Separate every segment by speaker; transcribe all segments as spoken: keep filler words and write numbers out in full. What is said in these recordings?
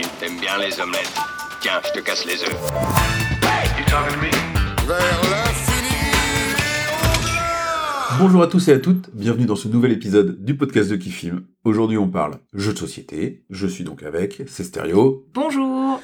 Speaker 1: j'imagine. T'aimes bien les omelettes. Tiens, je te casse les œufs.
Speaker 2: You talking to me?
Speaker 3: Vers l'infini et au-delà.
Speaker 4: Bonjour à tous et à toutes, bienvenue dans ce nouvel épisode du podcast de Qui Filme. Aujourd'hui on parle jeux de société, je suis donc avec, c'est Stéréo.
Speaker 5: Bonjour.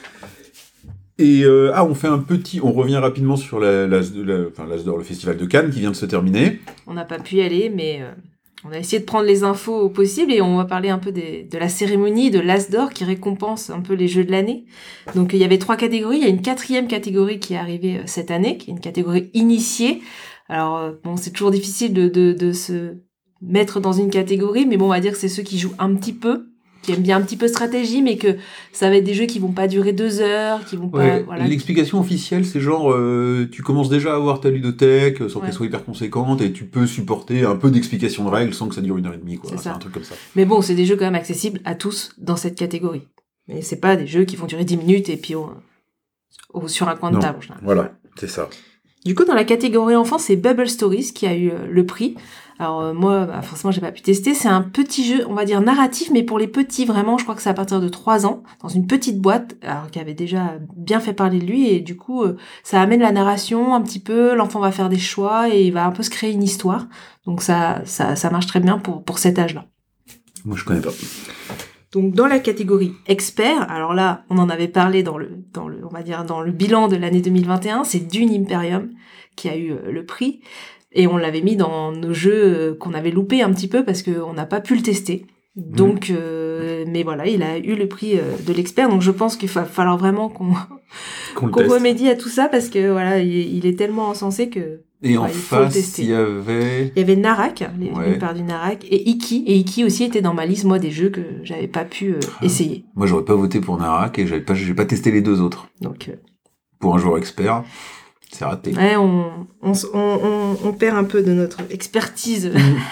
Speaker 4: Et euh, ah, on fait un petit, on revient rapidement sur la, la, la, enfin, l'As d'Or, le festival de Cannes qui vient de se terminer.
Speaker 5: On n'a pas pu y aller, mais euh, on a essayé de prendre les infos au possible et on va parler un peu des, de la cérémonie de l'As d'Or qui récompense un peu les jeux de l'année. Donc il y avait trois catégories, il y a une quatrième catégorie qui est arrivée euh, cette année, qui est une catégorie initiée. Alors euh, bon, c'est toujours difficile de, de, de se mettre dans une catégorie, mais bon, on va dire que c'est ceux qui jouent un petit peu, qui aiment bien un petit peu stratégie, mais que ça va être des jeux qui vont pas durer deux heures, qui vont pas...
Speaker 4: Ouais,
Speaker 5: voilà.
Speaker 4: L'explication officielle, c'est genre, euh, tu commences déjà à avoir ta ludothèque, sans
Speaker 5: Ouais.
Speaker 4: qu'elle soit hyper conséquente, et tu peux supporter un peu d'explication de règles sans que ça dure une heure et demie, quoi.
Speaker 5: C'est
Speaker 4: C'est
Speaker 5: ça.
Speaker 4: un truc comme ça.
Speaker 5: Mais bon, c'est des jeux quand même accessibles à tous dans cette catégorie. Mais c'est pas des jeux qui vont durer dix minutes et puis on- au- sur un coin de
Speaker 4: Non.
Speaker 5: table. en général.
Speaker 4: Voilà, c'est ça.
Speaker 5: Du coup, dans la catégorie enfant, c'est Bubble Stories qui a eu euh, le prix. Alors euh, moi, bah, forcément, j'ai pas pu tester. C'est un petit jeu, on va dire narratif, mais pour les petits, vraiment. Je crois que c'est à partir de trois ans, dans une petite boîte, alors qui avait déjà bien fait parler de lui. Et du coup, euh, ça amène la narration un petit peu. L'enfant va faire des choix et il va un peu se créer une histoire. Donc ça, ça, ça marche très bien pour pour cet âge-là.
Speaker 4: Moi, je connais pas.
Speaker 5: Donc dans la catégorie expert, alors là, on en avait parlé dans le dans le on va dire dans le bilan de l'année deux mille vingt et un, c'est Dune Imperium qui a eu euh, le prix et on l'avait mis dans nos jeux euh, qu'on avait loupé un petit peu parce que on n'a pas pu le tester. Donc euh, mais voilà, il a eu le prix euh, de l'expert, donc je pense qu'il va falloir vraiment qu'on
Speaker 4: Qu'on le
Speaker 5: qu'on
Speaker 4: teste.
Speaker 5: remédie à tout ça parce que voilà, il, il est tellement encensé que
Speaker 4: Et en
Speaker 5: ouais, il faut le
Speaker 4: face,
Speaker 5: tester.
Speaker 4: il y avait...
Speaker 5: Il y avait Narak, les
Speaker 4: Ouais.
Speaker 5: une part du Narak, et Iki. Et Iki aussi était dans ma liste, moi, des jeux que j'avais pas pu euh,
Speaker 4: Ah.
Speaker 5: essayer.
Speaker 4: Moi, j'aurais pas voté pour Narak, et j'avais pas, j'ai pas testé les deux autres.
Speaker 5: Donc, euh,
Speaker 4: Pour un joueur expert, c'est raté.
Speaker 5: ouais, on, on, s- on, on, on perd un peu de notre expertise.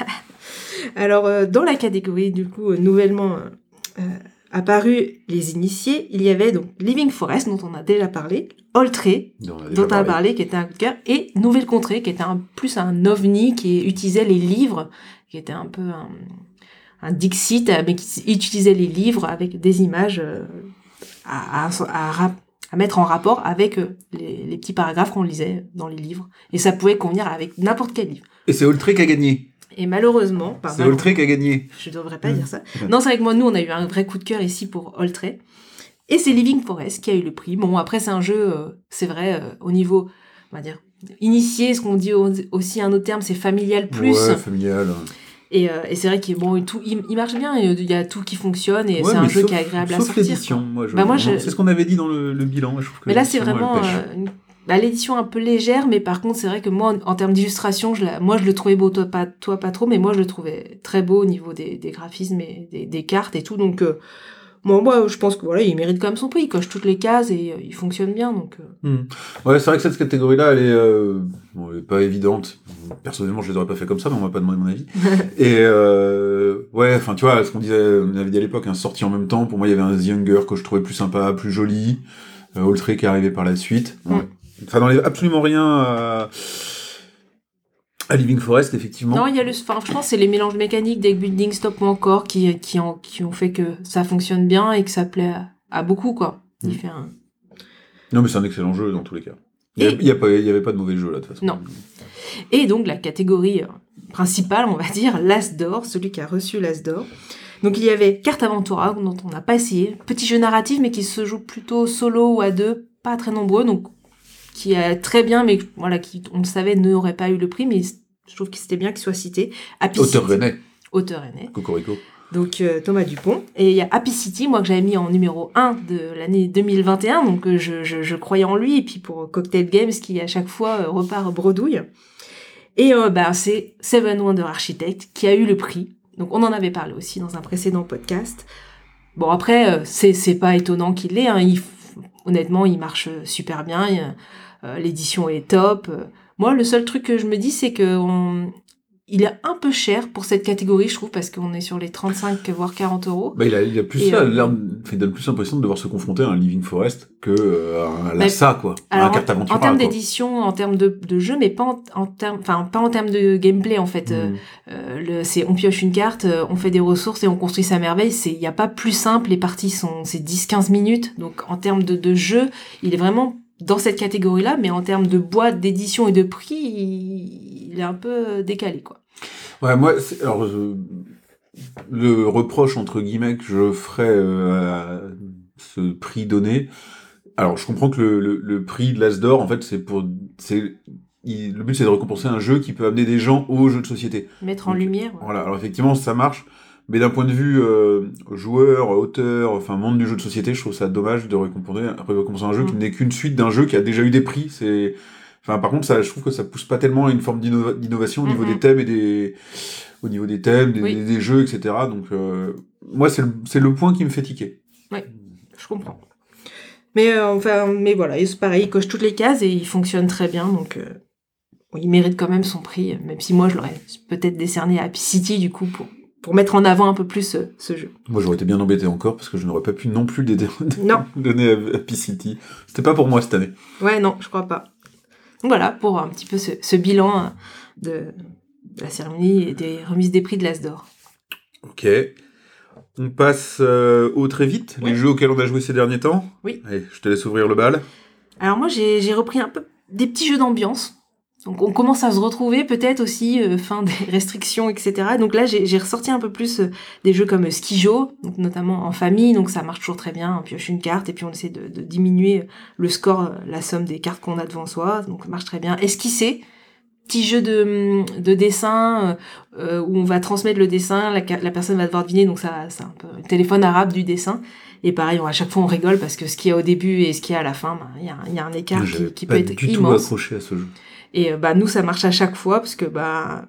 Speaker 5: Alors, euh, dans la catégorie, du coup, euh, nouvellement euh, euh, apparu les initiés, il y avait donc Living Forest, dont on a déjà parlé, Oltré,
Speaker 4: dont on a déjà
Speaker 5: dont on a
Speaker 4: parlé.
Speaker 5: parlé, qui était un coup de cœur, et Nouvelle Contrée, qui était un, plus un ovni, qui utilisait les livres, qui était un peu un, un Dixit, euh, mais qui utilisait les livres avec des images euh, à, à, à, rap- à mettre en rapport avec euh, les, les petits paragraphes qu'on lisait dans les livres. Et ça pouvait convenir avec n'importe quel livre.
Speaker 4: Et c'est Oltré qui a gagné.
Speaker 5: Et malheureusement, par
Speaker 4: C'est Oltré qui a gagné.
Speaker 5: je devrais pas dire ça. Non, c'est vrai que moi, nous, on a eu un vrai coup de cœur ici pour Oltré. Et c'est Living Forest qui a eu le prix. Bon, après, c'est un jeu, euh, c'est vrai, euh, au niveau, on va dire, initié, ce qu'on dit au- aussi un autre terme, c'est familial plus.
Speaker 4: Ouais, familial.
Speaker 5: Et, euh, et c'est vrai qu'il bon, tout, il, il marche bien, il y a tout qui fonctionne et
Speaker 4: Ouais,
Speaker 5: c'est un
Speaker 4: mais
Speaker 5: jeu
Speaker 4: sauf-
Speaker 5: qui est agréable à
Speaker 4: sauf
Speaker 5: sortir.
Speaker 4: l'édition,
Speaker 5: quoi.
Speaker 4: moi, je...
Speaker 5: Bah, moi, je-
Speaker 4: C'est ce qu'on avait dit dans le, le bilan. Je trouve que
Speaker 5: Mais là, c'est
Speaker 4: l'édition,
Speaker 5: vraiment
Speaker 4: elle pêche.
Speaker 5: euh, une- bah, l'édition un peu légère, mais par contre, c'est vrai que moi, en, en termes d'illustration, je la, moi, je le trouvais beau, toi pas, toi pas trop, mais moi, je le trouvais très beau au niveau des, des graphismes et des, des cartes et tout. Donc, euh, moi, moi, je pense que voilà, il mérite quand même son prix. Il coche toutes les cases et euh, il fonctionne bien. Donc, euh,
Speaker 4: Hmm. Ouais, c'est vrai que cette catégorie-là, elle est, euh, bon, elle est pas évidente. Personnellement, je les aurais pas fait comme ça, mais on m'a pas demandé mon avis. Et euh, ouais, enfin, tu vois, ce qu'on disait, on avait dit à l'époque, un sorti en même temps. Pour moi, il y avait un The Younger que je trouvais plus sympa, plus joli. Euh, Oltré qui est arrivé par la suite.
Speaker 5: Mm.
Speaker 4: Ça n'enlève absolument rien à, à Living Forest, effectivement.
Speaker 5: non, il y a le, enfin, je pense que c'est les mélanges mécaniques, deck building, stop ou encore qui, qui, ont, qui ont fait que ça fonctionne bien et que ça plaît à, à beaucoup, quoi. Il
Speaker 4: Mm.
Speaker 5: fait un,
Speaker 4: Non, mais c'est un excellent jeu dans tous les cas. Il
Speaker 5: Et-
Speaker 4: y a- il y a pas, il y avait pas de mauvais jeu là, de toute façon.
Speaker 5: Non. Et donc la catégorie euh, principale, on va dire, l'As d'Or, celui qui a reçu l'As d'Or. Donc il y avait Carte Aventura, dont on n'a pas essayé. Petit jeu narratif, mais qui se joue plutôt solo ou à deux, pas très nombreux, donc qui est très bien, mais voilà, qui, on le savait, n'aurait pas eu le prix, mais je trouve que c'était bien qu'il soit cité. Happy
Speaker 4: Auteur
Speaker 5: City.
Speaker 4: rennais,
Speaker 5: Auteur rennais.
Speaker 4: Cocorico.
Speaker 5: Donc euh, Thomas Dupont. Et il y a Happy City, moi que j'avais mis en numéro un de l'année deux mille vingt et un, donc euh, je, je, je croyais en lui, et puis pour Cocktail Games qui à chaque fois euh, repart bredouille. Et euh, bah, c'est Seven Wonder Architect qui a eu le prix. Donc on en avait parlé aussi dans un précédent podcast. Bon après, euh, c'est, c'est pas étonnant qu'il l'ait, hein. Il, honnêtement il marche super bien, il, euh, l'édition est top. Moi le seul truc que je me dis c'est que on, il est un peu cher pour cette catégorie, je trouve, parce qu'on est sur les trente-cinq voire quarante euros.
Speaker 4: Bah, il a, il a plus
Speaker 5: Et,
Speaker 4: ça,
Speaker 5: euh,
Speaker 4: l'air, il donne plus l'impression de devoir se confronter à un Living Forest que euh, à un Lhasa, quoi. À
Speaker 5: Alors,
Speaker 4: un carte
Speaker 5: en,
Speaker 4: aventure.
Speaker 5: en termes d'édition, en termes de, de jeu, mais pas en, en termes, enfin, pas en termes de gameplay, en fait.
Speaker 4: Mm.
Speaker 5: Euh, le, c'est, on pioche une carte, euh, on fait des ressources et on construit sa merveille. C'est, il y a pas plus simple. Les parties sont, c'est dix quinze minutes. Donc, en termes de, de jeu, il est vraiment dans cette catégorie-là, mais en termes de boîte, d'édition et de prix, il, il est un peu décalé, quoi.
Speaker 4: Ouais, moi, c'est, alors, je, le reproche, entre guillemets, que je ferais euh, à ce prix donné, alors, je comprends que le, le, le prix de l'As d'or, en fait, c'est pour, c'est, il, le but, c'est de récompenser un jeu qui peut amener des gens au jeu de société.
Speaker 5: Mettre en
Speaker 4: Donc,
Speaker 5: lumière. Ouais.
Speaker 4: Voilà, alors effectivement, ça marche, mais d'un point de vue euh, joueur, auteur, enfin, monde du jeu de société, je trouve ça dommage de récompenser, récompenser un jeu
Speaker 5: Mm.
Speaker 4: qui n'est qu'une suite d'un jeu qui a déjà eu des prix, c'est... Enfin, par contre, ça, je trouve que ça pousse pas tellement à une forme d'inno- d'innovation au niveau
Speaker 5: Mhm.
Speaker 4: des thèmes et des, au niveau des thèmes, des,
Speaker 5: Oui.
Speaker 4: des, des jeux, et cetera. Donc, euh, moi, c'est le, c'est le point qui me fait tiquer.
Speaker 5: Je comprends. Mais euh, enfin, mais voilà, et c'est pareil, il coche toutes les cases et il fonctionne très bien, donc euh, bon, il mérite quand même son prix, même si moi je l'aurais peut-être décerné à Happy City du coup pour pour mettre en avant un peu plus ce, ce jeu.
Speaker 4: Moi, j'aurais été bien embêté encore parce que je n'aurais pas pu non plus l'aider-
Speaker 5: Non.
Speaker 4: donner à Happy City. C'était pas pour moi cette année.
Speaker 5: Ouais, non, je crois pas. Donc voilà, pour un petit peu ce, ce bilan hein, de, de la cérémonie et des remises des prix de l'As d'or.
Speaker 4: Ok. On passe euh, au très vite,
Speaker 5: Ouais.
Speaker 4: les jeux auxquels on a joué ces derniers temps.
Speaker 5: Oui.
Speaker 4: Allez, je te laisse ouvrir le bal.
Speaker 5: Alors moi, j'ai, j'ai repris un peu des petits jeux d'ambiance. Donc on commence à se retrouver peut-être aussi, euh, fin des restrictions, et cetera. Donc là, j'ai, j'ai ressorti un peu plus euh, des jeux comme euh, Skijo, donc notamment en famille, donc ça marche toujours très bien. On pioche une carte et puis on essaie de, de diminuer le score, euh, la somme des cartes qu'on a devant soi, donc ça marche très bien. Esquisser, petit jeu de, de dessin euh, où on va transmettre le dessin, la, la personne va devoir deviner, donc ça, c'est un peu un téléphone arabe du dessin. Et pareil, on, à chaque fois on rigole parce que ce qu'il y a au début et ce qu'il y a à la fin, ben, il y, a, il y a un écart
Speaker 4: J'avais
Speaker 5: qui, qui
Speaker 4: pas
Speaker 5: peut être
Speaker 4: du tout
Speaker 5: immense.
Speaker 4: accroché à ce jeu.
Speaker 5: Et euh, bah nous ça marche à chaque fois parce que bah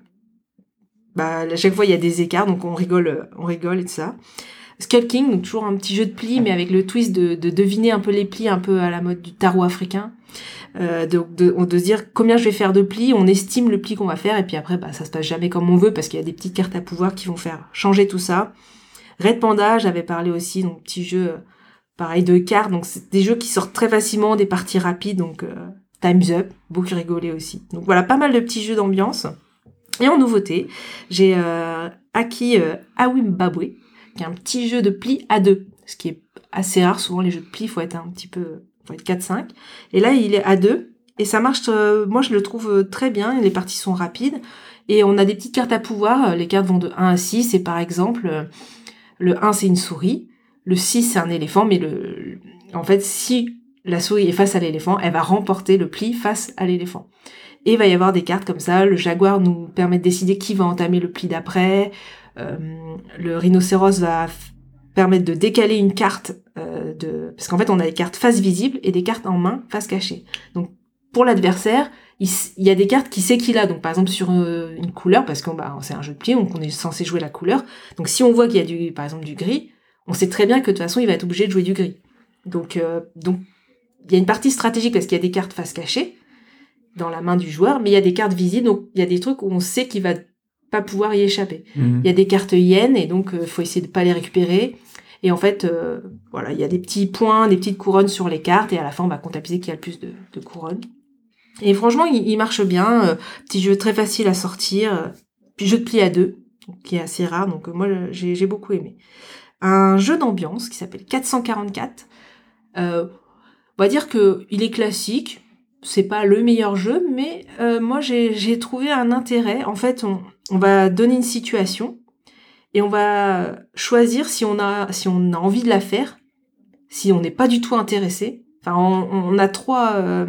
Speaker 5: bah à chaque fois il y a des écarts donc on rigole euh, on rigole et tout ça. Skull King, donc toujours un petit jeu de plis mais avec le twist de, de deviner un peu les plis un peu à la mode du tarot africain. Euh, de, de, de se dire combien je vais faire de plis, on estime le pli qu'on va faire et puis après bah ça se passe jamais comme on veut parce qu'il y a des petites cartes à pouvoir qui vont faire changer tout ça. Red Panda, j'avais parlé aussi, donc petit jeu euh, pareil de cartes, donc c'est des jeux qui sortent très facilement, des parties rapides, donc euh, Time's Up, beaucoup rigolé aussi. Donc voilà, pas mal de petits jeux d'ambiance. Et en nouveauté, j'ai euh, acquis euh, Awimbabwe, qui est un petit jeu de plis à deux, ce qui est assez rare. Souvent les jeux de plis, il faut être un petit peu, faut être quatre cinq. Et là, il est à deux, et ça marche, euh, moi je le trouve euh, très bien, les parties sont rapides, et on a des petites cartes à pouvoir, les cartes vont de un à six, et par exemple, euh, le un c'est une souris, le six c'est un éléphant, mais le, le en fait, si la souris est face à l'éléphant, elle va remporter le pli face à l'éléphant. Et il va y avoir des cartes comme ça. Le jaguar nous permet de décider qui va entamer le pli d'après. Euh, le rhinocéros va f- permettre de décaler une carte euh, de... Parce qu'en fait, on a des cartes face visible et des cartes en main face cachée. Donc, pour l'adversaire, il, s- il y a des cartes qui sait qu'il a. Donc, par exemple, sur euh, une couleur, parce que bah, c'est un jeu de pli, donc on est censé jouer la couleur. Donc, si on voit qu'il y a, du, par exemple, du gris, on sait très bien que de toute façon, il va être obligé de jouer du gris. Donc, euh, donc il y a une partie stratégique parce qu'il y a des cartes face cachée dans la main du joueur, mais il y a des cartes visibles, donc il y a des trucs où on sait qu'il va pas pouvoir y échapper.
Speaker 4: Mhm.
Speaker 5: Il y a des cartes yen, et donc il euh, faut essayer de pas les récupérer. Et en fait, euh, voilà, il y a des petits points, des petites couronnes sur les cartes, et à la fin, on va comptabiliser qui a le plus de, de couronnes. Et franchement, il, il marche bien. Euh, petit jeu très facile à sortir. Euh, puis jeu de pli à deux, donc, qui est assez rare, donc euh, moi, j'ai, j'ai beaucoup aimé. Un jeu d'ambiance qui s'appelle quatre cent quarante-quatre. Euh, on va dire que il est classique. C'est pas le meilleur jeu, mais euh, moi j'ai, j'ai trouvé un intérêt. En fait, on, on va donner une situation et on va choisir si on a si on a envie de la faire, si on n'est pas du tout intéressé. Enfin, on, on a trois euh,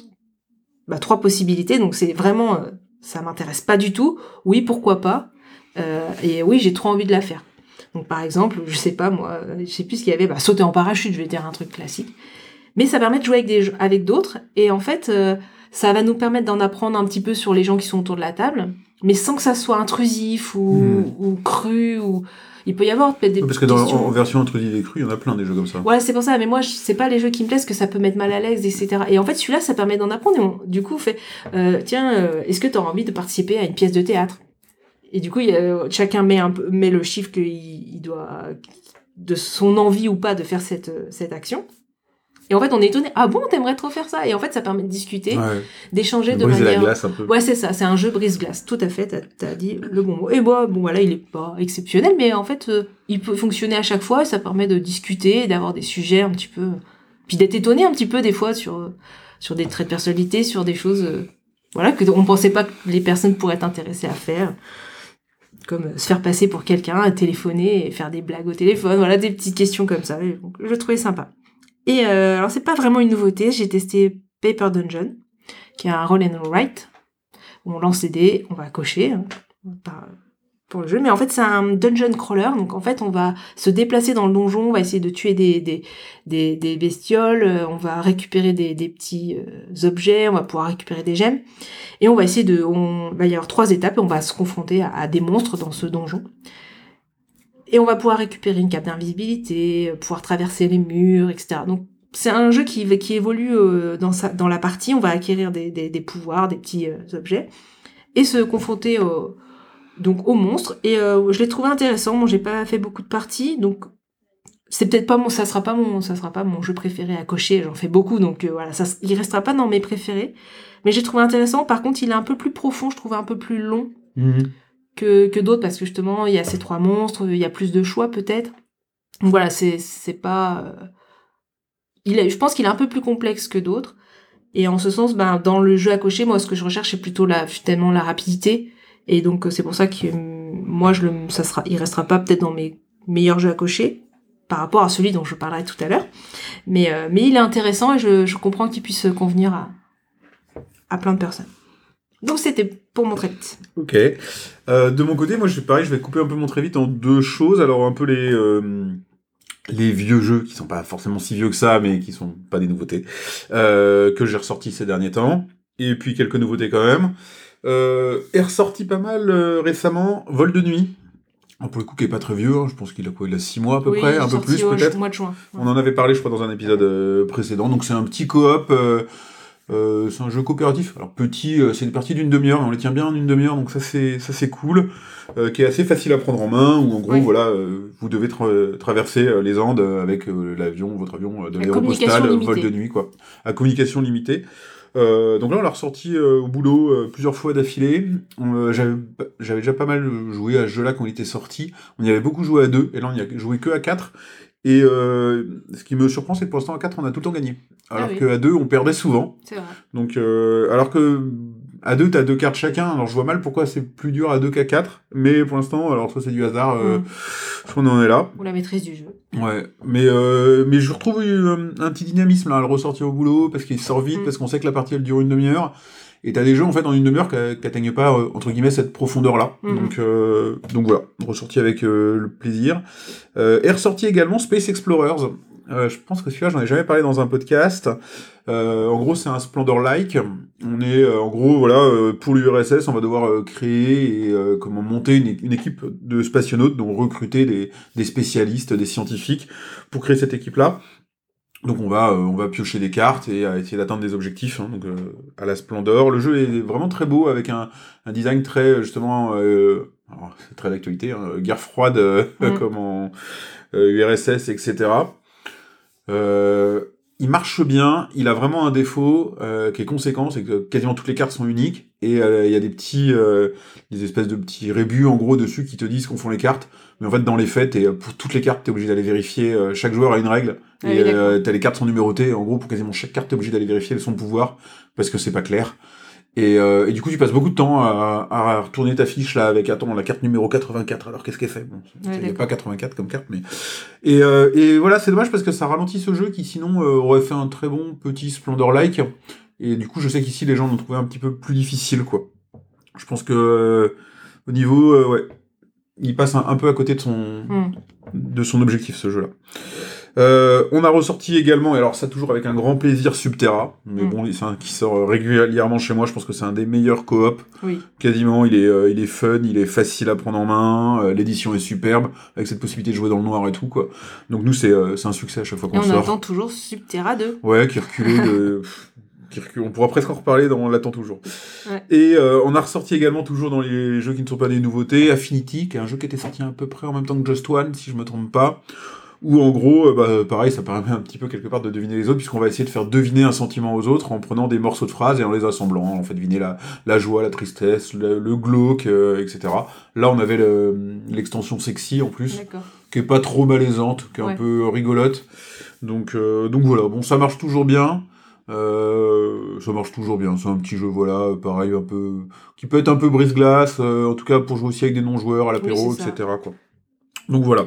Speaker 5: bah, trois possibilités. Donc c'est vraiment euh, ça m'intéresse pas du tout. Oui, pourquoi pas. Euh, et oui, j'ai trop envie de la faire. Donc par exemple, je sais pas moi, je sais plus ce qu'il y avait, bah, sauter en parachute, je vais dire un truc classique. Mais ça permet de jouer avec, des, avec d'autres, et en fait, euh, ça va nous permettre d'en apprendre un petit peu sur les gens qui sont autour de la table, mais sans que ça soit intrusif ou,
Speaker 4: Mmh.
Speaker 5: ou cru, ou... Il peut y avoir peut-être des
Speaker 4: Parce que dans,
Speaker 5: questions...
Speaker 4: en version intrusive et crue, il y en a plein des jeux comme ça.
Speaker 5: Ouais, c'est pour ça, mais moi, je- c'est pas les jeux qui me plaisent, parce que ça peut mettre mal à l'aise, et cetera. Et en fait, celui-là, ça permet d'en apprendre, et on, du coup, on fait, euh, tiens, euh, est-ce que tu as envie de participer à une pièce de théâtre ? Et du coup, il y a, chacun met un peu, met le chiffre qu'il il doit, de son envie ou pas de faire cette, cette action. Et en fait, on est étonné. Ah bon, t'aimerais trop faire ça? Et en fait, ça permet de discuter,
Speaker 4: Ouais.
Speaker 5: d'échanger de
Speaker 4: Briser
Speaker 5: manière.
Speaker 4: la glace un peu.
Speaker 5: Ouais, c'est ça. C'est un jeu brise-glace. Tout à fait. T'as, t'as dit le bon mot. Et moi, bon, voilà, il est pas exceptionnel, mais en fait, euh, il peut fonctionner à chaque fois. Et ça permet de discuter, d'avoir des sujets un petit peu, puis d'être étonné un petit peu des fois sur sur des traits de personnalité, sur des choses, euh, voilà, que on pensait pas que les personnes pourraient être intéressées à faire. Comme euh, se faire passer pour quelqu'un, téléphoner et faire des blagues au téléphone, voilà, des petites questions comme ça. Et donc, je trouvais sympa. Et euh, alors, c'est pas vraiment une nouveauté, j'ai testé Paper Dungeon, qui est un roll and write, où on lance des dés, on va cocher hein, par, pour le jeu, mais en fait, c'est un dungeon crawler, donc en fait, on va se déplacer dans le donjon, on va essayer de tuer des, des, des, des bestioles, euh, on va récupérer des, des petits euh, objets, on va pouvoir récupérer des gemmes, et on va essayer de... On va y avoir trois étapes, et on va se confronter à, à des monstres dans ce donjon. Et on va pouvoir récupérer une cape d'invisibilité, pouvoir traverser les murs, et cetera. Donc, c'est un jeu qui, qui évolue euh, dans, sa, dans la partie. On va acquérir des, des, des pouvoirs, des petits euh, objets, et se confronter au, donc, aux monstres. Et euh, je l'ai trouvé intéressant. Moi, j'ai pas fait beaucoup de parties, donc c'est peut-être pas mon, ça sera pas mon, ça sera pas mon jeu préféré à cocher. J'en fais beaucoup, donc euh, voilà, ça, il restera pas dans mes préférés. Mais j'ai trouvé intéressant. Par contre, il est un peu plus profond. Je trouve un peu plus long.
Speaker 4: Mmh.
Speaker 5: que, que d'autres, parce que justement, il y a ces trois monstres, il y a plus de choix, peut-être. Donc voilà, c'est, c'est pas... Euh... Il est, je pense qu'il est un peu plus complexe que d'autres. Et en ce sens, ben, dans le jeu à cocher, moi, ce que je recherche, c'est plutôt la, finalement, la rapidité. Et donc, c'est pour ça que euh, moi, je le, ça sera, il restera pas peut-être dans mes meilleurs jeux à cocher, par rapport à celui dont je parlerai tout à l'heure. Mais, euh, mais il est intéressant et je, je comprends qu'il puisse convenir à, à plein de personnes. Donc c'était pour mon très vite.
Speaker 4: Ok. Euh, de mon côté, moi, je pareil, je vais couper un peu mon très vite en deux choses. Alors un peu les euh, les vieux jeux qui sont pas forcément si vieux que ça, mais qui sont pas des nouveautés euh, que j'ai ressortis ces derniers temps. Et puis quelques nouveautés quand même. Euh, est ressorti pas mal euh, récemment, Vol de nuit. Alors pour le coup, qui est pas très vieux. Hein, je pense qu'il a quoi, il a six mois à peu
Speaker 5: oui,
Speaker 4: près, un peu plus
Speaker 5: au
Speaker 4: peut-être.
Speaker 5: Mois de juin. Ouais.
Speaker 4: On en avait parlé, je crois, dans un épisode euh, précédent. Donc c'est un petit coop. Euh, Euh, c'est un jeu coopératif, alors petit, euh, c'est une partie d'une demi-heure, mais on les tient bien en une demi-heure, donc ça c'est ça c'est cool, euh, qui est assez facile à prendre en main, où en gros,
Speaker 5: oui.
Speaker 4: voilà, euh, vous devez tra- traverser euh, les Andes avec euh, l'avion, votre avion euh, de
Speaker 5: À
Speaker 4: l'aéropostale,
Speaker 5: communication
Speaker 4: vol de nuit, quoi, à communication limitée. Euh, donc là, on l'a ressorti euh, au boulot euh, plusieurs fois d'affilée. On, euh, j'avais, j'avais déjà pas mal joué à ce jeu-là quand il était sorti. On y avait beaucoup joué à deux, et là on y a joué que à quatre. Et euh, ce qui me surprend, c'est que pour l'instant, à quatre, on a tout le temps gagné. Alors
Speaker 5: ah oui.
Speaker 4: qu'à deux, on perdait souvent.
Speaker 5: C'est vrai.
Speaker 4: Donc, euh, alors que à deux, t'as deux cartes chacun. Alors, je vois mal pourquoi c'est plus dur à deux qu'à quatre. Mais pour l'instant, alors soit c'est du hasard, euh,
Speaker 5: mmh.
Speaker 4: soit on en est là.
Speaker 5: Ou la maîtrise du jeu.
Speaker 4: Ouais, mais euh, mais je retrouve euh, un petit dynamisme là, à le ressortir au boulot, parce qu'il sort vite, mmh. parce qu'on sait que la partie, elle dure une demi-heure. Et t'as des jeux, en fait, en une demi-heure qui n'atteignent pas, euh, entre guillemets, cette profondeur-là. Mmh. Donc, euh, donc voilà, ressorti avec euh, le plaisir. Euh, est ressorti également Space Explorers. Euh, je pense que celui-là, j'en ai jamais parlé dans un podcast. Euh, en gros, c'est un Splendor-like. On est, euh, en gros, voilà, euh, pour l'U R S S, on va devoir euh, créer et euh, comment monter une, une équipe de spationautes, donc recruter des, des spécialistes, des scientifiques, pour créer cette équipe-là. Donc on va, euh, on va piocher des cartes et à essayer d'atteindre des objectifs, hein, donc euh, à la Splendor. Le jeu est vraiment très beau, avec un, un design très, justement, euh, alors, c'est très d'actualité, hein, guerre froide, euh, mmh. comme en euh, U R S S, et cetera. Euh, il marche bien, il a vraiment un défaut euh, qui est conséquent, c'est que quasiment toutes les cartes sont uniques, et euh, il y a des petits, euh, des espèces de petits rébus, en gros, dessus, qui te disent qu'on font les cartes. Mais en fait, dans les faits, t'es, pour toutes les cartes, t'es obligé d'aller vérifier. Euh, chaque joueur a une règle. Ah, et oui, euh, t'as les cartes sont numérotées. En gros, pour quasiment chaque carte, t'es obligé d'aller vérifier son pouvoir, parce que c'est pas clair. Et, euh, et du coup, tu passes beaucoup de temps à, à retourner ta fiche là avec attends la carte numéro quatre-vingt-quatre. Alors qu'est-ce qu'elle fait? Bon, il ouais, n'y a pas quatre-vingt-quatre comme carte, mais et, euh, et voilà, c'est dommage parce que ça ralentit ce jeu qui sinon euh, aurait fait un très bon petit Splendor-like. Et du coup, je sais qu'ici les gens l'ont trouvé un petit peu plus difficile, quoi. Je pense que euh, au niveau, euh, ouais, il passe un, un peu à côté de son mm. de son objectif, ce jeu-là. Euh, on a ressorti également, et alors ça toujours avec un grand plaisir, Subterra, mais mm. bon, c'est un qui sort régulièrement chez moi. Je pense que c'est un des meilleurs coop.
Speaker 5: Oui.
Speaker 4: Quasiment, il est, euh, il est fun, il est facile à prendre en main. Euh, l'édition est superbe, avec cette possibilité de jouer dans le noir et tout, quoi. Donc nous, c'est, euh, c'est un succès à chaque fois qu'on
Speaker 5: et on
Speaker 4: sort.
Speaker 5: attend toujours Subterra deux.
Speaker 4: Ouais, qui est reculé de qui recule. On pourra presque en reparler dans L'attend toujours.
Speaker 5: Ouais.
Speaker 4: Et euh, on a ressorti également, toujours dans les jeux qui ne sont pas des nouveautés, Affinity, qui est un jeu qui était sorti à peu près en même temps que Just One, si je me trompe pas. Où en gros, euh, bah, pareil, ça permet un petit peu quelque part de deviner les autres, puisqu'on va essayer de faire deviner un sentiment aux autres en prenant des morceaux de phrases et en les assemblant. On fait deviner la, la joie, la tristesse, le, le glauque, euh, et cetera. Là, on avait le, l'extension sexy en plus,
Speaker 5: D'accord.
Speaker 4: qui est pas trop malaisante, qui est
Speaker 5: Ouais.
Speaker 4: un peu rigolote. Donc, euh, donc voilà, bon, ça marche toujours bien. Euh, ça marche toujours bien. C'est un petit jeu, voilà, pareil, un peu, qui peut être un peu brise-glace, euh, en tout cas pour jouer aussi avec des non-joueurs à l'apéro,
Speaker 5: Oui, c'est ça.
Speaker 4: et cetera, quoi. Donc voilà.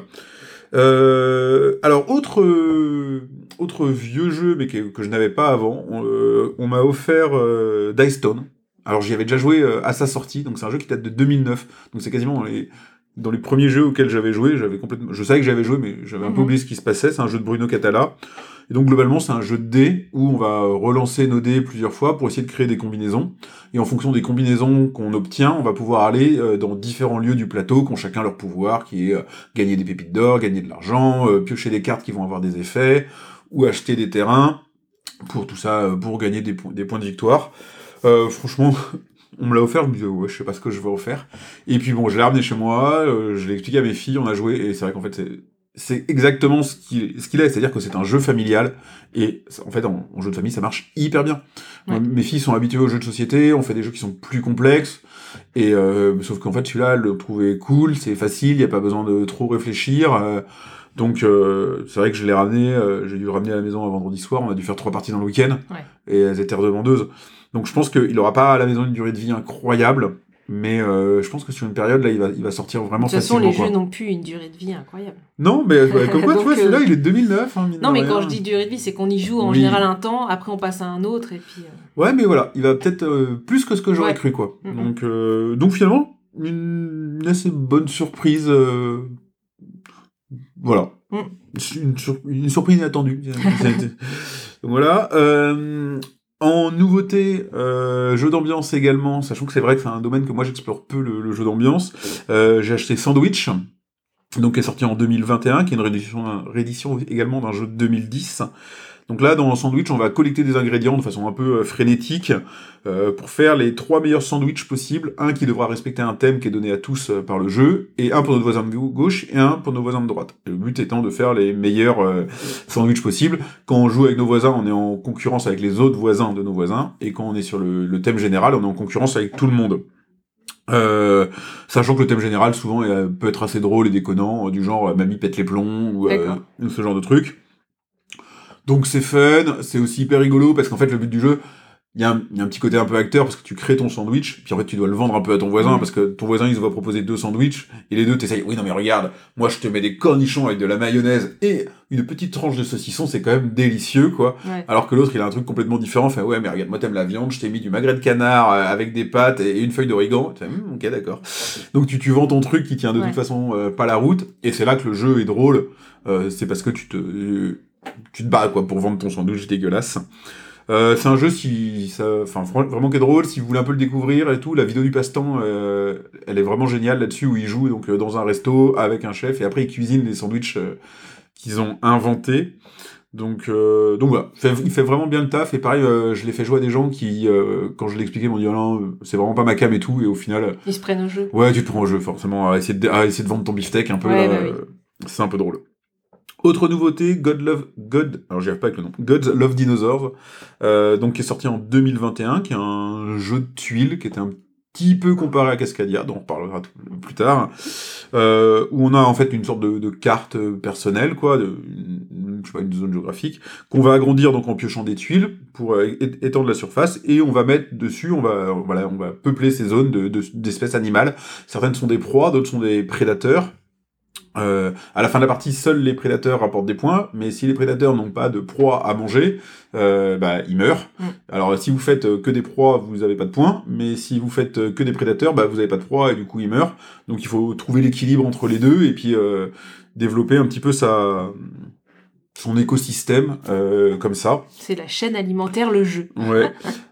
Speaker 4: Euh, alors, autre, euh, autre vieux jeu, mais que, que je n'avais pas avant, on, euh, on m'a offert euh, Dice Town. Alors, j'y avais déjà joué euh, à sa sortie, donc c'est un jeu qui date de deux mille neuf, donc c'est quasiment dans les, dans les premiers jeux auxquels j'avais joué. J'avais complètement, je savais que j'avais joué, mais j'avais un peu
Speaker 5: Mhm.
Speaker 4: oublié ce qui se passait. C'est un jeu de Bruno Catala. Et donc, globalement, c'est un jeu de dés où on va relancer nos dés plusieurs fois pour essayer de créer des combinaisons. Et en fonction des combinaisons qu'on obtient, on va pouvoir aller euh, dans différents lieux du plateau qui ont chacun leur pouvoir, qui est euh, gagner des pépites d'or, gagner de l'argent, euh, piocher des cartes qui vont avoir des effets, ou acheter des terrains, pour tout ça, euh, pour gagner des, po- des points de victoire. Euh, franchement, on me l'a offert, je me disais, ouais, je sais pas ce que je vais en faire. Et puis bon, je l'ai ramené chez moi, euh, je l'ai expliqué à mes filles, on a joué, et c'est vrai qu'en fait, c'est... C'est exactement ce qu'il, ce qu'il est, c'est-à-dire que c'est un jeu familial, et en fait, en, en jeu de famille, ça marche hyper bien.
Speaker 5: Ouais.
Speaker 4: Moi, mes filles sont habituées aux jeux de société, on fait des jeux qui sont plus complexes, et euh, sauf qu'en fait, celui-là, le trouver cool, c'est facile, il n'y a pas besoin de trop réfléchir, euh, donc euh, c'est vrai que je l'ai ramené, euh, j'ai dû le ramener à la maison un vendredi soir, on a dû faire trois parties dans le week-end,
Speaker 5: Ouais.
Speaker 4: et elles étaient redemandeuses. Donc je pense qu'il n'aura pas à la maison une durée de vie incroyable, mais euh, je pense que sur une période, là, il va, il va sortir vraiment
Speaker 5: De toute façon,
Speaker 4: facilement.
Speaker 5: les
Speaker 4: quoi.
Speaker 5: jeux n'ont plus une durée de vie incroyable.
Speaker 4: Non, mais euh, comme quoi, tu
Speaker 5: Donc,
Speaker 4: vois, celui-là,
Speaker 5: euh,
Speaker 4: il est de deux mille neuf. Hein, mine
Speaker 5: Non,
Speaker 4: de
Speaker 5: mais
Speaker 4: rien.
Speaker 5: quand je dis durée de vie, c'est qu'on y joue en
Speaker 4: Oui.
Speaker 5: général un temps, après on passe à un autre, et puis... euh,
Speaker 4: Ouais, mais voilà, il va peut-être euh, plus que ce que j'aurais
Speaker 5: Ouais.
Speaker 4: cru, quoi.
Speaker 5: Mhm.
Speaker 4: Donc, euh, donc finalement, une, une assez bonne surprise. euh, Voilà.
Speaker 5: Mm.
Speaker 4: Une, sur- une surprise inattendue. Donc voilà. Euh, en nouveauté, euh, jeu d'ambiance également, sachant que c'est vrai que c'est un domaine que moi j'explore peu, le, le jeu d'ambiance. Euh, j'ai acheté Sandwich, donc qui est sorti en deux mille vingt et un, qui est une réédition, une réédition également d'un jeu de deux mille dix. Donc là, dans Sandwich, on va collecter des ingrédients de façon un peu euh, frénétique euh, pour faire les trois meilleurs sandwichs possibles. Un qui devra respecter un thème qui est donné à tous euh, par le jeu, et un pour notre voisin de gauche et un pour nos voisins de droite. Et le but étant de faire les meilleurs euh, sandwichs possibles. Quand on joue avec nos voisins, on est en concurrence avec les autres voisins de nos voisins, et quand on est sur le, le thème général, on est en concurrence avec tout le monde. Euh, sachant que le thème général souvent euh, peut être assez drôle et déconnant, euh, du genre euh, mamie pète les plombs ou, euh,
Speaker 5: D'accord.
Speaker 4: ou ce genre de truc. Donc c'est fun, c'est aussi hyper rigolo parce qu'en fait le but du jeu, il y, a un- il y a un petit côté un peu acteur parce que tu crées ton sandwich, puis en fait tu dois le vendre un peu à ton voisin
Speaker 5: Mhm.
Speaker 4: parce que ton voisin il se va proposer deux sandwichs et les deux t'essayes, oui non mais regarde, moi je te mets des cornichons avec de la mayonnaise et une petite tranche de saucisson, c'est quand même délicieux quoi.
Speaker 5: Ouais.
Speaker 4: Alors que l'autre il a un truc complètement différent, fait ouais mais regarde moi t'aimes la viande, je t'ai mis du magret de canard euh, avec des pâtes et une feuille d'origan, tu fais Hum, ok d'accord. Donc tu, tu vends ton truc qui tient de
Speaker 5: Ouais.
Speaker 4: toute façon euh, pas la route et c'est là que le jeu est drôle, euh, c'est parce que tu te... euh, tu te bats quoi pour vendre ton sandwich dégueulasse. Euh, c'est un jeu si ça, enfin fr- vraiment qui est drôle si vous voulez un peu le découvrir et tout. La vidéo du passe-temps, euh, elle est vraiment géniale là-dessus où ils jouent donc euh, dans un resto avec un chef et après ils cuisinent les sandwichs euh, qu'ils ont inventés. Donc euh, donc voilà, fait, il fait vraiment bien le taf et pareil, euh, je l'ai fait jouer à des gens qui euh, quand je l'ai expliqué m'ont dit ah non euh, c'est vraiment pas ma cam et tout et au final euh,
Speaker 5: Ils se prennent au jeu.
Speaker 4: ouais tu te prends au jeu forcément à essayer de, à essayer de vendre ton beefsteak un peu
Speaker 5: Ouais,
Speaker 4: là,
Speaker 5: bah oui.
Speaker 4: euh, c'est un peu drôle. Autre nouveauté, God Love, God, alors j'y arrive pas avec le nom, Gods Love Dinosaurs, euh, donc qui est sorti en deux mille vingt et un, qui est un jeu de tuiles, qui était un petit peu comparé à Cascadia, dont on reparlera tout- plus tard, euh, où on a en fait une sorte de, de carte personnelle, quoi, de, une, je sais pas, une zone géographique, qu'on va agrandir donc en piochant des tuiles pour euh, é- étendre la surface, et on va mettre dessus, on va, voilà, on va peupler ces zones de, de- d'espèces animales. Certaines sont des proies, d'autres sont des prédateurs. Euh, à la fin de la partie, seuls les prédateurs rapportent des points, mais si les prédateurs n'ont pas de proie à manger, euh, bah, ils meurent.
Speaker 5: Mm.
Speaker 4: Alors si vous faites euh, que des proies, vous n'avez pas de points, mais si vous faites euh, que des prédateurs, bah, vous n'avez pas de proie et du coup ils meurent. Donc il faut trouver l'équilibre entre les deux et puis euh, développer un petit peu sa... son écosystème euh, comme ça.
Speaker 5: C'est la chaîne alimentaire, le jeu.
Speaker 4: Ouais.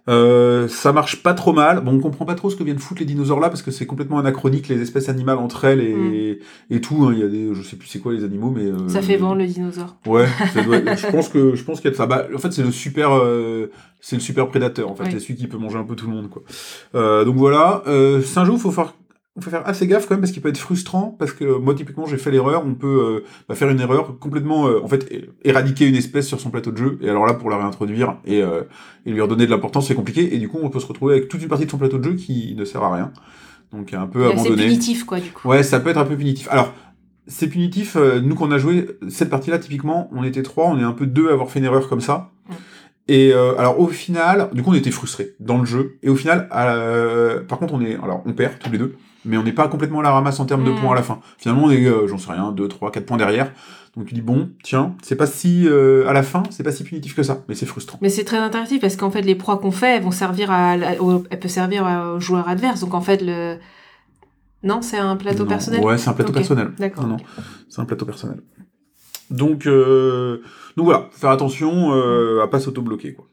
Speaker 4: Euh, ça marche pas trop mal. Bon, on comprend pas trop ce que viennent foutre les dinosaures là, parce que c'est complètement anachronique, les espèces animales entre elles et, mm. et tout. Hein. Il y a des, je sais plus c'est quoi les animaux, mais euh,
Speaker 5: ça fait vendre le dinosaure.
Speaker 4: Ouais, ça doit, je pense que je pense qu'il y a de ça. Bah, en fait, c'est le super, euh, c'est le super prédateur. En fait, oui. C'est celui qui peut manger un peu tout le monde, quoi. Euh, donc voilà. Euh, c'est un jeu où faut faire Il faut faire assez gaffe quand même parce qu'il peut être frustrant, parce que moi typiquement j'ai fait l'erreur, on peut euh, bah, faire une erreur complètement, euh, en fait, éradiquer une espèce sur son plateau de jeu, et alors là pour la réintroduire et, euh, et lui redonner de l'importance c'est compliqué, et du coup on peut se retrouver avec toute une partie de son plateau de jeu qui ne sert à rien, donc un peu
Speaker 5: et
Speaker 4: abandonné.
Speaker 5: C'est punitif quoi du coup.
Speaker 4: Ouais, ça peut être un peu punitif. Alors c'est punitif, euh, nous qu'on a joué cette partie-là typiquement, on était trois, on est un peu deux à avoir fait une erreur comme ça. Mm. Et euh, alors au final, du coup on était frustrés dans le jeu, et au final, euh, par contre on est, alors on perd tous les deux, mais on n'est pas complètement à la ramasse en termes mmh. de points à la fin. Finalement, on est, euh, j'en sais rien, deux, trois, quatre points derrière. Donc tu dis, bon, tiens, c'est pas si, euh, à la fin, c'est pas si punitif que ça, mais c'est frustrant.
Speaker 5: Mais c'est très intéressant parce qu'en fait, les proies qu'on fait, elles vont servir à, à au, elles peuvent servir aux joueurs adverses. Donc en fait, le... Non, c'est un plateau
Speaker 4: non.
Speaker 5: personnel?
Speaker 4: Ouais, c'est un plateau
Speaker 5: okay.
Speaker 4: personnel.
Speaker 5: D'accord.
Speaker 4: Non, non, c'est un plateau personnel. Donc, euh... donc voilà, faut faire attention euh, à pas s'auto-bloquer, quoi.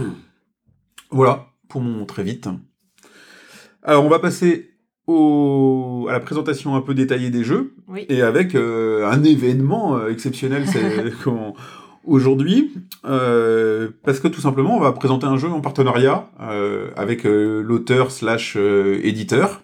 Speaker 4: Voilà, pour mon très vite. Alors, on va passer Au... à la présentation un peu détaillée des jeux,
Speaker 5: oui.
Speaker 4: et avec euh, un événement euh, exceptionnel c'est, comment, aujourd'hui, euh, parce que tout simplement, on va présenter un jeu en partenariat euh, avec euh, l'auteur slash euh, éditeur.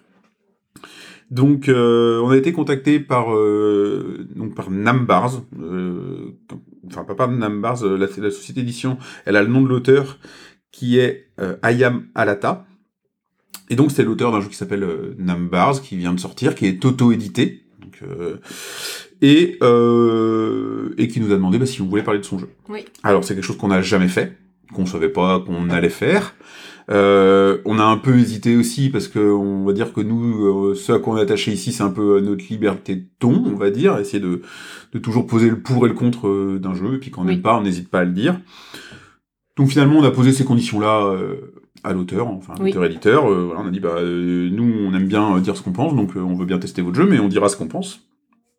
Speaker 4: Donc, euh, on a été contacté par, euh, donc par Nambars, euh, enfin pas par Nambars, la, la société d'édition, elle a le nom de l'auteur, qui est euh, Ayam Alata. Et donc, c'est l'auteur d'un jeu qui s'appelle euh, Nambars, qui vient de sortir, qui est auto-édité, donc, euh, et, euh, et qui nous a demandé bah, si on voulait parler de son jeu.
Speaker 5: Oui.
Speaker 4: Alors, c'est quelque chose qu'on n'a jamais fait, qu'on ne savait pas qu'on allait faire. Euh, on a un peu hésité aussi, parce que on va dire que nous, euh, ce à quoi on est attaché ici, c'est un peu notre liberté de ton, on va dire, essayer de, de toujours poser le pour et le contre euh, d'un jeu, et puis quand on n'aime oui. pas, on n'hésite pas à le dire. Donc finalement, on a posé ces conditions-là euh, à l'auteur, enfin
Speaker 5: oui.
Speaker 4: l'auteur-éditeur. Euh, voilà, on a dit, bah, euh, nous, on aime bien euh, dire ce qu'on pense, donc euh, on veut bien tester votre jeu, mais on dira ce qu'on pense.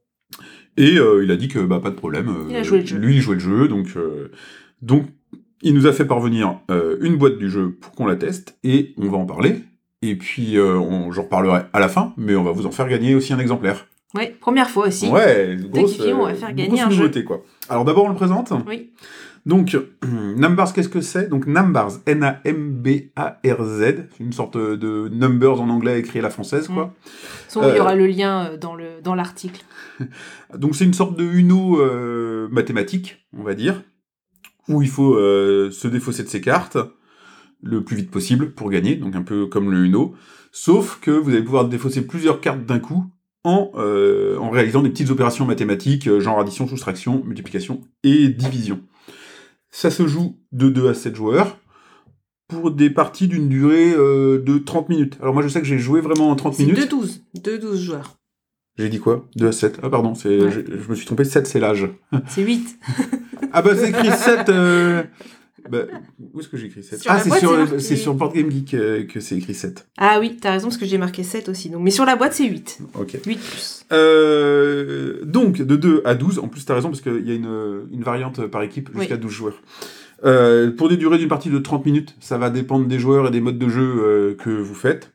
Speaker 4: Et euh, il a dit que, bah, pas de problème. Euh,
Speaker 5: il a joué le jeu.
Speaker 4: Lui, il jouait le jeu, donc, euh, donc il nous a fait parvenir euh, une boîte du jeu pour qu'on la teste, et on va en parler. Et puis, euh, on, j'en reparlerai à la fin, mais on va vous en faire gagner aussi un exemplaire.
Speaker 5: Oui, première fois aussi.
Speaker 4: Ouais, grosse,
Speaker 5: euh, on va faire gagner un
Speaker 4: nouveauté,
Speaker 5: jeu.
Speaker 4: Quoi. Alors d'abord, on le présente.
Speaker 5: Oui.
Speaker 4: Donc, Nambars, qu'est-ce que c'est? Donc, Nambars, N A M B A R Z, c'est une sorte de numbers en anglais écrit à la française, quoi.
Speaker 5: Mmh. Euh, il y aura le lien dans, le, dans l'article.
Speaker 4: Donc, c'est une sorte de Uno euh, mathématique, on va dire, où il faut euh, se défausser de ses cartes le plus vite possible pour gagner, donc un peu comme le Uno, sauf que vous allez pouvoir défausser plusieurs cartes d'un coup en, euh, en réalisant des petites opérations mathématiques, genre addition, soustraction, multiplication et division. Ça se joue de deux à sept joueurs pour des parties d'une durée euh, de trente minutes. Alors moi je sais que j'ai joué vraiment en trente
Speaker 5: c'est
Speaker 4: minutes.
Speaker 5: deux douze. deux douze joueurs.
Speaker 4: J'ai dit quoi? deux à sept. Ah pardon, c'est, ouais. je, je me suis trompé, sept c'est l'âge.
Speaker 5: C'est huit.
Speaker 4: Ah bah c'est écrit sept... Euh... Bah, où est-ce que j'ai écrit sept?
Speaker 5: Sur
Speaker 4: Ah c'est
Speaker 5: boîte,
Speaker 4: sur,
Speaker 5: c'est, marqué...
Speaker 4: c'est sur Board Game Geek euh, que c'est écrit sept.
Speaker 5: Ah oui, t'as raison parce que j'ai marqué sept aussi. Donc. Mais sur la boîte c'est huit.
Speaker 4: Ok.
Speaker 5: huit plus.
Speaker 4: Euh, donc de deux à douze, en plus t'as raison parce qu'il y a une, une variante par équipe jusqu'à oui. douze joueurs. Euh, pour des durées d'une partie de trente minutes, ça va dépendre des joueurs et des modes de jeu euh, que vous faites.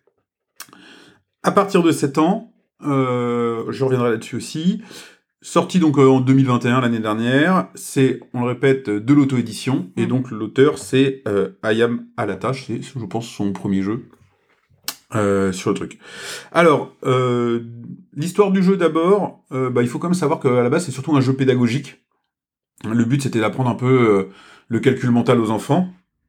Speaker 4: À partir de sept ans, euh, je reviendrai là-dessus aussi, sorti donc euh, en deux mille vingt et un, l'année dernière, c'est, on le répète, de l'auto-édition, mmh. et donc l'auteur c'est euh, Ayam Alata, c'est, je pense, son premier jeu euh, sur le truc. Alors, euh, l'histoire du jeu d'abord, euh, bah, il faut quand même savoir qu'à la base c'est surtout un jeu pédagogique. Le but c'était d'apprendre un peu euh, le calcul mental aux enfants,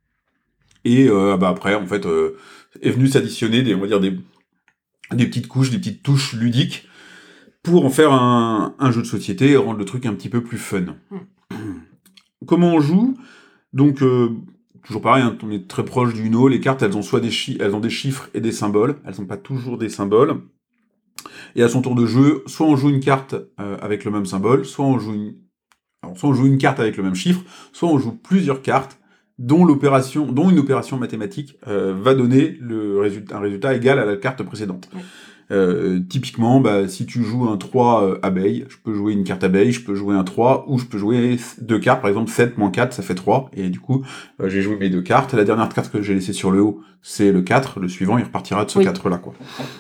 Speaker 4: et euh, bah après en fait euh, est venu s'additionner des, on va dire des, des petites couches, des petites touches ludiques pour en faire un, un jeu de société et rendre le truc un petit peu plus fun. Mmh. Comment on joue? Donc euh, toujours pareil, hein, on est très proche du Uno, les cartes elles ont soit des chi- elles ont des chiffres et des symboles, elles n'ont pas toujours des symboles. Et à son tour de jeu, soit on joue une carte euh, avec le même symbole, soit on joue une Alors, soit on joue une carte avec le même chiffre, soit on joue plusieurs cartes dont l'opération, dont une opération mathématique euh, va donner le résultat, un résultat égal à la carte précédente. Ouais. Euh, typiquement, bah, si tu joues un trois euh, abeille, je peux jouer une carte abeille, je peux jouer un trois, ou je peux jouer deux cartes, par exemple sept moins quatre, ça fait trois, et du coup, euh, j'ai joué mes deux cartes. La dernière carte que j'ai laissée sur le haut, c'est le quatre, le suivant, il repartira de ce
Speaker 5: Oui.
Speaker 4: quatre-là, quoi.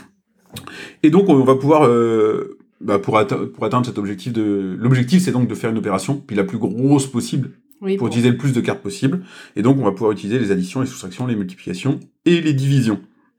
Speaker 4: Et donc, on va pouvoir, euh, bah, pour, atte- pour atteindre cet objectif de... L'objectif, c'est donc de faire une opération, puis la plus grosse possible,
Speaker 5: Oui,
Speaker 4: pour
Speaker 5: bon.
Speaker 4: utiliser le plus de cartes possible, et donc on va pouvoir utiliser les additions, les soustractions, les multiplications, et les divisions.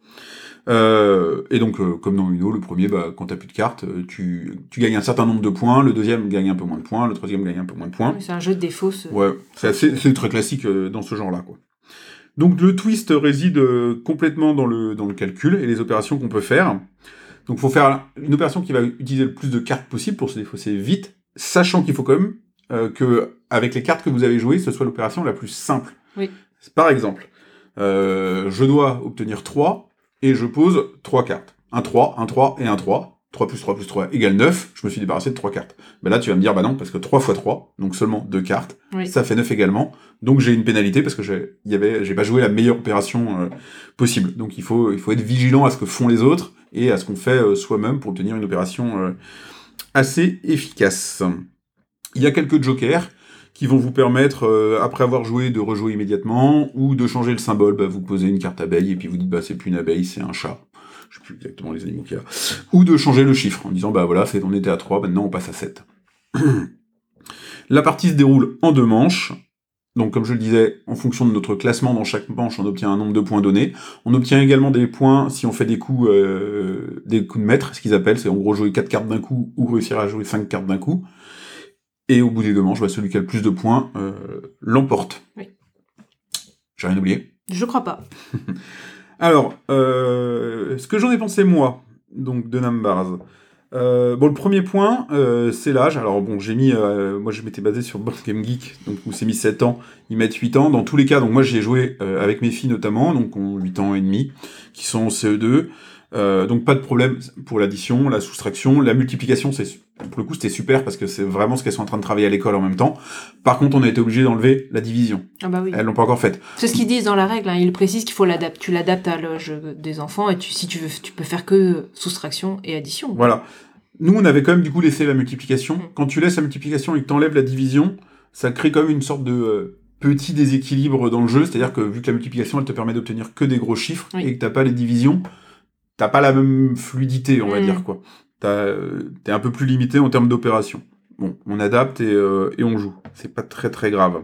Speaker 4: Euh, et donc, euh, comme dans Uno, le premier, bah, quand t'as plus de cartes, euh, tu, tu gagnes un certain nombre de points, le deuxième gagne un peu moins de points, le troisième gagne un peu moins de points.
Speaker 5: Oui, c'est un jeu de défauts. ce-
Speaker 4: Ouais, c'est assez, c'est très classique euh, dans ce genre-là, quoi. Donc le twist réside euh, complètement dans le, dans le calcul et les opérations qu'on peut faire. Donc il faut faire une opération qui va utiliser le plus de cartes possible pour se défausser vite, sachant qu'il faut quand même euh, que, avec les cartes que vous avez jouées, ce soit l'opération la plus simple.
Speaker 5: Oui.
Speaker 4: Par exemple, euh, je dois obtenir trois, et je pose trois cartes. Un trois, un trois et un trois. trois plus trois plus trois égale neuf. Je me suis débarrassé de trois cartes. Ben là, tu vas me dire, bah non, parce que trois fois trois, donc seulement deux cartes,
Speaker 5: Oui.
Speaker 4: ça fait neuf également. Donc j'ai une pénalité parce que j'ai, il y avait, j'ai pas joué la meilleure opération euh, possible. Donc il faut, il faut être vigilant à ce que font les autres et à ce qu'on fait euh, soi-même pour obtenir une opération euh, assez efficace. Il y a quelques jokers qui vont vous permettre, euh, après avoir joué, de rejouer immédiatement, ou de changer le symbole. Bah, vous posez une carte abeille, et puis vous dites, bah, c'est plus une abeille, c'est un chat. Je sais plus exactement les animaux qu'il y a. Ou de changer le chiffre, en disant, bah voilà, c'est, on était à trois, maintenant on passe à sept. La partie se déroule en deux manches. Donc, comme je le disais, en fonction de notre classement dans chaque manche, on obtient un nombre de points donné. On obtient également des points si on fait des coups, euh, des coups de maître, ce qu'ils appellent, c'est en gros jouer quatre cartes d'un coup, ou réussir à jouer cinq cartes d'un coup. Et au bout des deux manches, bah, celui qui a le plus de points euh, l'emporte.
Speaker 5: Oui.
Speaker 4: J'ai rien oublié.
Speaker 5: Je crois pas.
Speaker 4: Alors, euh, ce que j'en ai pensé moi, donc de Numbers. Euh, bon, le premier point, euh, c'est l'âge. Alors bon, j'ai mis, euh, moi je m'étais basé sur Board Game Geek, donc où c'est mis sept ans, ils mettent huit ans. Dans tous les cas, donc moi j'ai joué euh, avec mes filles notamment, donc ont huit ans et demi, qui sont en C E deux. Euh, donc pas de problème pour l'addition, la soustraction, la multiplication, c'est pour le coup c'était super parce que c'est vraiment ce qu'elles sont en train de travailler à l'école en même temps. Par contre, on a été obligé d'enlever la division.
Speaker 5: Ah bah oui.
Speaker 4: Elles l'ont pas encore faite.
Speaker 5: C'est ce qu'ils disent dans la règle. Hein. Ils précisent qu'il faut l'adapter. Tu l'adaptes à l'âge des enfants et tu, si tu veux, tu peux faire que soustraction et addition.
Speaker 4: Voilà. Nous, on avait quand même du coup laissé la multiplication.
Speaker 5: Mm.
Speaker 4: Quand tu laisses la multiplication et que t'enlèves la division, ça crée quand même une sorte de euh, petit déséquilibre dans le jeu. C'est-à-dire que vu que la multiplication, elle te permet d'obtenir que des gros chiffres
Speaker 5: Oui.
Speaker 4: et que t'as pas les divisions, t'as pas la même fluidité, on va
Speaker 5: Mm.
Speaker 4: dire, quoi. T'as, euh, t'es un peu plus limité en termes d'opération. Bon, on adapte et, euh, et on joue. C'est pas très très grave.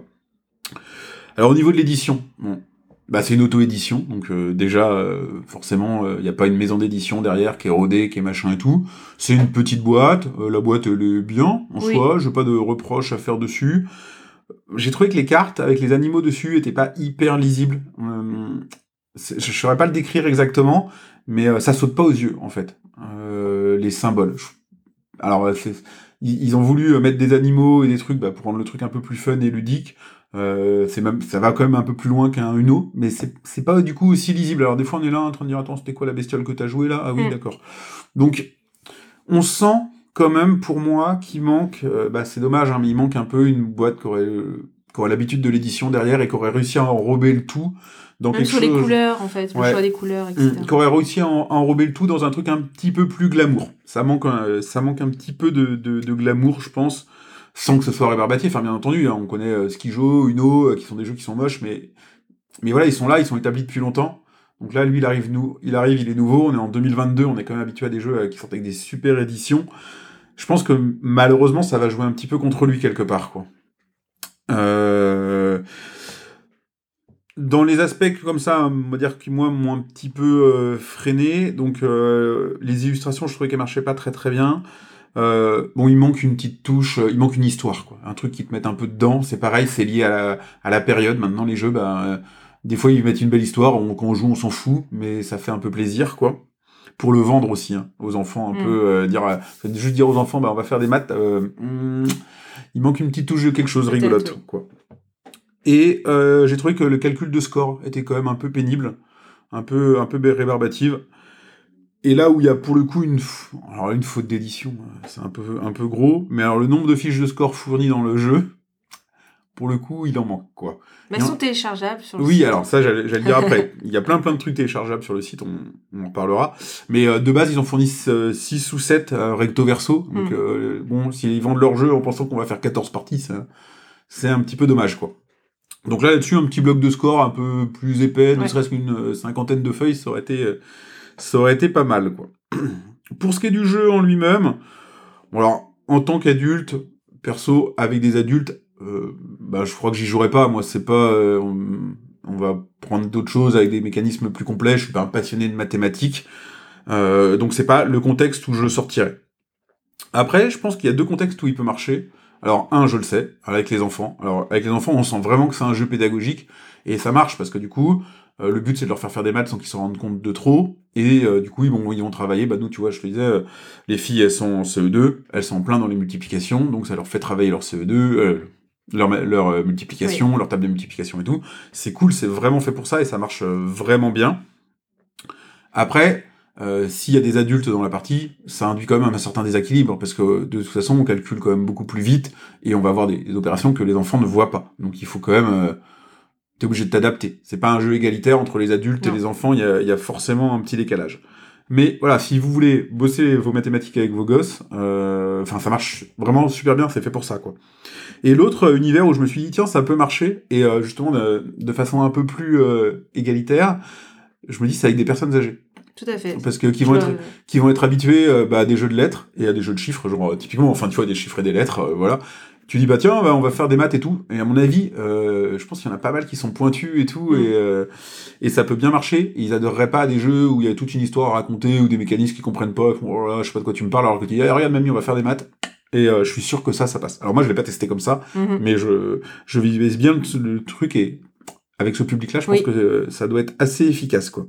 Speaker 4: Alors au niveau de l'édition, bon, bah c'est une auto-édition, donc euh, déjà euh, forcément il euh, n'y a pas une maison d'édition derrière qui est rodée, qui est machin et tout. C'est une petite boîte, euh, la boîte elle est bien en
Speaker 5: Oui.
Speaker 4: soi, j'ai pas de reproches à faire dessus. J'ai trouvé que les cartes avec les animaux dessus étaient pas hyper lisibles. Euh, c'est- je saurais pas le décrire exactement, mais euh, ça saute pas aux yeux en fait. Euh, les symboles. Je- Alors euh, c'est- ils, ils ont voulu euh, mettre des animaux et des trucs bah, pour rendre le truc un peu plus fun et ludique. Euh, c'est même, ça va quand même un peu plus loin qu'un Uno, mais c'est, c'est pas du coup aussi lisible. Alors des fois on est là en train de dire attends c'était quoi la bestiole que t'as joué là? Ah oui
Speaker 5: Mm.
Speaker 4: d'accord. Donc on sent quand même pour moi qu'il manque, euh, bah c'est dommage hein, mais il manque un peu une boîte qui aurait, euh, qui aurait l'habitude de l'édition derrière et qui aurait réussi à enrober le tout dans
Speaker 5: Même
Speaker 4: quelque
Speaker 5: sur
Speaker 4: chose.
Speaker 5: les couleurs, en fait,
Speaker 4: Ouais.
Speaker 5: le choix des couleurs, et
Speaker 4: Mmh,
Speaker 5: cetera.
Speaker 4: qui aurait réussi à, en- à enrober le tout dans un truc un petit peu plus glamour. Ça manque, un, ça manque un petit peu de, de, de glamour, je pense, sans que ce soit rébarbatif. Enfin, bien entendu, hein, on connaît euh, Skijo, Uno, euh, qui sont des jeux qui sont moches, mais, mais voilà, ils sont là, ils sont établis depuis longtemps. Donc là, lui, il arrive, nous, il arrive, il est nouveau. On est en deux mille vingt-deux, on est quand même habitué à des jeux euh, qui sortent avec des super éditions. Je pense que malheureusement, ça va jouer un petit peu contre lui quelque part, quoi. Euh... Dans les aspects comme ça, on va dire que moi, m'ont un petit peu euh, freiné. Donc, euh, les illustrations, je trouvais qu'elles marchaient pas très très bien. Euh, bon, il manque une petite touche, euh, il manque une histoire, quoi. Un truc qui te mette un peu dedans. C'est pareil, c'est lié à la, à la période. Maintenant, les jeux, bah, euh, des fois, ils mettent une belle histoire. On, quand on joue, on s'en fout, mais ça fait un peu plaisir, quoi. Pour le vendre aussi, hein, aux enfants, un
Speaker 5: Mm.
Speaker 4: peu euh, dire, euh, juste dire aux enfants, bah, on va faire des maths. Euh, hmm, il manque une petite touche de quelque chose
Speaker 5: Peut-être,
Speaker 4: rigolote,
Speaker 5: oui.
Speaker 4: quoi. Et euh, j'ai trouvé que le calcul de score était quand même un peu pénible, un peu, un peu rébarbative. Et là où il y a pour le coup une, f... alors une faute d'édition, c'est un peu, un peu gros, mais alors le nombre de fiches de score fournies dans le jeu, pour le coup, il en manque, quoi.
Speaker 5: Mais
Speaker 4: Et
Speaker 5: elles
Speaker 4: en-
Speaker 5: sont téléchargeables sur le
Speaker 4: Oui,
Speaker 5: site.
Speaker 4: alors ça, j'allais, j'allais le dire après. Il y a plein plein de trucs téléchargeables sur le site, on, on en parlera. Mais euh, de base, ils en fournissent six ou sept euh, recto verso. Donc
Speaker 5: Mm.
Speaker 4: euh, bon, s'ils vendent leur jeu en pensant qu'on va faire quatorze parties, ça, c'est un petit peu dommage, quoi. Donc là, là-dessus, un petit bloc de score un peu plus épais, ne
Speaker 5: Ouais.
Speaker 4: serait-ce qu'une euh, cinquantaine de feuilles, ça aurait été, euh, ça aurait été pas mal, quoi. Pour ce qui est du jeu en lui-même, bon alors, en tant qu'adulte, perso, avec des adultes, euh, bah, je crois que j'y jouerai pas. Moi, c'est pas... euh, on, on va prendre d'autres choses avec des mécanismes plus complets. Je suis pas un passionné de mathématiques. Euh, donc, c'est pas le contexte où je le sortirai. Après, je pense qu'il y a deux contextes où il peut marcher. Alors, un, je le sais, avec les enfants. Alors, avec les enfants, on sent vraiment que c'est un jeu pédagogique. Et ça marche, parce que du coup... Euh, le but, c'est de leur faire faire des maths sans qu'ils se rendent compte de trop. Et euh, du coup, ils vont, ils vont travailler. Bah, nous, tu vois, je te disais, euh, les filles, elles sont en C E deux, elles sont en plein dans les multiplications, donc ça leur fait travailler leur C E deux, euh, leur, ma- leur euh, multiplication, leur table de multiplication et tout. C'est cool, c'est vraiment fait pour ça et ça marche euh, vraiment bien. Après, euh, s'il y a des adultes dans la partie, ça induit quand même un certain déséquilibre, parce que de toute façon, on calcule quand même beaucoup plus vite et on va avoir des, des opérations que les enfants ne voient pas. Donc il faut quand même... Euh, t'es obligé de t'adapter. C'est pas un jeu égalitaire entre les adultes
Speaker 5: Non.
Speaker 4: et les enfants, il y a, il y a forcément un petit décalage. Mais voilà, si vous voulez bosser vos mathématiques avec vos gosses, euh, enfin ça marche vraiment super bien, c'est fait pour ça, quoi. Et l'autre univers où je me suis dit, tiens, ça peut marcher, et euh, justement de, de façon un peu plus euh, égalitaire, je me dis, c'est avec des personnes âgées.
Speaker 5: Tout à fait.
Speaker 4: Parce que qui vont
Speaker 5: Je-
Speaker 4: être qui vont être habitués euh, bah, à des jeux de lettres et à des jeux de chiffres, genre euh, typiquement, enfin tu vois, des chiffres et des lettres, euh, voilà. Tu dis bah tiens, bah, on va faire des maths et tout. Et à mon avis, euh, je pense qu'il y en a pas mal qui sont pointus et tout,
Speaker 5: Mm.
Speaker 4: et euh, et ça peut bien marcher. Et ils adoreraient pas des jeux où il y a toute une histoire à raconter ou des mécanismes qu'ils comprennent pas. Ils font, oh là là, je sais pas de quoi tu me parles, alors que tu dis ah, regarde mamie, on va faire des maths. Et euh, je suis sûr que ça, ça passe. Alors moi, je l'ai pas testé comme ça,
Speaker 5: Mhm.
Speaker 4: mais je je visualise bien le, le truc et avec ce public-là, je pense
Speaker 5: Oui.
Speaker 4: que euh, ça doit être assez efficace, quoi.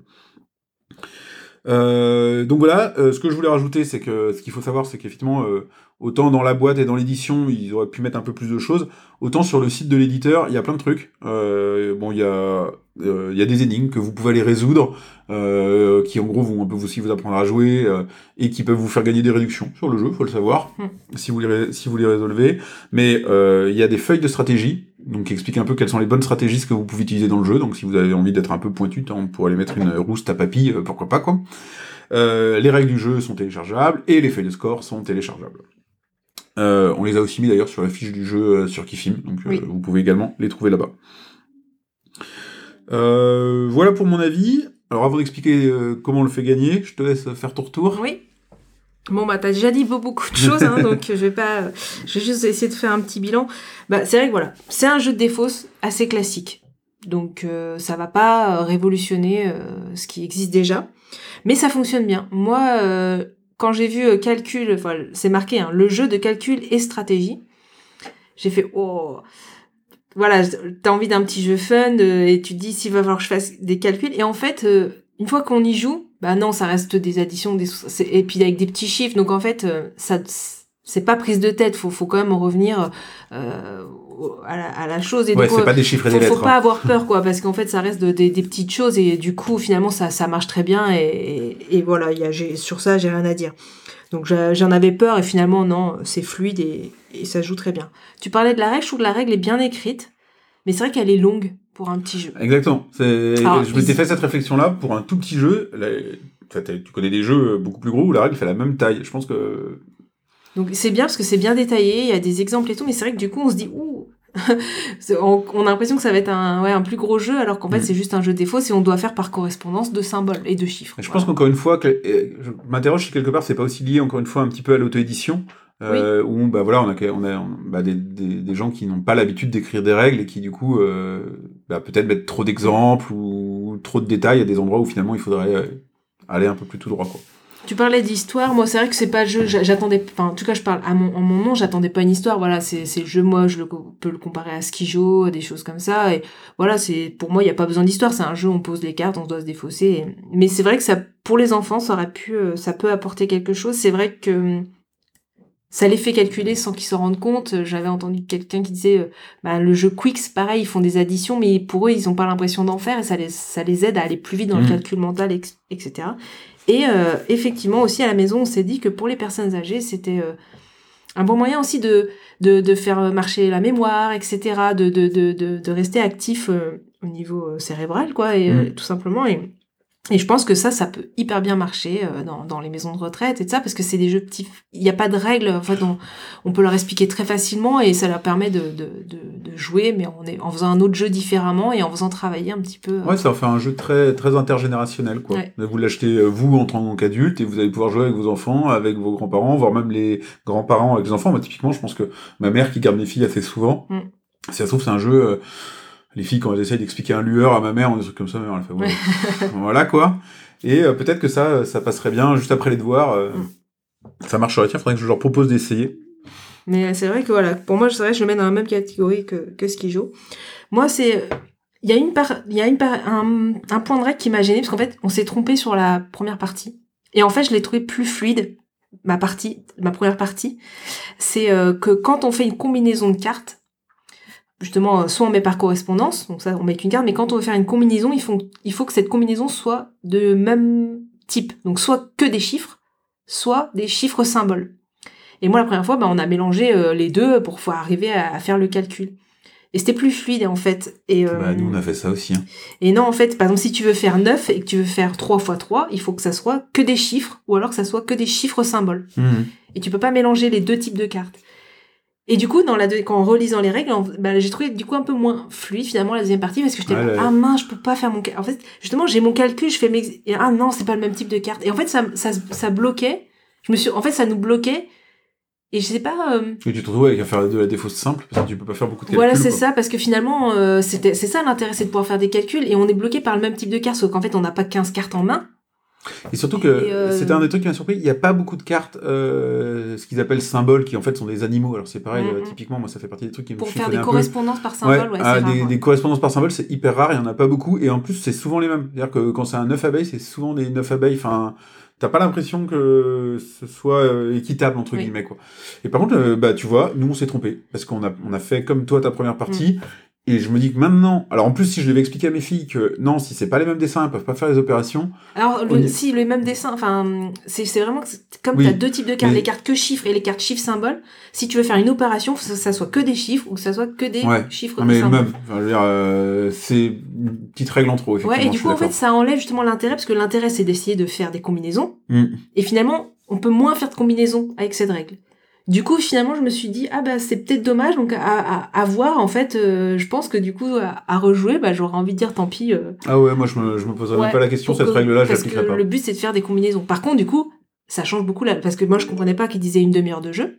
Speaker 4: Euh, donc voilà, euh, ce que je voulais rajouter, c'est que ce qu'il faut savoir, c'est qu'effectivement, euh, autant dans la boîte et dans l'édition, ils auraient pu mettre un peu plus de choses, autant sur le site de l'éditeur, il y a plein de trucs. Euh, bon, il y a, euh, il y a des énigmes que vous pouvez aller résoudre, euh, qui en gros vont un peu aussi vous apprendre à jouer, euh, et qui peuvent vous faire gagner des réductions sur le jeu, faut le savoir,
Speaker 5: Mm.
Speaker 4: si vous les, ré- si vous les résolvez. Mais euh, il y a des feuilles de stratégie, donc qui expliquent un peu quelles sont les bonnes stratégies que vous pouvez utiliser dans le jeu. Donc si vous avez envie d'être un peu pointu, on pourrait aller mettre une rouste à papy, euh, pourquoi pas, quoi. Euh, les règles du jeu sont téléchargeables et les feuilles de score sont téléchargeables. Euh, on les a aussi mis d'ailleurs sur la fiche du jeu euh, sur Kifim, donc euh,
Speaker 5: Oui.
Speaker 4: vous pouvez également les trouver là-bas. Euh, voilà pour mon avis. Alors avant d'expliquer euh, comment on le fait gagner, je te laisse faire ton retour.
Speaker 5: Oui. Bon, bah, t'as déjà dit beau- beaucoup de choses, hein, donc je vais pas, je vais juste essayer de faire un petit bilan. Bah, c'est vrai que voilà, c'est un jeu de défausse assez classique. Donc, euh, ça va pas euh, révolutionner euh, ce qui existe déjà. Mais ça fonctionne bien. Moi, euh, quand j'ai vu euh, calcul, enfin, c'est marqué, hein, le jeu de calcul et stratégie, j'ai fait, oh, voilà, t'as envie d'un petit jeu fun, euh, et tu te dis s'il va falloir que je fasse des calculs. Et en fait, euh, une fois qu'on y joue, bah non, ça reste des additions, des sous- c'est- et puis avec des petits chiffres. Donc en fait, euh, ça, c'est pas prise de tête. Faut, faut quand même revenir euh, au- à, la, à la chose. Et
Speaker 4: Ouais,
Speaker 5: du coup,
Speaker 4: c'est pas des chiffres et
Speaker 5: faut,
Speaker 4: des
Speaker 5: faut
Speaker 4: lettres.
Speaker 5: pas
Speaker 4: hein.
Speaker 5: avoir peur, quoi, parce qu'en fait, ça reste de- des, des petites choses, et du coup, finalement, ça, ça marche très bien. Et, et, et voilà, y a, j'ai, sur ça, j'ai rien à dire. Donc j'a- j'en avais peur, et finalement, non, c'est fluide et, et ça joue très bien. Tu parlais de la règle, je trouve que la règle est bien écrite, mais c'est vrai qu'elle est longue pour un petit jeu.
Speaker 4: Exactement. C'est...
Speaker 5: Alors,
Speaker 4: je m'étais
Speaker 5: ils-
Speaker 4: fait cette réflexion-là pour un tout petit jeu. Là, enfin, t'as- tu connais des jeux beaucoup plus gros où la règle fait la même taille. Je pense que
Speaker 5: Donc c'est bien parce que c'est bien détaillé, il y a des exemples et tout, mais c'est vrai que du coup on se dit ouh, C'est- on, on a l'impression que ça va être un, ouais, un plus gros jeu, alors qu'en fait
Speaker 4: Mm.
Speaker 5: c'est juste un jeu défaut et on doit faire par correspondance de symboles et de chiffres.
Speaker 4: je pense
Speaker 5: Voilà.
Speaker 4: qu'encore une fois, que- euh, je m'interroge si quelque part c'est pas aussi lié encore une fois un petit peu à l'auto-édition. Euh, où bah voilà on a on a on- bah, des, des, des gens qui n'ont pas l'habitude d'écrire des règles et qui du coup euh, bah, peut-être mettent trop d'exemples ou trop de détails à des endroits où finalement il faudrait euh, aller un peu plus tout droit, quoi.
Speaker 5: Tu parlais d'histoire, moi c'est vrai que c'est pas le jeu, j'a- j'attendais, enfin en tout cas je parle à mon, en mon nom, j'attendais pas une histoire, voilà, c'est, c'est le jeu, moi je le, co- peux le comparer à Skijo, des choses comme ça, et voilà, c'est, pour moi il y a pas besoin d'histoire, c'est un jeu, on pose les cartes, on doit se défausser, et- mais c'est vrai que ça, pour les enfants, ça aurait pu, euh, ça peut apporter quelque chose, c'est vrai que hum, ça les fait calculer sans qu'ils s'en rendent compte. J'avais entendu quelqu'un qui disait, euh, bah, le jeu Quicks, pareil, ils font des additions, mais pour eux, ils ont pas l'impression d'en faire, et ça les, ça les aide à aller plus vite dans le
Speaker 4: Mhm.
Speaker 5: calcul mental, ex- et cetera. Et euh, effectivement, aussi à la maison, on s'est dit que pour les personnes âgées, c'était euh, un bon moyen aussi de, de, de faire marcher la mémoire, et cetera, de, de, de, de, de rester actif euh, au niveau euh, cérébral, quoi, et,
Speaker 4: Mm.
Speaker 5: euh, tout simplement. Et, et je pense que ça, ça peut hyper bien marcher euh, dans, dans les maisons de retraite et tout ça, parce que c'est des jeux petits. Il n'y a pas de règles, en fait, on, on peut leur expliquer très facilement et ça leur permet de, de, de, de jouer, mais en, est, en faisant un autre jeu différemment et en faisant travailler un petit peu. euh,
Speaker 4: Ouais, ça en fait un jeu très, très intergénérationnel, quoi.
Speaker 5: Ouais.
Speaker 4: Vous l'achetez, euh, vous, en tant qu'adulte, et vous allez pouvoir jouer avec vos enfants, avec vos grands-parents, voire même les grands-parents avec les enfants. Moi, typiquement, je pense que ma mère, qui garde mes filles assez souvent,
Speaker 5: Mm.
Speaker 4: si ça se trouve, c'est un jeu, euh, les filles, quand elles essayent d'expliquer un lueur à ma mère, ou des trucs comme ça, ma mère, elle fait, ouais. Voilà, quoi. Et euh, peut-être que ça, ça passerait bien juste après les devoirs. Euh,
Speaker 5: Mm.
Speaker 4: Ça marcherait. Tiens, faudrait que je leur propose d'essayer.
Speaker 5: Mais c'est vrai que voilà, pour moi, c'est vrai que je le mets dans la même catégorie que, que Skijo. Moi, c'est, il y a une part, il y a une part, un, un point de règle qui m'a gênée parce qu'en fait, on s'est trompé sur la première partie. Et en fait, je l'ai trouvé plus fluide, ma partie, ma première partie. C'est euh, que quand on fait une combinaison de cartes, justement, euh, soit on met par correspondance, donc ça, on met qu'une carte, mais quand on veut faire une combinaison, il faut, il faut que cette combinaison soit de même type. Donc, soit que des chiffres, soit des chiffres symboles. Et moi, la première fois, bah, on a mélangé euh, les deux pour pouvoir arriver à, à faire le calcul. Et c'était plus fluide, en fait. Et, euh,
Speaker 4: Bah, nous, on a fait ça aussi. Hein.
Speaker 5: et non, en fait, par exemple, si tu veux faire neuf et que tu veux faire trois fois trois, il faut que ça soit que des chiffres, ou alors que ça soit que des chiffres symboles.
Speaker 4: Mhm.
Speaker 5: Et tu peux pas mélanger les deux types de cartes. Et du coup, dans la deux, quand en relisant les règles, en- bah, j'ai trouvé du coup un peu moins fluide finalement la deuxième partie parce que j'étais
Speaker 4: Ouais,
Speaker 5: là,
Speaker 4: ouais.
Speaker 5: ah mince, je peux pas faire mon cal- en fait, justement, j'ai mon calcul, je fais mes et ah non, c'est pas le même type de carte. Et en fait, ça ça ça bloquait. Je me suis en fait, ça nous bloquait. Et je sais pas euh,
Speaker 4: Et tu te retrouves avec à faire de la défausse simple, parce que tu peux pas faire beaucoup de calculs.
Speaker 5: voilà, c'est
Speaker 4: quoi.
Speaker 5: ça parce que finalement euh, c'était c'est ça l'intérêt, c'est de pouvoir faire des calculs et on est bloqué par le même type de carte sauf qu'en fait, on n'a pas quinze cartes en main.
Speaker 4: Et surtout que
Speaker 5: Et, euh,
Speaker 4: c'était un des trucs qui m'a surpris, il n'y a pas beaucoup de cartes, euh, ce qu'ils appellent symboles, qui en fait sont des animaux. Alors c'est pareil,
Speaker 5: Mhm.
Speaker 4: euh, typiquement, moi ça fait partie des trucs qui me
Speaker 5: Pour faire
Speaker 4: chiffonnaient
Speaker 5: des
Speaker 4: un peu.
Speaker 5: correspondances par symbole, ouais,
Speaker 4: Ouais,
Speaker 5: c'est
Speaker 4: ah,
Speaker 5: rare,
Speaker 4: des,
Speaker 5: ouais.
Speaker 4: des correspondances par symbole, c'est hyper rare, il n'y en a pas beaucoup, et en plus c'est souvent les mêmes. C'est-à-dire que quand c'est un neuf abeilles, c'est souvent des neuf abeilles, enfin, t'as pas l'impression que ce soit euh, équitable, entre
Speaker 5: Oui.
Speaker 4: guillemets, quoi. Et par contre, euh, bah tu vois, nous on s'est trompé, parce qu'on a, on a fait comme toi ta première partie,
Speaker 5: Mm.
Speaker 4: et je me dis que maintenant, alors en plus si je devais expliquer à mes filles que non, si c'est pas les mêmes dessins, elles peuvent pas faire les opérations,
Speaker 5: Alors,
Speaker 4: On
Speaker 5: le,
Speaker 4: y-
Speaker 5: si, le même dessin, enfin, c'est c'est vraiment que c'est- comme
Speaker 4: Oui,
Speaker 5: tu as deux types de cartes,
Speaker 4: mais-
Speaker 5: les cartes que chiffres et les cartes chiffres symboles, si tu veux faire une opération, faut que ça, ça soit que des chiffres ou que ça soit que des
Speaker 4: Ouais.
Speaker 5: chiffres
Speaker 4: non
Speaker 5: et
Speaker 4: mais
Speaker 5: symboles.
Speaker 4: même, enfin, je veux dire, euh, c'est une petite règle en trop, effectivement.
Speaker 5: Ouais, et du
Speaker 4: je
Speaker 5: coup,
Speaker 4: suis
Speaker 5: en fait,
Speaker 4: d'accord.
Speaker 5: ça enlève justement l'intérêt, parce que l'intérêt, c'est d'essayer de faire des combinaisons,
Speaker 4: Mm.
Speaker 5: et finalement, on peut moins faire de combinaisons avec cette règle. Du coup, finalement, je me suis dit, ah bah, c'est peut-être dommage, donc à, à, à voir, en fait, euh, je pense que du coup, à, à rejouer, bah, j'aurais envie de dire, tant pis. euh,
Speaker 4: Ah ouais, moi je me, je me poserais
Speaker 5: Ouais,
Speaker 4: même pas la question,
Speaker 5: pour
Speaker 4: cette
Speaker 5: que-
Speaker 4: règle-là, je
Speaker 5: parce que
Speaker 4: l'appliquerai pas.
Speaker 5: le but, c'est de faire des combinaisons. Par contre, du coup, ça change beaucoup là, parce que moi, je comprenais pas qu'il disait une demi-heure de jeu.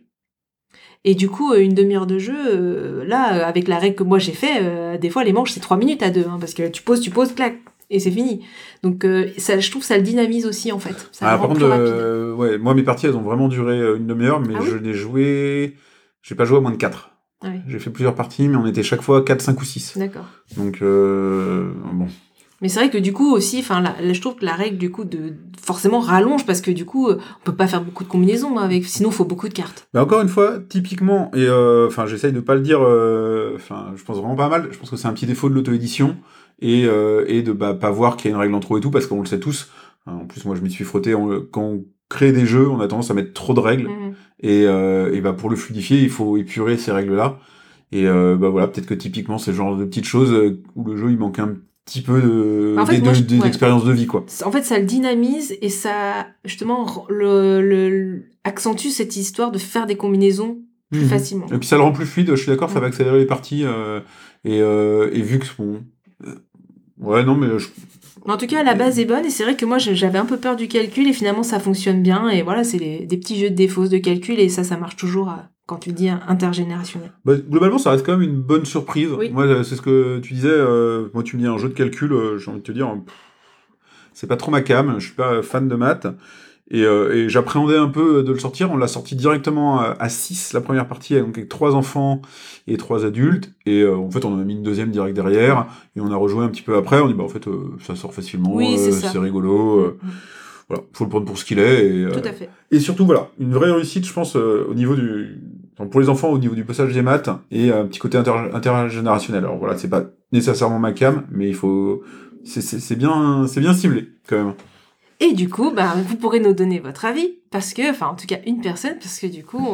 Speaker 5: Et du coup, euh, une demi-heure de jeu, euh, là, euh, avec la règle que moi j'ai fait, euh, des fois, les manches, c'est trois minutes à deux, hein, parce que tu poses, tu poses, clac, et c'est fini. Donc, euh, ça, je trouve que ça le dynamise aussi, en fait. Ça
Speaker 4: Ah,
Speaker 5: le
Speaker 4: par
Speaker 5: rend
Speaker 4: contre,
Speaker 5: plus rapide.
Speaker 4: euh, ouais, moi mes parties elles ont vraiment duré euh, une demi-heure, mais
Speaker 5: Ah oui
Speaker 4: je n'ai joué. J'ai pas joué à moins de quatre.
Speaker 5: Ah oui,
Speaker 4: J'ai fait plusieurs parties, mais on était chaque fois quatre, cinq ou six.
Speaker 5: d'accord.
Speaker 4: Donc, euh, bon.
Speaker 5: Mais c'est vrai que du coup aussi, enfin, là, là, je trouve que la règle du coup de forcément rallonge parce que du coup, euh, on peut pas faire beaucoup de combinaisons hein, avec, sinon il faut beaucoup de cartes.
Speaker 4: Mais encore une fois, typiquement, et euh, enfin, j'essaye de pas le dire, euh, enfin, je pense vraiment pas mal. Je pense que c'est un petit défaut de l'auto-édition et, euh, et de bah, pas voir qu'il y a une règle en trop et tout, parce qu'on le sait tous. En plus, moi, je m'y suis frotté. On, quand on crée des jeux, on a tendance à mettre trop de règles.
Speaker 5: Mhm.
Speaker 4: Et, euh, et bah, pour le fluidifier, il faut épurer ces règles-là. Et euh, bah voilà, peut-être que typiquement, c'est le genre de petites choses euh, où le jeu, il manque un petit peu de,
Speaker 5: En fait,
Speaker 4: des-
Speaker 5: moi,
Speaker 4: de-
Speaker 5: je-
Speaker 4: des-
Speaker 5: ouais.
Speaker 4: d'expérience de vie, quoi.
Speaker 5: En fait, ça le dynamise et ça, justement, le, le, le- accentue cette histoire de faire des combinaisons plus
Speaker 4: Mhm.
Speaker 5: facilement.
Speaker 4: Et puis ça le rend plus fluide, je suis d'accord, ça
Speaker 5: Ouais.
Speaker 4: va accélérer les parties. Euh, et, euh, et vu que, bon... euh, ouais, non, mais je,
Speaker 5: Mais en tout cas, la base est bonne et c'est vrai que moi, je- j'avais un peu peur du calcul et finalement, ça fonctionne bien. Et voilà, c'est les- des petits jeux de défausse de calcul et ça, ça marche toujours euh, quand tu dis intergénérationnel.
Speaker 4: Bah, globalement, ça reste quand même une bonne surprise.
Speaker 5: Oui.
Speaker 4: Moi, euh, c'est ce que tu disais. Euh, moi, tu me dis un jeu de calcul, euh, j'ai envie de te dire, euh, pff, c'est pas trop ma cam. Je suis pas fan de maths. Et, euh, et j'appréhendais un peu de le sortir. On l'a sorti directement à, à six, la première partie, donc avec trois enfants et trois adultes. Et euh, en fait, on en a mis une deuxième direct derrière. Et on a rejoué un petit peu après. On dit, bah, en fait, euh, ça sort facilement.
Speaker 5: Oui, c'est
Speaker 4: euh,
Speaker 5: ça.
Speaker 4: c'est rigolo. euh,
Speaker 5: Mhm.
Speaker 4: voilà, faut le prendre pour ce qu'il est. Et, euh,
Speaker 5: Tout à fait.
Speaker 4: et surtout, voilà, une vraie réussite, je pense, euh, au niveau du... enfin, pour les enfants, au niveau du passage des maths, et un petit côté inter- intergénérationnel. Alors voilà, c'est pas nécessairement ma cam, mais il faut... C'est, c'est, c'est bien, c'est bien ciblé, quand même.
Speaker 5: Et du coup, bah, vous pourrez nous donner votre avis parce que, enfin, en tout cas, une personne, parce que du coup, euh,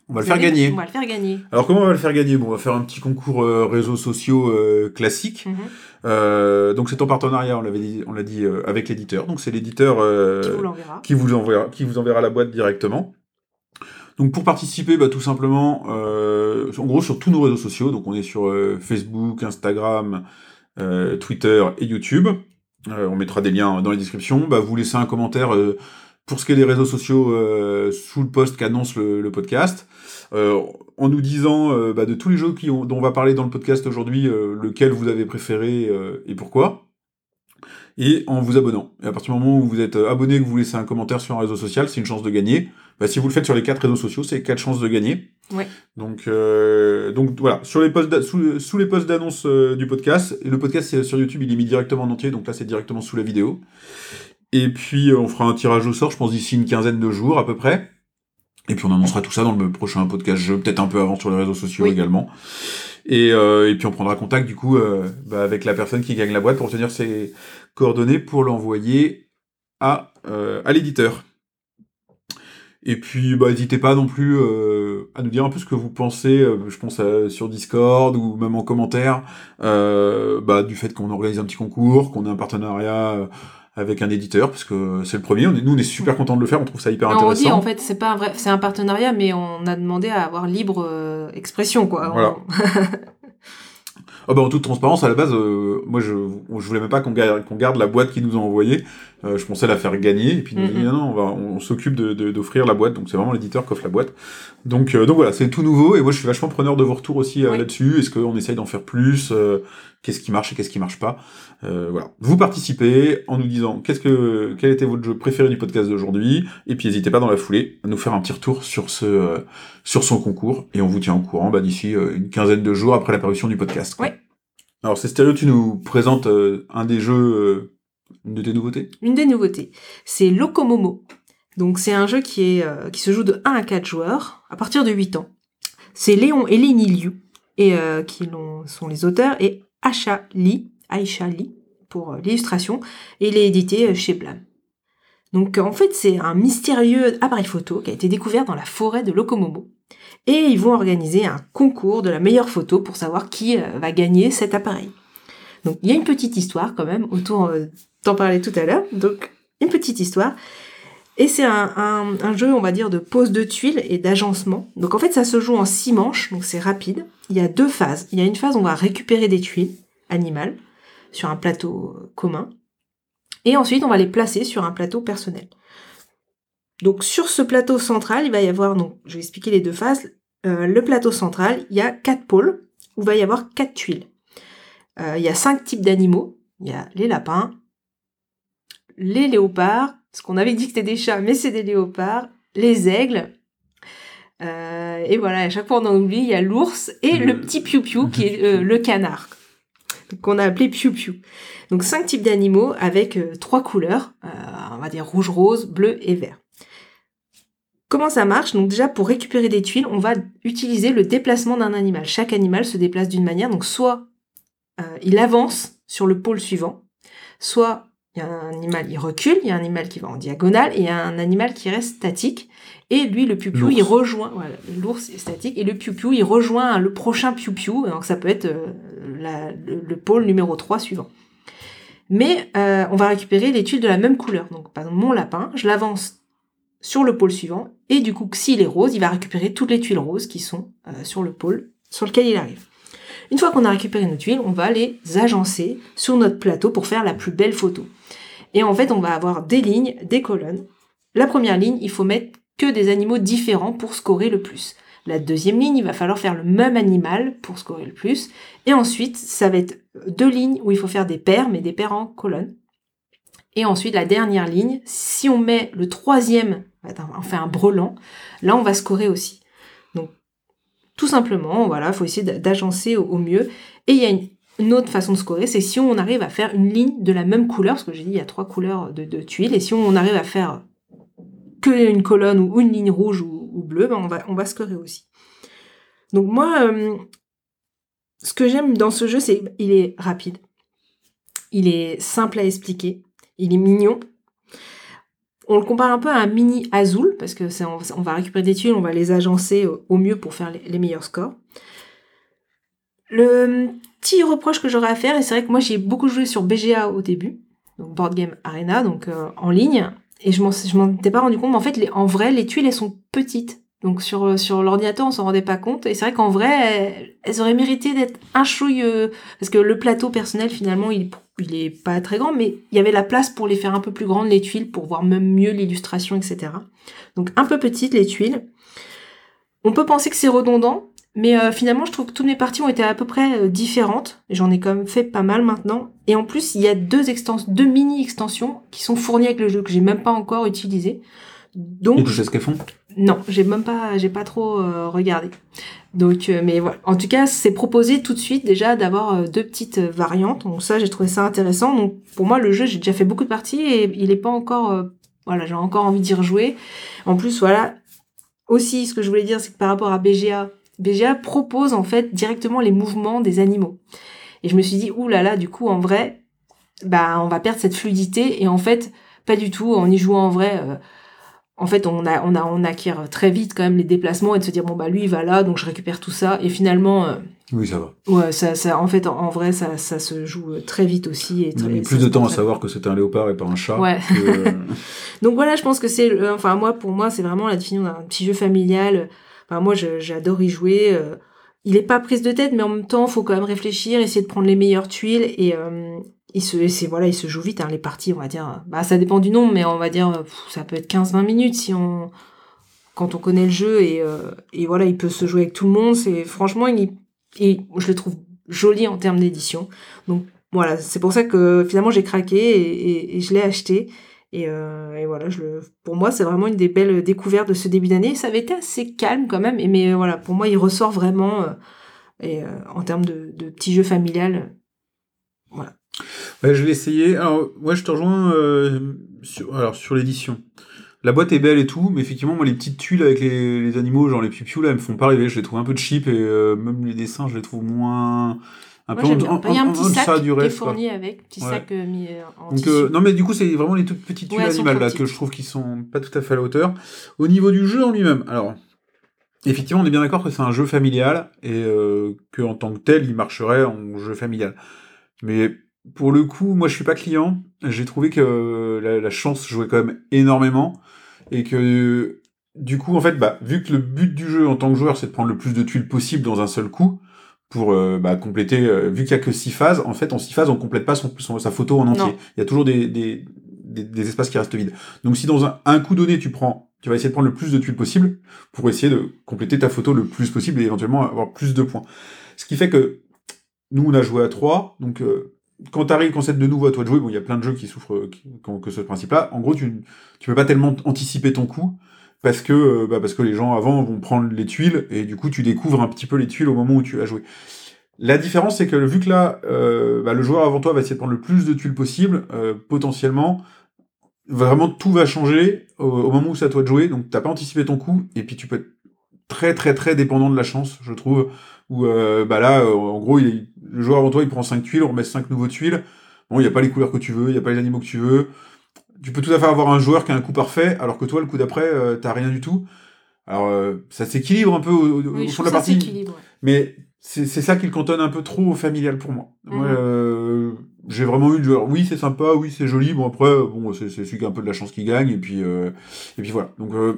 Speaker 4: On va le
Speaker 5: Vous
Speaker 4: faire
Speaker 5: avez-
Speaker 4: gagner.
Speaker 5: On va le faire gagner.
Speaker 4: Alors comment on va le faire gagner? Bon, on va faire un petit concours euh, réseaux sociaux euh, classique.
Speaker 5: Mhm.
Speaker 4: Euh, donc c'est en partenariat, on l'avait dit, on l'a dit euh, avec l'éditeur. Donc c'est l'éditeur euh,
Speaker 5: Qui vous l'enverra.
Speaker 4: qui vous enverra, qui vous enverra la boîte directement. Donc pour participer, bah, tout simplement, euh, en gros sur tous nos réseaux sociaux. Donc on est sur euh, Facebook, Instagram, euh, Twitter et YouTube. Euh, on mettra des liens dans les descriptions. Bah, vous laissez un commentaire euh, pour ce qui est des réseaux sociaux euh, sous le post qu'annonce le, le podcast. Euh, en nous disant euh, bah, de tous les jeux qui ont, dont on va parler dans le podcast aujourd'hui, euh, lequel vous avez préféré euh, et pourquoi. Et en vous abonnant. Et à partir du moment où vous êtes abonné, que vous laissez un commentaire sur un réseau social, c'est une chance de gagner. Bah, si vous le faites sur les quatre réseaux sociaux, c'est quatre chances de gagner.
Speaker 5: Ouais.
Speaker 4: Donc, euh, donc voilà, sur les posts d'a- sous, sous les posts d'annonce euh, du podcast. Et le podcast c'est sur YouTube, il est mis directement en entier, donc là c'est directement sous la vidéo. Et puis euh, on fera un tirage au sort, je pense d'ici une quinzaine de jours à peu près. Et puis on annoncera tout ça dans le prochain podcast jeu, peut-être un peu avant sur les réseaux sociaux
Speaker 5: Oui.
Speaker 4: également. Et, euh, et puis on prendra contact du coup euh, bah, avec la personne qui gagne la boîte pour obtenir ses coordonnées pour l'envoyer à, euh, à l'éditeur. Et puis bah n'hésitez pas non plus euh, à nous dire un peu ce que vous pensez, euh, je pense euh, sur Discord ou même en commentaire, euh, bah, du fait qu'on organise un petit concours, qu'on ait un partenariat euh, avec un éditeur, parce que c'est le premier, on est, nous on est super contents de le faire, on trouve ça hyper
Speaker 5: Alors, on
Speaker 4: intéressant.
Speaker 5: dit en fait c'est pas un vrai, c'est un partenariat, mais on a demandé à avoir libre euh, expression quoi.
Speaker 4: Voilà.
Speaker 5: On-
Speaker 4: Ah bah, en toute transparence, à la base, euh, moi je, je voulais même pas qu'on garde, qu'on garde la boîte qu'ils nous ont envoyée. Euh, je pensais la faire gagner, et puis ils nous ont dit
Speaker 5: Mhm.
Speaker 4: non, non, on, va, on s'occupe de, de, d'offrir la boîte, donc c'est vraiment l'éditeur qui offre la boîte. Donc, euh, donc voilà, c'est tout nouveau, et moi je suis vachement preneur de vos retours aussi euh,
Speaker 5: Oui.
Speaker 4: là-dessus. Est-ce qu'on essaye d'en faire plus euh, Qu'est-ce qui marche et qu'est-ce qui marche pas euh, Voilà. Vous participez en nous disant qu'est-ce que, quel était votre jeu préféré du podcast d'aujourd'hui, et puis n'hésitez pas dans la foulée à nous faire un petit retour sur, ce, euh, sur son concours, et on vous tient au courant bah, d'ici euh, une quinzaine de jours après l'apparition du podcast. quoi.
Speaker 5: Oui.
Speaker 4: Alors, c'est Stéréo, tu nous présentes euh, un des jeux, euh, une de tes nouveautés.
Speaker 5: Une des nouveautés, c'est Locomomo. Donc c'est un jeu qui est euh, qui se joue de un à quatre joueurs à partir de huit ans. C'est Léon et Lénie Liu et euh, qui l'ont, sont les auteurs et Aisha Lee, Aisha Lee pour euh, l'illustration et il est édité euh, chez Blam. Donc en fait c'est un mystérieux appareil photo qui a été découvert dans la forêt de Locomomo et ils vont organiser un concours de la meilleure photo pour savoir qui euh, va gagner cet appareil. Donc il y a une petite histoire quand même autour, euh, t'en parlais tout à l'heure, donc une petite histoire. Et c'est un, un, un jeu, on va dire, de pose de tuiles et d'agencement. Donc en fait, ça se joue en six manches, donc c'est rapide. Il y a deux phases. Il y a une phase où on va récupérer des tuiles animales sur un plateau commun. Et ensuite, on va les placer sur un plateau personnel. Donc sur ce plateau central, il va y avoir, donc je vais expliquer les deux phases. Euh, le plateau central, il y a quatre pôles où il va y avoir quatre tuiles. Euh, il y a cinq types d'animaux. Il y a les lapins, les léopards, ce qu'on avait dit que c'était des chats, mais c'est des léopards, les aigles, euh, et voilà, à chaque fois on en oublie, il y a l'ours et le,
Speaker 4: Le-
Speaker 5: le petit piou-piou qui est euh, le canard, qu'on a appelé piou-piou. Donc cinq types d'animaux avec euh, trois couleurs, euh, on va dire rouge, rose, bleu et vert. Comment ça marche? Donc déjà, pour récupérer des tuiles, on va utiliser le déplacement d'un animal. Chaque animal se déplace d'une manière, donc soit euh, il avance sur le pôle suivant, soit il y a un animal, il recule, il y a un animal qui va en diagonale, et il y a un animal qui reste statique, et lui, le piou-piou,
Speaker 4: L'ours.
Speaker 5: il rejoint, voilà, l'ours est statique, et le piou-piou, il rejoint le prochain piou-piou, donc ça peut être euh, la- le, le pôle numéro trois suivant. Mais euh, on va récupérer les tuiles de la même couleur, donc par exemple, mon lapin, je l'avance sur le pôle suivant, et du coup, s'il est rose, il va récupérer toutes les tuiles roses qui sont euh, sur le pôle sur lequel il arrive. Une fois qu'on a récupéré nos tuiles, on va les agencer sur notre plateau pour faire la plus belle photo. Et en fait, on va avoir des lignes, des colonnes. La première ligne, il faut mettre que des animaux différents pour scorer le plus. La deuxième ligne, il va falloir faire le même animal pour scorer le plus. Et ensuite, ça va être deux lignes où il faut faire des paires, mais des paires en colonnes. Et ensuite, la dernière ligne, si on met le troisième, on fait un brelan, là, on va scorer aussi. Donc, tout simplement, voilà, il faut essayer d'agencer au, au mieux. Et il y a une, une autre façon de scorer, c'est si on arrive à faire une ligne de la même couleur, parce que j'ai dit il y a trois couleurs de, de tuiles, et si on arrive à faire que une colonne ou une ligne rouge ou, ou bleue, ben on va, on va scorer aussi. Donc moi, euh, ce que j'aime dans ce jeu, c'est qu'il est rapide, il est simple à expliquer, il est mignon. on le compare un peu à un mini Azul, parce que c'est, on, on va récupérer des tuiles, on va les agencer au, au mieux pour faire les, les meilleurs scores. Le petit reproche que j'aurais à faire, et c'est vrai que moi j'ai beaucoup joué sur B G A au début, donc Board Game Arena, donc euh, en ligne, et je m'en, je m'en étais pas rendu compte, mais en fait, les, en vrai, les tuiles, elles sont petites. Donc sur, sur l'ordinateur, on s'en rendait pas compte, et c'est vrai qu'en vrai, elles, elles auraient mérité d'être un chouille, euh, parce que le plateau personnel, finalement, il, il est pas très grand, mais il y avait la place pour les faire un peu plus grandes, les tuiles, pour voir même mieux l'illustration, et cetera. Donc un peu petites, les tuiles. On peut penser que c'est redondant, mais euh, finalement, je trouve que toutes mes parties ont été à peu près euh, différentes. J'en ai quand même fait pas mal maintenant. Et en plus, il y a deux extensions, deux mini-extensions qui sont fournies avec le jeu, que j'ai même pas encore utilisées. Donc,
Speaker 4: Et tu sais ce qu'elles font ?
Speaker 5: Non, j'ai même pas, j'ai pas trop euh, regardé. Donc, euh, mais voilà. En tout cas, c'est proposé tout de suite déjà d'avoir euh, deux petites euh, variantes. Donc ça, j'ai trouvé ça intéressant. Donc pour moi, le jeu, j'ai déjà fait beaucoup de parties et il est pas encore, euh, voilà, j'ai encore envie d'y rejouer. En plus, voilà. Aussi, ce que je voulais dire, c'est que par rapport à B G A, B G A propose en fait directement les mouvements des animaux. Et je me suis dit, ouh là là, du coup, en vrai, bah, on va perdre cette fluidité. Et en fait, pas du tout. En y jouant en vrai. Euh, En fait, on a, on a, on acquiert très vite quand même les déplacements et de se dire bon bah lui il va là, donc je récupère tout ça. Et finalement, euh,
Speaker 4: Oui, ça va.
Speaker 5: ouais, ça, ça, en fait, en, en vrai, ça, ça se joue très vite aussi. Et
Speaker 4: On a
Speaker 5: très,
Speaker 4: mis plus
Speaker 5: ça
Speaker 4: de
Speaker 5: se
Speaker 4: temps à
Speaker 5: très
Speaker 4: savoir que c'était un léopard et pas un chat.
Speaker 5: Ouais.
Speaker 4: que, euh,
Speaker 5: Donc voilà, je pense que c'est, euh, enfin moi, pour moi, c'est vraiment la définition d'un petit jeu familial. Enfin moi, je, j'adore y jouer. Euh, il est pas prise de tête, mais en même temps, faut quand même réfléchir, essayer de prendre les meilleures tuiles et euh, il se, c'est voilà, il se joue vite. Hein, les parties, on va dire, bah ça dépend du nombre, mais on va dire, pff, ça peut être quinze vingt minutes si on, quand on connaît le jeu et euh, et voilà, il peut se jouer avec tout le monde. C'est franchement, il, et je le trouve joli en termes d'édition. Donc voilà, c'est pour ça que finalement j'ai craqué et, et, et je l'ai acheté. Et, euh, et voilà, je le, pour moi, c'est vraiment une des belles découvertes de ce début d'année. Ça avait été assez calme quand même, et, mais euh, voilà, pour moi, il ressort vraiment euh, et, euh, en termes de, de petits jeux familial. Voilà.
Speaker 4: Ouais, je l'ai essayé. Alors, ouais, je te rejoins euh, sur, alors, sur l'édition. La boîte est belle et tout, mais effectivement, moi, les petites tuiles avec les, les animaux, genre les piou là, elles me font pas rêver. Je les trouve un peu cheap et euh, même les dessins, je les trouve moins. Un
Speaker 5: Moi,
Speaker 4: peu
Speaker 5: j'aime
Speaker 4: en,
Speaker 5: bien.
Speaker 4: en,
Speaker 5: Il y a un
Speaker 4: en-
Speaker 5: petit
Speaker 4: en deçà
Speaker 5: sac
Speaker 4: du
Speaker 5: qui est
Speaker 4: reste. quoi.
Speaker 5: fourni avec, petit
Speaker 4: Ouais.
Speaker 5: sac euh, mis euh, en
Speaker 4: Donc,
Speaker 5: tissu.
Speaker 4: euh, non, mais du coup, c'est vraiment les toutes petites tuiles
Speaker 5: Ouais, elles sont
Speaker 4: animales
Speaker 5: trop
Speaker 4: là que
Speaker 5: petites.
Speaker 4: je trouve qui sont pas tout à fait à la hauteur. Au niveau du jeu en lui-même, alors, effectivement, on est bien d'accord que c'est un jeu familial et euh, que en tant que tel, il marcherait en jeu familial. Mais pour le coup, moi, je suis pas client. J'ai trouvé que la, la chance jouait quand même énormément et que du coup, en fait, bah, vu que le but du jeu en tant que joueur, c'est de prendre le plus de tuiles possible dans un seul coup pour euh, bah, compléter. Euh, vu qu'il y a que six phases, en fait, en six phases, on complète pas son, son- sa photo en entier.
Speaker 5: Non.
Speaker 4: Il y a toujours des, des, des, des espaces qui restent vides. Donc, si dans un, un coup donné, tu prends, tu vas essayer de prendre le plus de tuiles possible pour essayer de compléter ta photo le plus possible et éventuellement avoir plus de points. Ce qui fait que nous, on a joué à trois, donc euh, quand t'arrives, quand c'est de nouveau à toi de jouer, bon, il y a plein de jeux qui souffrent euh, qui, qui ont que ce principe-là. En gros, tu tu peux pas tellement anticiper ton coup parce que euh, bah, parce que les gens avant vont prendre les tuiles et du coup tu découvres un petit peu les tuiles au moment où tu as joué. La différence, c'est que vu que là, euh, bah, le joueur avant toi va essayer de prendre le plus de tuiles possible, euh, potentiellement, vraiment tout va changer au, au moment où c'est à toi de jouer. Donc t'as pas anticipé ton coup et puis tu peux être très très très dépendant de la chance, je trouve. Où euh, bah là, euh, en gros, il est- le joueur avant toi, il prend cinq tuiles, on remet cinq nouveaux tuiles. Bon, il n'y a pas les couleurs que tu veux, il n'y a pas les animaux que tu veux. Tu peux tout à fait avoir un joueur qui a un coup parfait, alors que toi, le coup d'après, euh, t'as rien du tout. Alors, euh, ça s'équilibre un peu au, au-
Speaker 5: Oui,
Speaker 4: au
Speaker 5: je
Speaker 4: fond
Speaker 5: trouve
Speaker 4: de la
Speaker 5: ça
Speaker 4: partie.
Speaker 5: s'équilibre. Ouais.
Speaker 4: Mais c'est c'est ça qui le cantonne un peu trop au familial pour moi. Moi,
Speaker 5: Mhm.
Speaker 4: euh, j'ai vraiment eu le genre, oui, c'est sympa, oui, c'est joli. Bon, après, euh, bon, c'est c'est celui qui a un peu de la chance qui gagne, et puis, euh, et puis voilà. Donc, euh,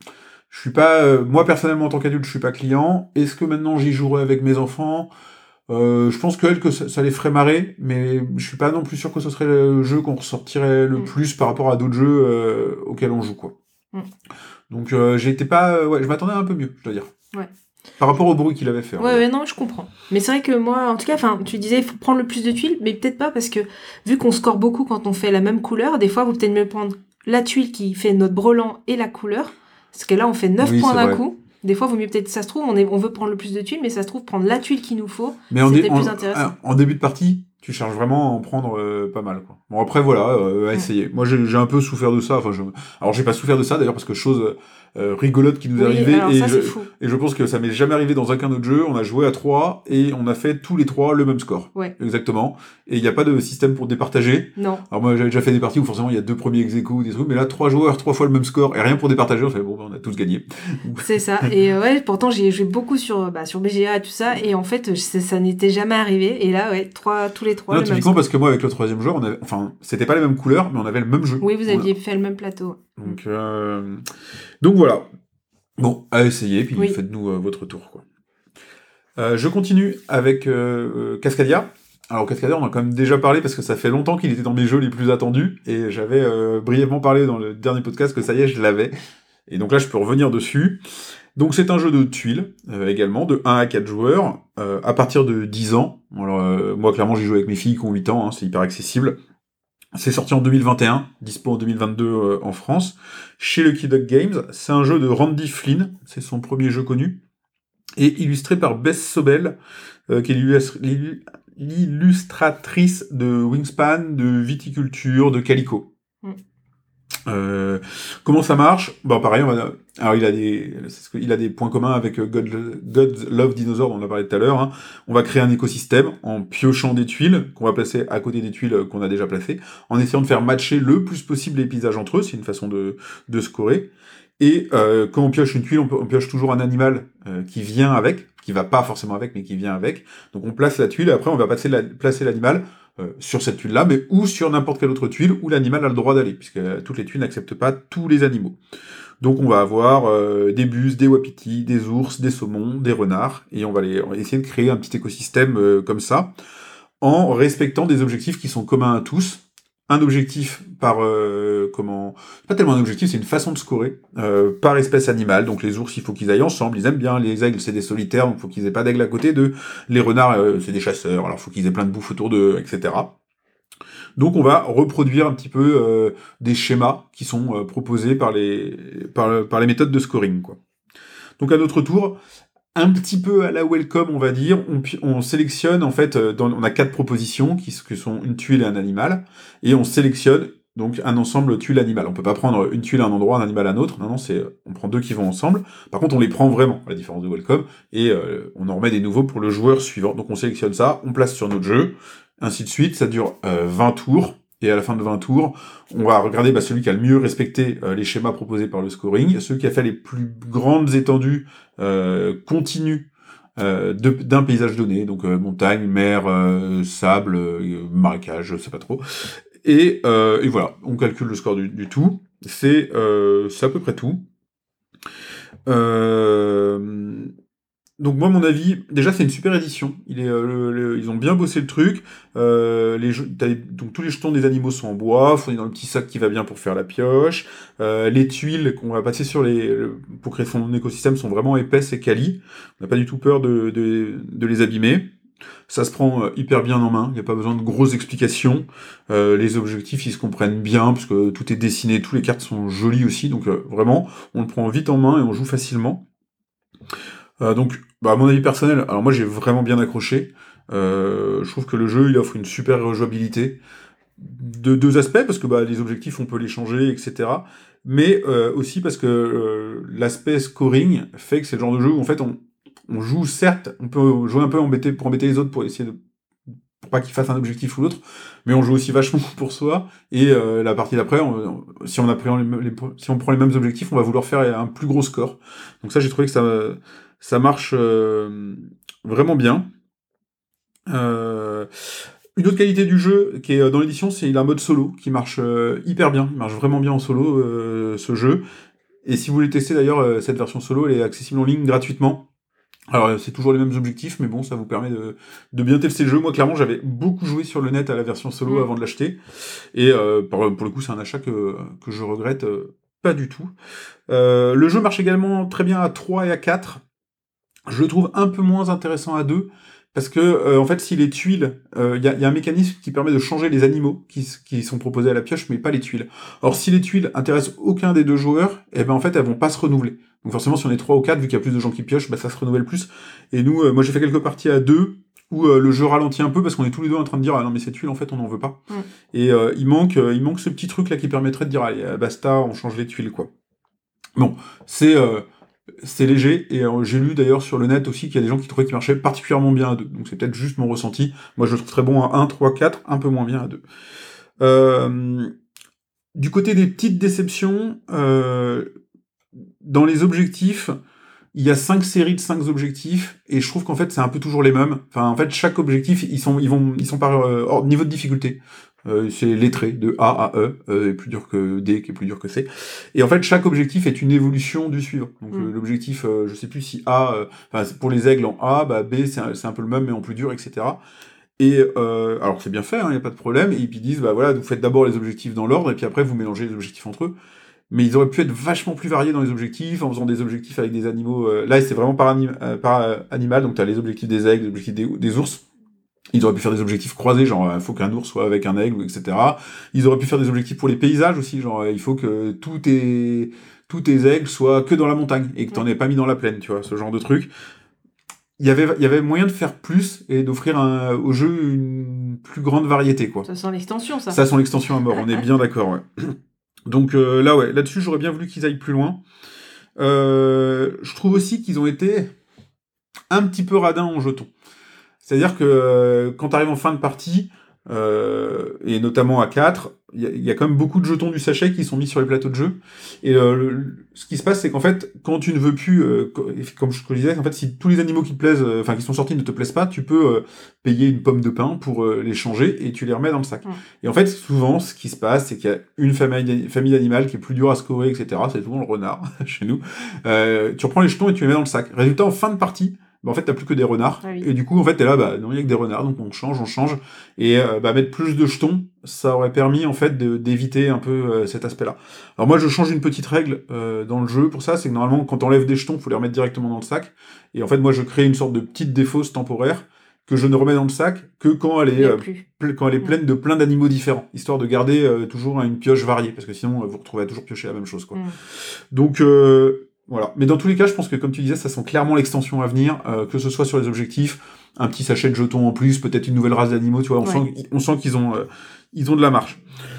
Speaker 4: je suis pas, euh, moi personnellement en tant qu'adulte, je suis pas client. Est-ce que maintenant j'y jouerai avec mes enfants? Euh, je pense que elles, que ça, ça les ferait marrer, mais je suis pas non plus sûr que ce serait le jeu qu'on ressortirait le
Speaker 5: Mm.
Speaker 4: plus par rapport à d'autres jeux euh, auxquels on joue, quoi.
Speaker 5: Mm.
Speaker 4: Donc, euh, j'ai été pas, euh, ouais, je m'attendais un peu mieux, je dois dire.
Speaker 5: Ouais.
Speaker 4: Par rapport au bruit qu'il avait fait. on va
Speaker 5: Ouais,
Speaker 4: dire.
Speaker 5: ouais, non, je comprends. Mais c'est vrai que moi, en tout cas, enfin, tu disais, il faut prendre le plus de tuiles, mais peut-être pas parce que, vu qu'on score beaucoup quand on fait la même couleur, des fois, vous peut-être mieux prendre la tuile qui fait notre brelan et la couleur. Parce que là, on fait neuf
Speaker 4: Oui,
Speaker 5: points
Speaker 4: c'est
Speaker 5: d'un
Speaker 4: vrai.
Speaker 5: coup. Des fois, vaut mieux peut-être, ça se trouve, on, est, on veut prendre le plus de tuiles, mais ça se trouve, prendre la tuile qu'il nous faut,
Speaker 4: Mais en, dé-
Speaker 5: c'était
Speaker 4: en,
Speaker 5: plus intéressant.
Speaker 4: en- en début de partie, tu cherches vraiment à en prendre euh, pas mal, quoi. Bon, après, voilà, euh, à
Speaker 5: Mm.
Speaker 4: essayer. Moi, j'ai j'ai un peu souffert de ça. Enfin, je... Alors, j'ai pas souffert de ça, d'ailleurs, parce que chose euh, rigolote qui nous est
Speaker 5: Oui,
Speaker 4: arrivée.
Speaker 5: alors
Speaker 4: Et
Speaker 5: ça,
Speaker 4: je,
Speaker 5: c'est fou.
Speaker 4: et je pense que ça m'est jamais arrivé dans aucun autre jeu. On a joué à trois et on a fait tous les trois le même score.
Speaker 5: Ouais.
Speaker 4: Exactement. Et il n'y a pas de système pour départager.
Speaker 5: Non.
Speaker 4: Alors moi, j'avais déjà fait des parties où forcément il y a deux premiers ex-aequo ou des trucs, mais là, trois joueurs, trois fois le même score et rien pour départager. On fait bon, ben, on a tous gagné.
Speaker 5: C'est ça. Et euh, ouais, pourtant, j'ai joué beaucoup sur, bah, sur B G A et tout ça. Et en fait, ça, ça n'était jamais arrivé. Et là, ouais, trois, tous les trois.
Speaker 4: Non,
Speaker 5: le même
Speaker 4: typiquement
Speaker 5: score.
Speaker 4: parce que moi, avec le troisième joueur, on avait, enfin, c'était pas les mêmes couleurs, mais on avait le même jeu.
Speaker 5: Oui, vous
Speaker 4: On a-
Speaker 5: aviez fait le même plateau.
Speaker 4: Donc, euh... donc voilà. Bon, à essayer, puis
Speaker 5: Oui.
Speaker 4: faites-nous euh, votre tour, quoi. Euh, je continue avec euh, euh, Cascadia. Alors Cascadia, on en a quand même déjà parlé parce que ça fait longtemps qu'il était dans mes jeux les plus attendus et j'avais euh, brièvement parlé dans le dernier podcast que ça y est, je l'avais. Et donc là, je peux revenir dessus. Donc c'est un jeu de tuiles euh, également, de un à quatre joueurs, euh, à partir de dix ans. Alors euh, moi, clairement, j'y joue avec mes filles qui ont huit ans, hein, c'est hyper accessible. C'est sorti en deux mille vingt et un, dispo en deux mille vingt-deux euh, en France, chez Lucky Duck Games. C'est un jeu de Randy Flynn, c'est son premier jeu connu, et illustré par Bess Sobel, euh, qui est l'illus- l'illu- l'illustratrice de Wingspan, de Viticulture, de Calico.
Speaker 5: Mm.
Speaker 4: Euh, comment ça marche? Bon, pareil, on va... alors il a des, c'est ce que- il a des points communs avec euh, God, God's Love Dinosaur, dont on a parlé tout à l'heure. Hein. On va créer un écosystème en piochant des tuiles qu'on va placer à côté des tuiles qu'on a déjà placées, en essayant de faire matcher le plus possible les paysages entre eux. C'est une façon de, de scorer. Et euh, quand on pioche une tuile, on, peut- on pioche toujours un animal euh, qui vient avec, qui va pas forcément avec, mais qui vient avec. Donc on place la tuile, et après on va passer la, placer l'animal euh, sur cette tuile-là, mais ou sur n'importe quelle autre tuile où l'animal a le droit d'aller, puisque euh, toutes les tuiles n'acceptent pas tous les animaux. Donc on va avoir euh, des buses, des wapitis, des ours, des saumons, des renards, et on va, les, on va essayer de créer un petit écosystème euh, comme ça, en respectant des objectifs qui sont communs à tous. Un objectif par euh, comment pas tellement un objectif, c'est une façon de scorer euh, par espèce animale. Donc les ours, il faut qu'ils aillent ensemble, ils aiment bien. Les aigles, c'est des solitaires, donc il faut qu'ils aient pas d'aigle à côté d'eux. Les renards, euh, c'est des chasseurs, alors il faut qu'ils aient plein de bouffe autour d'eux, et cetera. Donc on va reproduire un petit peu euh, des schémas qui sont euh, proposés par les par, le- par les méthodes de scoring, quoi. Donc à notre tour, un petit peu à la welcome, on va dire, on, pi- on sélectionne, en fait, euh, dans- on a quatre propositions, qui, s- que sont une tuile et un animal, et on sélectionne donc un ensemble tuile-animal. On peut pas prendre une tuile à un endroit, un animal à un autre, non, non, c'est, on prend deux qui vont ensemble. Par contre, on les prend vraiment, à la différence de welcome, et euh, on en remet des nouveaux pour le joueur suivant. Donc on sélectionne ça, on place sur notre jeu, ainsi de suite, ça dure euh, vingt tours, et à la fin de vingt tours, on va regarder bah, celui qui a le mieux respecté euh, les schémas proposés par le scoring, celui qui a fait les plus grandes étendues euh, continues euh, de- d'un paysage donné, donc euh, montagne, mer, euh, sable, euh, marécage, je sais pas trop. Et, euh, et voilà, on calcule le score du, du tout. C'est euh, c'est à peu près tout. Euh, donc moi, mon avis, déjà c'est une super édition. Il est, euh, le- le- ils ont bien bossé le truc. Euh, les jeux- t'as les- donc tous les jetons des animaux sont en bois, fournis dans le petit sac qui va bien pour faire la pioche. Euh, les tuiles qu'on va passer sur les le- pour créer son écosystème sont vraiment épaisses et quali. On n'a pas du tout peur de, de, de les abîmer. Ça se prend euh, hyper bien en main. Il n'y a pas besoin de grosses explications. Euh, les objectifs ils se comprennent bien parce que tout est dessiné, toutes les cartes sont jolies aussi. Donc euh, vraiment, on le prend vite en main et on joue facilement. Euh, donc, bah, à mon avis personnel, alors moi j'ai vraiment bien accroché. Euh, je trouve que le jeu il offre une super rejouabilité de deux aspects parce que bah, les objectifs on peut les changer, et cetera. Mais euh, aussi parce que euh, l'aspect scoring fait que c'est le genre de jeu où en fait on, on joue certes, on peut jouer un peu embêté, pour embêter les autres pour essayer de pour pas qu'ils fassent un objectif ou l'autre, mais on joue aussi vachement pour soi, et euh, la partie d'après, on- on- si, on appréhende les, mêmes- les- si on prend les mêmes objectifs, on va vouloir faire un plus gros score. Donc ça, j'ai trouvé que ça, ça marche euh, vraiment bien. Euh, une autre qualité du jeu qui est dans l'édition, c'est qu'il a un mode solo qui marche euh, hyper bien, il marche vraiment bien en solo, euh, ce jeu. Et si vous voulez tester d'ailleurs, euh, cette version solo, elle est accessible en ligne gratuitement. Alors euh, c'est toujours les mêmes objectifs, mais bon, ça vous permet de, de bien tester le jeu. Moi, clairement, j'avais beaucoup joué sur le net à la version solo
Speaker 5: Mm.
Speaker 4: avant de l'acheter. Et euh, pour, pour le coup, c'est un achat que, que je regrette euh, pas du tout. Euh, le jeu marche également très bien à trois et à quatre. Je le trouve un peu moins intéressant à deux, parce que, euh, en fait, si les tuiles, il euh, y, a, y a un mécanisme qui permet de changer les animaux qui, s- qui sont proposés à la pioche, mais pas les tuiles. Or, si les tuiles intéressent aucun des deux joueurs, eh ben en fait, elles vont pas se renouveler. Donc forcément, si on est trois ou quatre, vu qu'il y a plus de gens qui piochent, bah, ça se renouvelle plus. Et nous, euh, moi j'ai fait quelques parties à deux, où euh, le jeu ralentit un peu, parce qu'on est tous les deux en train de dire « Ah non, mais ces tuiles, en fait, on n'en veut pas.
Speaker 5: Mm. »
Speaker 4: Et euh, il manque euh, il manque ce petit truc-là qui permettrait de dire « Allez, euh, basta, on change les tuiles, quoi. » Bon, c'est... Euh, c'est léger, et euh, j'ai lu d'ailleurs sur le net aussi qu'il y a des gens qui trouvaient qu'il marchait particulièrement bien à deux. Donc c'est peut-être juste mon ressenti. Moi je le trouve très bon à un, trois, quatre, un peu moins bien à deux. Euh, du côté des petites déceptions, euh, dans les objectifs, il y a cinq séries de cinq objectifs, et je trouve qu'en fait c'est un peu toujours les mêmes. Enfin en fait chaque objectif, ils sont, ils vont, ils sont par euh, niveau de difficulté. Euh, c'est lettré, de A à E, euh, est plus dur que D, qui est plus dur que C. Et en fait, chaque objectif est une évolution du suivant. Donc mm. euh, l'objectif, euh, je sais plus si A, enfin euh, pour les aigles en A, bah B c'est un, c'est un peu le même mais en plus dur, et cetera. Et euh, alors c'est bien fait, il hein, n'y a pas de problème. Et puis ils disent, bah voilà, vous faites d'abord les objectifs dans l'ordre, et puis après vous mélangez les objectifs entre eux. Mais ils auraient pu être vachement plus variés dans les objectifs, en faisant des objectifs avec des animaux. Euh, là, c'est vraiment par, anim- euh, par euh, animal, donc t'as les objectifs des aigles, les objectifs des, des ours. Ils auraient pu faire des objectifs croisés, genre il faut qu'un ours soit avec un aigle, et cetera. Ils auraient pu faire des objectifs pour les paysages aussi, genre il faut que tous tes tous tes aigles soient que dans la montagne et que t'en aies pas mis dans la plaine, tu vois, ce genre de truc. Il y avait il y avait moyen de faire plus et d'offrir un, au jeu une plus grande variété, quoi.
Speaker 5: Ça sent l'extension, ça.
Speaker 4: Ça sent l'extension à mort, on est bien d'accord, ouais. Donc euh, là, ouais, là-dessus, j'aurais bien voulu qu'ils aillent plus loin. Euh, je trouve aussi qu'ils ont été un petit peu radins en jetons. C'est-à-dire que euh, quand tu arrives en fin de partie, euh, et notamment à quatre, il y, y a quand même beaucoup de jetons du sachet qui sont mis sur les plateaux de jeu. Et euh, le, ce qui se passe, c'est qu'en fait, quand tu ne veux plus, euh, comme je te le disais, en fait, si tous les animaux qui te plaisent, enfin euh, qui sont sortis ne te plaisent pas, tu peux euh, payer une pomme de pain pour euh, les changer et tu les remets dans le sac. Mmh. Et en fait, souvent, ce qui se passe, c'est qu'il y a une famille, famille d'animaux qui est plus dure à scorer, et cetera. C'est souvent le renard chez nous. Euh, tu reprends les jetons et tu les mets dans le sac. Résultat, en fin de partie, bah en fait, t'as plus que des renards. Ah oui. Et du coup, en fait, t'es là, bah, non, il y a que des renards, donc on change, on change. Et, euh, bah, mettre plus de jetons, ça aurait permis, en fait, de, d'éviter un peu euh, cet aspect-là. Alors moi, je change une petite règle euh, dans le jeu pour ça, c'est que normalement, quand t'enlèves des jetons, faut les remettre directement dans le sac. Et en fait, moi, je crée une sorte de petite défausse temporaire que je ne remets dans le sac que quand elle est, euh, pl- quand elle est pleine mmh. de plein d'animaux différents, histoire de garder euh, toujours une pioche variée, parce que sinon, euh, vous retrouvez à toujours piocher la même chose, quoi. Mmh. Donc, euh, voilà. Mais dans tous les cas, je pense que, comme tu disais, ça sent clairement l'extension à venir, euh, que ce soit sur les objectifs, un petit sachet de jetons en plus, peut-être une nouvelle race d'animaux, tu vois, on, ouais. sent, on sent qu'ils ont, euh, ils ont de la marche.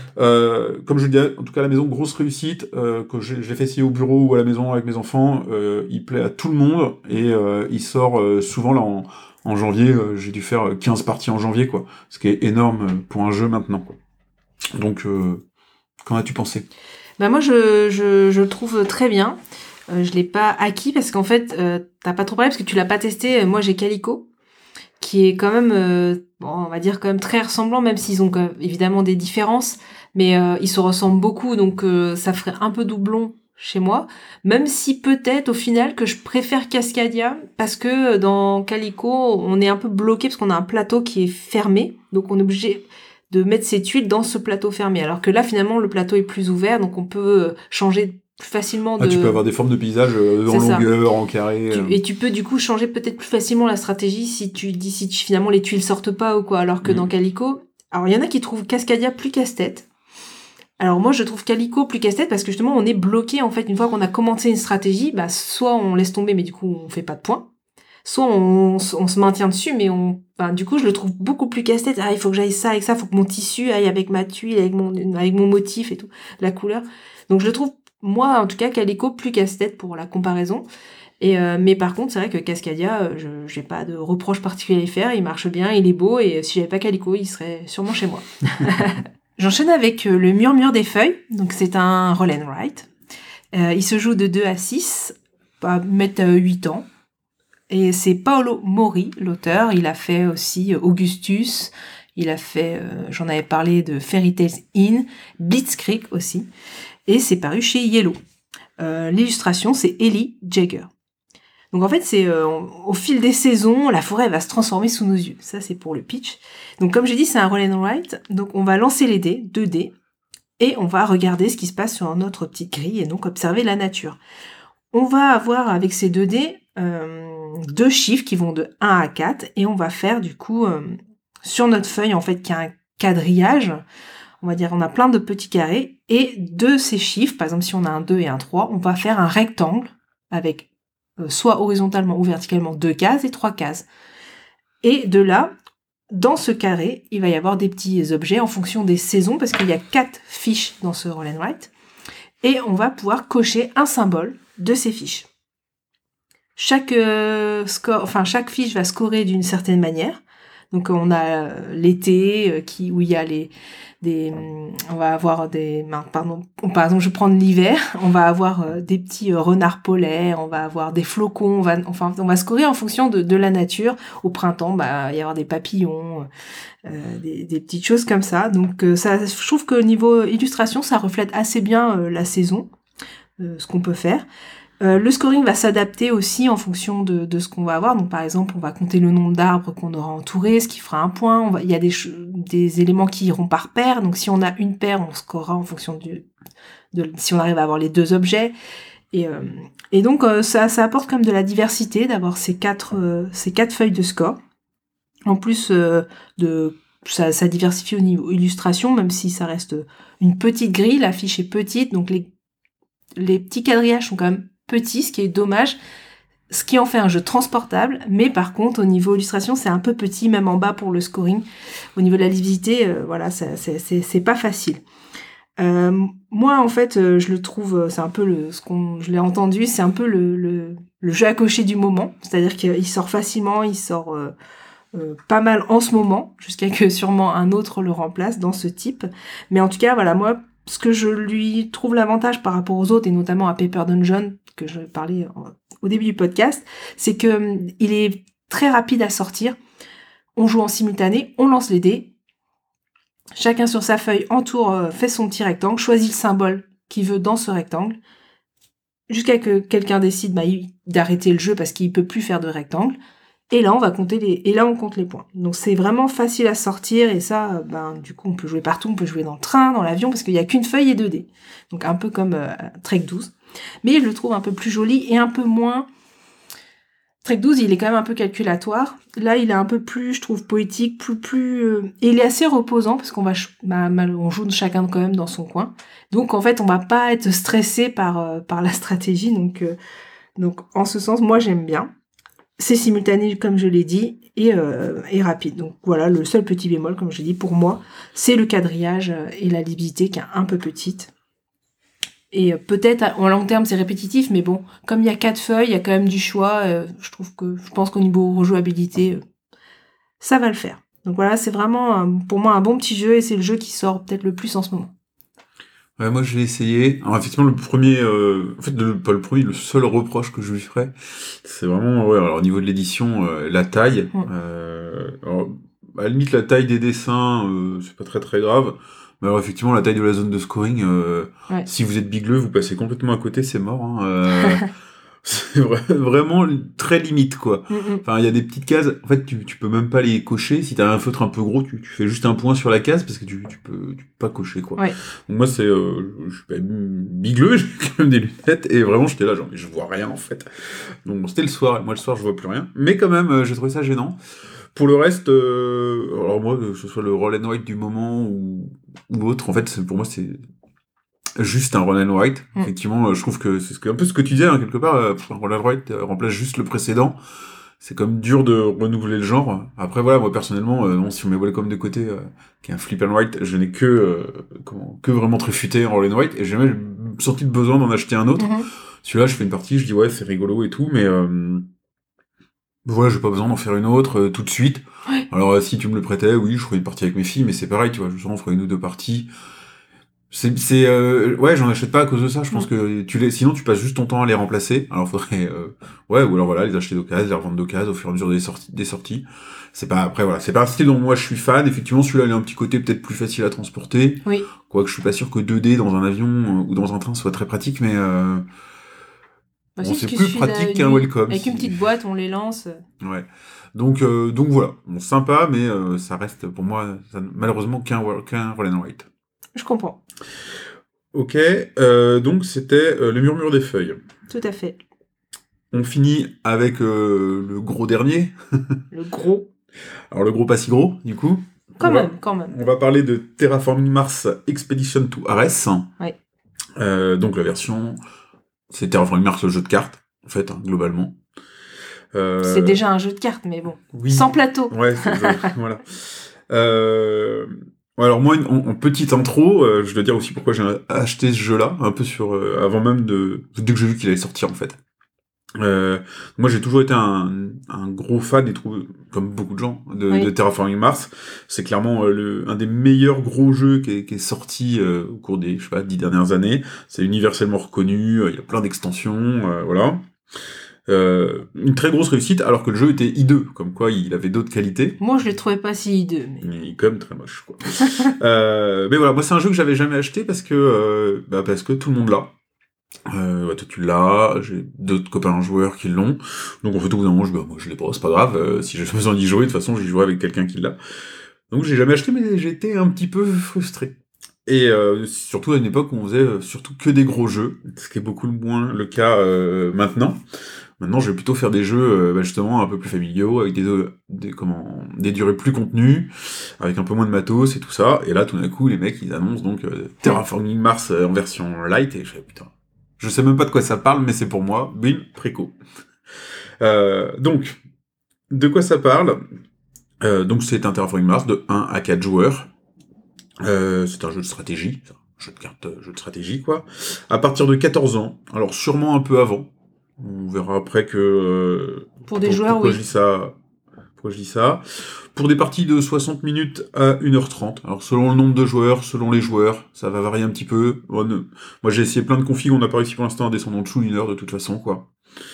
Speaker 4: Euh, comme je le disais, en tout cas, à la maison, grosse réussite, euh, que je, je l'ai fait essayer au bureau ou à la maison avec mes enfants, euh, il plaît à tout le monde, et euh, il sort euh, souvent là en, en janvier, euh, j'ai dû faire quinze parties en janvier, quoi, ce qui est énorme pour un jeu maintenant, quoi. Donc, euh, qu'en as-tu pensé ?
Speaker 5: Bah moi, je, je, je le trouve très bien. Euh, je l'ai pas acquis parce qu'en fait, euh, t'as pas trop parlé parce que tu l'as pas testé. Moi, j'ai Calico, qui est quand même, euh, bon, on va dire quand même très ressemblant, même s'ils ont quand même, évidemment des différences, mais euh, ils se ressemblent beaucoup, donc euh, ça ferait un peu doublon chez moi. Même si peut-être au final que je préfère Cascadia parce que dans Calico, on est un peu bloqué parce qu'on a un plateau qui est fermé, donc on est obligé de mettre ses tuiles dans ce plateau fermé. Alors que là, finalement, le plateau est plus ouvert, donc on peut changer plus facilement de...
Speaker 4: Ah, tu peux avoir des formes de paysages euh, en longueur, en carré.
Speaker 5: Tu,
Speaker 4: euh...
Speaker 5: Et tu peux du coup changer peut-être plus facilement la stratégie si tu dis si tu, finalement les tuiles sortent pas ou quoi. Alors que mmh. dans Calico, alors il y en a qui trouvent Cascadia plus casse-tête. Alors moi je trouve Calico plus casse-tête parce que justement on est bloqué en fait une fois qu'on a commencé une stratégie, bah soit on laisse tomber mais du coup on fait pas de points, soit on, on se maintient dessus mais on, enfin, du coup je le trouve beaucoup plus casse-tête. Ah il faut que j'aille ça avec ça, il faut que mon tissu aille avec ma tuile, avec mon avec mon motif et tout, la couleur. Donc je le trouve moi, en tout cas, Calico plus casse-tête pour la comparaison. Et euh, mais par contre, c'est vrai que Cascadia, euh, je j'ai pas de reproche particulier à y faire. Il marche bien, il est beau, et si j'avais pas Calico, il serait sûrement chez moi. J'enchaîne avec euh, le Murmure des feuilles. Donc c'est un roll and write. Euh, il se joue de deux à six, à mettre euh, huit ans. Et c'est Paolo Mori, l'auteur. Il a fait aussi euh, Augustus. Il a fait, euh, j'en avais parlé de Fairy Tales Inn, Blitzkrieg aussi. Et c'est paru chez Yellow. Euh, l'illustration, c'est Ellie Jagger. Donc en fait, c'est euh, au fil des saisons, la forêt va se transformer sous nos yeux. Ça, c'est pour le pitch. Donc comme j'ai dit, c'est un roll and write. Donc on va lancer les dés, deux dés, et on va regarder ce qui se passe sur notre petite grille, et donc observer la nature. On va avoir avec ces deux dés euh, deux chiffres qui vont de un à quatre, et on va faire du coup, euh, sur notre feuille, en fait, qui a un quadrillage, on va dire, on a plein de petits carrés, et de ces chiffres, par exemple, si on a un deux et un trois, on va faire un rectangle avec euh, soit horizontalement ou verticalement deux cases et trois cases. Et de là, dans ce carré, il va y avoir des petits objets en fonction des saisons, parce qu'il y a quatre fiches dans ce roll and write. et on va pouvoir cocher un symbole de ces fiches. Chaque euh, score, enfin chaque fiche va scorer d'une certaine manière. Donc on a euh, l'été euh, qui où il y a les des on va avoir des pardon par exemple je vais prendre l'hiver, on va avoir euh, des petits euh, renards polaires, on va avoir des flocons, on va enfin on va scorer en fonction de de la nature. Au printemps bah il va y avoir des papillons, euh, des des petites choses comme ça. Donc euh, ça je trouve que niveau illustration ça reflète assez bien euh, la saison, euh, ce qu'on peut faire. Euh, le scoring va s'adapter aussi en fonction de, de ce qu'on va avoir. Donc, par exemple, on va compter le nombre d'arbres qu'on aura entourés, ce qui fera un point. On va, il y a des, des éléments qui iront par paire. Donc, si on a une paire, on scorera en fonction du, de si on arrive à avoir les deux objets. Et, euh, et donc, euh, ça, ça apporte comme de la diversité d'avoir ces quatre, euh, ces quatre feuilles de score. En plus euh, de ça, ça diversifie au niveau illustration, même si ça reste une petite grille. La fiche est petite, donc les, les petits quadrillages sont quand même petit, ce qui est dommage, ce qui en fait un jeu transportable, mais par contre au niveau illustration c'est un peu petit, même en bas pour le scoring. Au niveau de la lisibilité, euh, voilà, ça, c'est, c'est, c'est pas facile. Euh, moi en fait, euh, je le trouve, c'est un peu le, ce qu'on, je l'ai entendu, c'est un peu le, le, le jeu à cocher du moment, c'est-à-dire qu'il sort facilement, il sort euh, euh, pas mal en ce moment, jusqu'à que sûrement un autre le remplace dans ce type. Mais en tout cas, voilà, moi, ce que je lui trouve l'avantage par rapport aux autres, et notamment à Paper Dungeon, que je parlais au début du podcast, c'est que hum, il est très rapide à sortir. On joue en simultané, on lance les dés, chacun sur sa feuille entoure, euh, fait son petit rectangle, choisit le symbole qu'il veut dans ce rectangle, jusqu'à que quelqu'un décide bah, d'arrêter le jeu parce qu'il peut plus faire de rectangle. Et là, on va compter les, et là, on compte les points. Donc, c'est vraiment facile à sortir, et ça, ben, du coup, on peut jouer partout, on peut jouer dans le train, dans l'avion, parce qu'il y a qu'une feuille et deux dés. Donc, un peu comme euh, Trek douze. Mais je le trouve un peu plus joli et un peu moins... Trek douze, il est quand même un peu calculatoire. Là, il est un peu plus, je trouve, poétique, plus, plus, euh... et il est assez reposant, parce qu'on va, bah, on joue chacun quand même dans son coin. Donc, en fait, on va pas être stressé par, euh, par la stratégie. Donc, euh... donc, en ce sens, moi, j'aime bien. C'est simultané, comme je l'ai dit, et, euh, et rapide. Donc voilà, le seul petit bémol, comme je l'ai dit, pour moi, c'est le quadrillage et la lisibilité qui est un peu petite. Et euh, peut-être, en long terme, c'est répétitif, mais bon, comme il y a quatre feuilles, il y a quand même du choix. Euh, je trouve que, je pense qu'au niveau rejouabilité, euh, ça va le faire. Donc voilà, c'est vraiment, un, pour moi, un bon petit jeu, et c'est le jeu qui sort peut-être le plus en ce moment.
Speaker 4: Ouais, moi je l'ai essayé. Alors effectivement, le premier, euh, en fait, le, pas le premier, le seul reproche que je lui ferais, c'est vraiment, ouais, alors au niveau de l'édition, euh, la taille. Mm. Euh, alors, à la limite, la taille des dessins, euh, c'est pas très très grave. Mais alors effectivement, la taille de la zone de scoring, euh, ouais. Si vous êtes bigleux, vous passez complètement à côté, c'est mort. Hein, euh, c'est vrai, vraiment très limite, quoi. Mm-hmm. Enfin, il y a des petites cases, en fait, tu, tu peux même pas les cocher. Si t'as un feutre un peu gros, tu, tu fais juste un point sur la case parce que tu, tu, peux, tu peux pas cocher, quoi.
Speaker 5: Ouais.
Speaker 4: Donc moi, c'est, euh, je suis pas bigleux, j'ai quand même des lunettes, et vraiment, j'étais là, genre, mais je vois rien, en fait. Donc bon, c'était le soir, et moi, le soir, je vois plus rien. Mais quand même, euh, j'ai trouvé ça gênant. Pour le reste, euh, alors moi, que ce soit le roll and write du moment ou, ou autre, en fait, c'est, pour moi, c'est juste un roll and write. Mm. Effectivement, je trouve que c'est ce que, un peu ce que tu disais, hein, quelque part, euh, un roll and write euh, remplace juste le précédent. C'est comme dur de renouveler le genre. Après, voilà, moi, personnellement, euh, non, si on met Welcome de côté, euh, qui est un flip and write, je n'ai que, euh, comment, que vraiment tréfuté en roll and write, et j'ai jamais senti le besoin d'en acheter un autre. Mm-hmm. Celui-là, je fais une partie, je dis, ouais, c'est rigolo et tout, mais, euh, voilà, j'ai pas besoin d'en faire une autre euh, tout de suite. Ouais. Alors euh, si tu me le prêtais, oui, je ferais une partie avec mes filles, mais c'est pareil, tu vois, je on ferait une ou deux parties. C'est, c'est, euh, ouais, j'en achète pas à cause de ça. Je pense ouais. que tu les, sinon tu passes juste ton temps à les remplacer. Alors faudrait, euh, ouais, ou alors voilà, les acheter d'occasion, les revendre d'occasion au fur et à mesure des sorties, des sorties. C'est pas, après voilà, c'est pas un style dont moi je suis fan. Effectivement, celui-là, il a un petit côté peut-être plus facile à transporter. Oui. Quoique je suis pas sûr que deux D dans un avion euh, ou dans un train soit très pratique, mais. Euh,
Speaker 5: Bah,
Speaker 4: bon, c'est plus pratique qu'un welcome.
Speaker 5: Avec une petite boîte, on les lance.
Speaker 4: Ouais. Donc, euh, donc voilà. Bon, sympa, mais euh, ça reste pour moi, ça, malheureusement, qu'un, qu'un roll and write.
Speaker 5: Je comprends.
Speaker 4: Ok. Euh, donc, c'était euh, le murmure des feuilles.
Speaker 5: Tout à fait.
Speaker 4: On finit avec euh, le gros dernier.
Speaker 5: Le gros.
Speaker 4: Alors, le gros pas si gros, du coup.
Speaker 5: Quand
Speaker 4: on
Speaker 5: même,
Speaker 4: va,
Speaker 5: quand même.
Speaker 4: On va parler de Terraforming Mars Expedition to Ares.
Speaker 5: Ouais.
Speaker 4: Euh, donc, la version... C'est Terraforming Mars, le jeu de cartes, en fait, hein, globalement.
Speaker 5: Euh... C'est déjà un jeu de cartes, mais bon.
Speaker 4: Oui.
Speaker 5: Sans plateau.
Speaker 4: Ouais, c'est ça, voilà. Euh... Ouais, alors moi, en, en petite intro, euh, je dois dire aussi pourquoi j'ai acheté ce jeu-là, un peu sur euh, avant même de dès que j'ai vu qu'il allait sortir en fait. Euh, moi, j'ai toujours été un, un gros fan et trouve, comme beaucoup de gens, de,
Speaker 5: Oui.
Speaker 4: de Terraforming Mars. C'est clairement euh, le, un des meilleurs gros jeux qui est, qui est sorti euh, au cours des, je sais pas, dix dernières années. C'est universellement reconnu. euh, Il y a plein d'extensions, euh, voilà. Euh, une très grosse réussite, alors que le jeu était hideux, comme quoi il avait d'autres qualités.
Speaker 5: Moi, je le trouvais pas si hideux. Mais...
Speaker 4: Il est quand même très moche, quoi. euh, mais voilà, moi c'est un jeu que j'avais jamais acheté parce que euh, bah parce que tout le monde l'a. Euh, ouais, toi tu l'as, j'ai d'autres copains joueurs qui l'ont. Donc en fait au bout d'un moment, je, bah, moi je l'ai pas, c'est pas grave. Euh, si j'ai besoin d'y jouer, de toute façon j'y jouerai avec quelqu'un qui l'a. Donc j'ai jamais acheté, mais j'ai été un petit peu frustré. Et euh, surtout à une époque où on faisait euh, surtout que des gros jeux, ce qui est beaucoup moins le cas euh, maintenant. Maintenant, je vais plutôt faire des jeux euh, bah, justement un peu plus familiaux, avec des, des comment des durées plus contenues, avec un peu moins de matos et tout ça. Et là, tout d'un coup, les mecs, ils annoncent donc euh, Terraforming Mars euh, en version light, et je fais putain, je sais même pas de quoi ça parle, mais c'est pour moi, bim, préco. Euh, donc, de quoi ça parle euh, Donc, c'est un Terraforming Mars de un à quatre joueurs. Euh, c'est un jeu de stratégie, jeu de cartes, jeu de stratégie quoi. À partir de quatorze ans, alors sûrement un peu avant. On verra après que... Euh,
Speaker 5: pour des joueurs,
Speaker 4: pourquoi
Speaker 5: oui.
Speaker 4: Je dis ça, pourquoi je dis ça Pour des parties de soixante minutes à une heure trente. Alors selon le nombre de joueurs, selon les joueurs, ça va varier un petit peu. Bon, ne... Moi j'ai essayé plein de configs, on n'a pas réussi pour l'instant à descendre en dessous d'une heure de toute façon, quoi.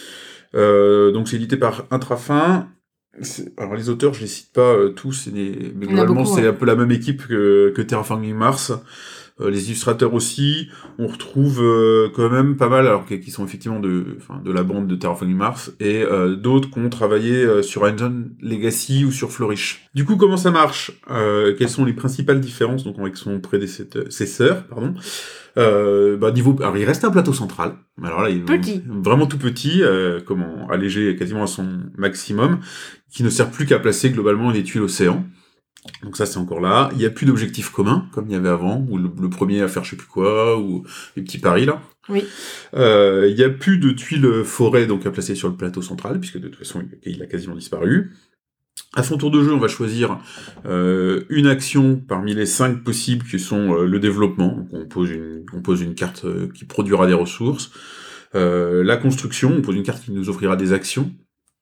Speaker 4: Euh, donc c'est édité par Intrafin. C'est... Alors les auteurs, je les cite pas euh, tous, des... mais globalement beaucoup, c'est ouais. un peu la même équipe que, que Terraforming Mars. Euh, les illustrateurs aussi, on retrouve euh, quand même pas mal, alors qui sont effectivement de, enfin, de la bande de Terraforming Mars, et euh, d'autres qui ont travaillé euh, sur Engine Legacy ou sur Flourish. Du coup, comment ça marche euh, Quelles sont les principales différences donc avec son prédécesseur, pardon euh, bah, niveau, alors il reste un plateau central. Alors là, il est
Speaker 5: petit.
Speaker 4: vraiment tout petit, euh, comment allégé quasiment à son maximum, qui ne sert plus qu'à placer globalement les tuiles océan. Donc ça c'est encore là. Il n'y a plus d'objectifs communs comme il y avait avant, ou le, le premier à faire je sais plus quoi, ou les petits paris là.
Speaker 5: Oui.
Speaker 4: Euh, il n'y a plus de tuiles forêt donc à placer sur le plateau central, puisque de toute façon il a quasiment disparu. À son tour de jeu, on va choisir euh, une action parmi les cinq possibles qui sont euh, le développement. Donc on pose une, on pose une carte euh, qui produira des ressources. Euh, la construction, on pose une carte qui nous offrira des actions.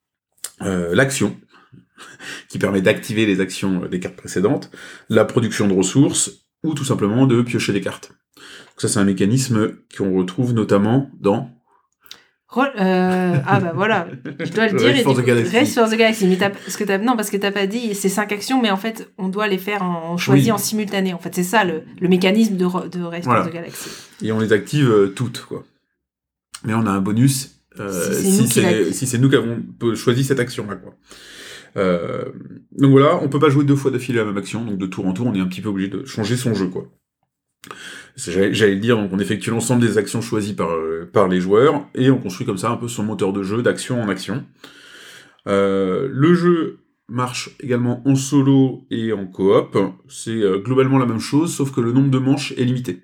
Speaker 4: Euh, l'action, qui permet d'activer les actions des cartes précédentes, la production de ressources, ou tout simplement de piocher des cartes. Donc ça, c'est un mécanisme qu'on retrouve notamment dans...
Speaker 5: Re- euh, ah bah voilà, je dois le dire.
Speaker 4: Race for the Galaxy.
Speaker 5: Race for the Galaxy. Mais t'as, parce que t'as, non, parce que t'as pas dit, c'est cinq actions, mais en fait, on doit les faire en, on choisit oui. en simultané. En fait, c'est ça le, le mécanisme de, de Race voilà. for the Galaxy.
Speaker 4: Et on les active euh, toutes, quoi. Mais on a un bonus euh, si, c'est si, c'est, si c'est nous qui avons choisi cette action-là, quoi. Euh, donc voilà, on peut pas jouer deux fois d'affilée la même action, donc de tour en tour, on est un petit peu obligé de changer son jeu, quoi. J'allais, j'allais le dire, donc on effectue l'ensemble des actions choisies par, euh, par les joueurs, et on construit comme ça un peu son moteur de jeu, d'action en action. Euh, le jeu marche également en solo et en coop, c'est euh, globalement la même chose, sauf que le nombre de manches est limité.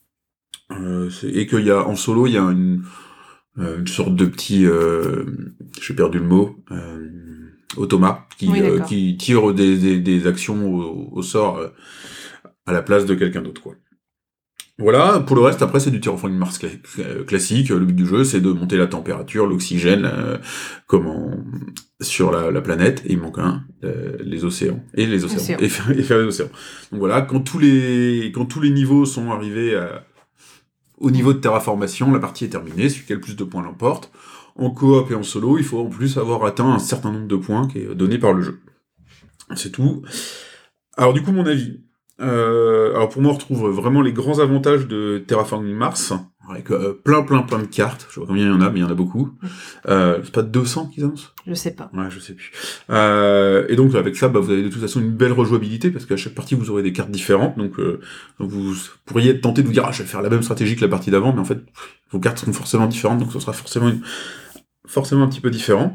Speaker 4: Euh, c'est, et qu'il y a, en solo, il y a une, euh, une sorte de petit... Euh, j'ai perdu le mot... Euh, automat qui,
Speaker 5: oui,
Speaker 4: euh, qui tire des, des, des actions au, au sort euh, à la place de quelqu'un d'autre, quoi. Voilà, pour le reste, après, c'est du Terraforming Mars cl- classique. Le but du jeu, c'est de monter la température, l'oxygène, euh, comment, sur la, la planète, et il manque un, euh, les océans, et les océans,
Speaker 5: Océan.
Speaker 4: et faire, et faire les océans. Donc voilà, quand tous les, quand tous les niveaux sont arrivés à, au niveau de terraformation, la partie est terminée, celui qui a le plus de points l'emporte. En coop et en solo, il faut en plus avoir atteint un certain nombre de points qui est donné par le jeu. C'est tout. Alors du coup, mon avis. Euh, alors pour moi, on retrouve vraiment les grands avantages de Terraforming Mars, avec euh, plein plein plein de cartes. Je sais pas combien il y en a, mais il y en a beaucoup. Euh, c'est pas deux cents qu'ils annoncent ?
Speaker 5: Je sais pas.
Speaker 4: Ouais, je sais plus. Euh, et donc avec ça, bah, vous avez de toute façon une belle rejouabilité, parce qu'à chaque partie, vous aurez des cartes différentes. Donc, euh, donc vous pourriez être tenté de vous dire, ah, je vais faire la même stratégie que la partie d'avant, mais en fait, vos cartes seront forcément différentes, donc ce sera forcément une... forcément un petit peu différent.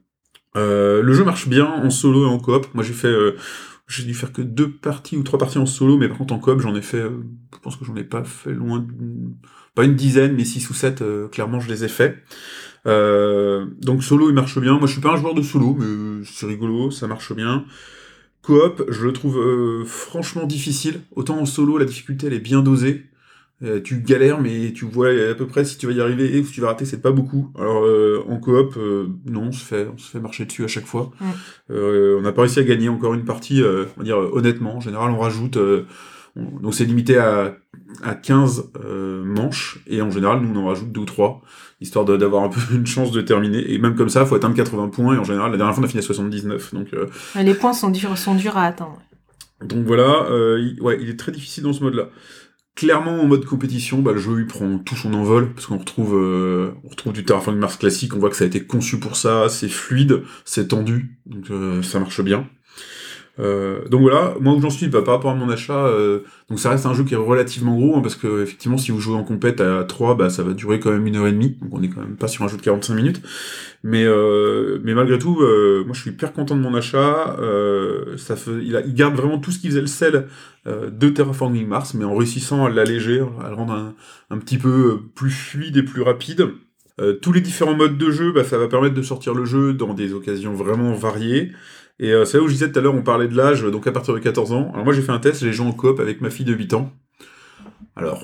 Speaker 4: Euh, le jeu marche bien en solo et en coop. Moi, j'ai fait... Euh, j'ai dû faire que deux parties ou trois parties en solo, mais par contre en coop, j'en ai fait... Euh, je pense que j'en ai pas fait loin... De, pas une dizaine, mais six ou sept, euh, clairement, je les ai fait. Euh, donc solo, il marche bien. Moi, je suis pas un joueur de solo, mais c'est rigolo, ça marche bien. coop, je le trouve euh, franchement difficile. Autant en solo, la difficulté, elle est bien dosée. Euh, tu galères, mais tu vois à peu près si tu vas y arriver ou si tu vas rater, c'est pas beaucoup. Alors euh, en coop, euh, non, on se fait, on se fait marcher dessus à chaque fois.
Speaker 5: Mm.
Speaker 4: Euh, on n'a pas réussi à gagner encore une partie, euh, on va dire euh, honnêtement. En général, on rajoute, euh, on- donc c'est limité à, à quinze euh, manches, et en général, nous on en rajoute deux ou trois, histoire de- d'avoir un peu une chance de terminer. Et même comme ça, faut atteindre quatre-vingts points, et en général, la dernière fois on a fini à soixante-dix-neuf. Donc, euh,
Speaker 5: Les points sont durs, sont durs à atteindre.
Speaker 4: donc voilà, euh, il, ouais, il est très difficile dans ce mode-là. Clairement, en mode compétition, bah, le jeu il prend tout son envol, parce qu'on retrouve, euh, on retrouve du Terraforming Mars classique, on voit que ça a été conçu pour ça, c'est fluide, c'est tendu, donc euh, ça marche bien. Euh, donc voilà, moi où j'en suis, bah, par rapport à mon achat, euh, donc ça reste un jeu qui est relativement gros, hein, parce que effectivement si vous jouez en compète à trois, bah, ça va durer quand même une heure et demie, donc on est quand même pas sur un jeu de quarante-cinq minutes. Mais, euh, mais malgré tout, euh, moi je suis hyper content de mon achat. Euh, ça fait, il, a, il garde vraiment tout ce qui faisait le sel euh, de Terraforming Mars, mais en réussissant à l'alléger, à le rendre un, un petit peu plus fluide et plus rapide. Euh, tous les différents modes de jeu, bah, ça va permettre de sortir le jeu dans des occasions vraiment variées. Et euh, c'est là où je disais tout à l'heure, on parlait de l'âge, donc à partir de quatorze ans. Alors moi j'ai fait un test, j'ai joué en coop avec ma fille de huit ans. Alors,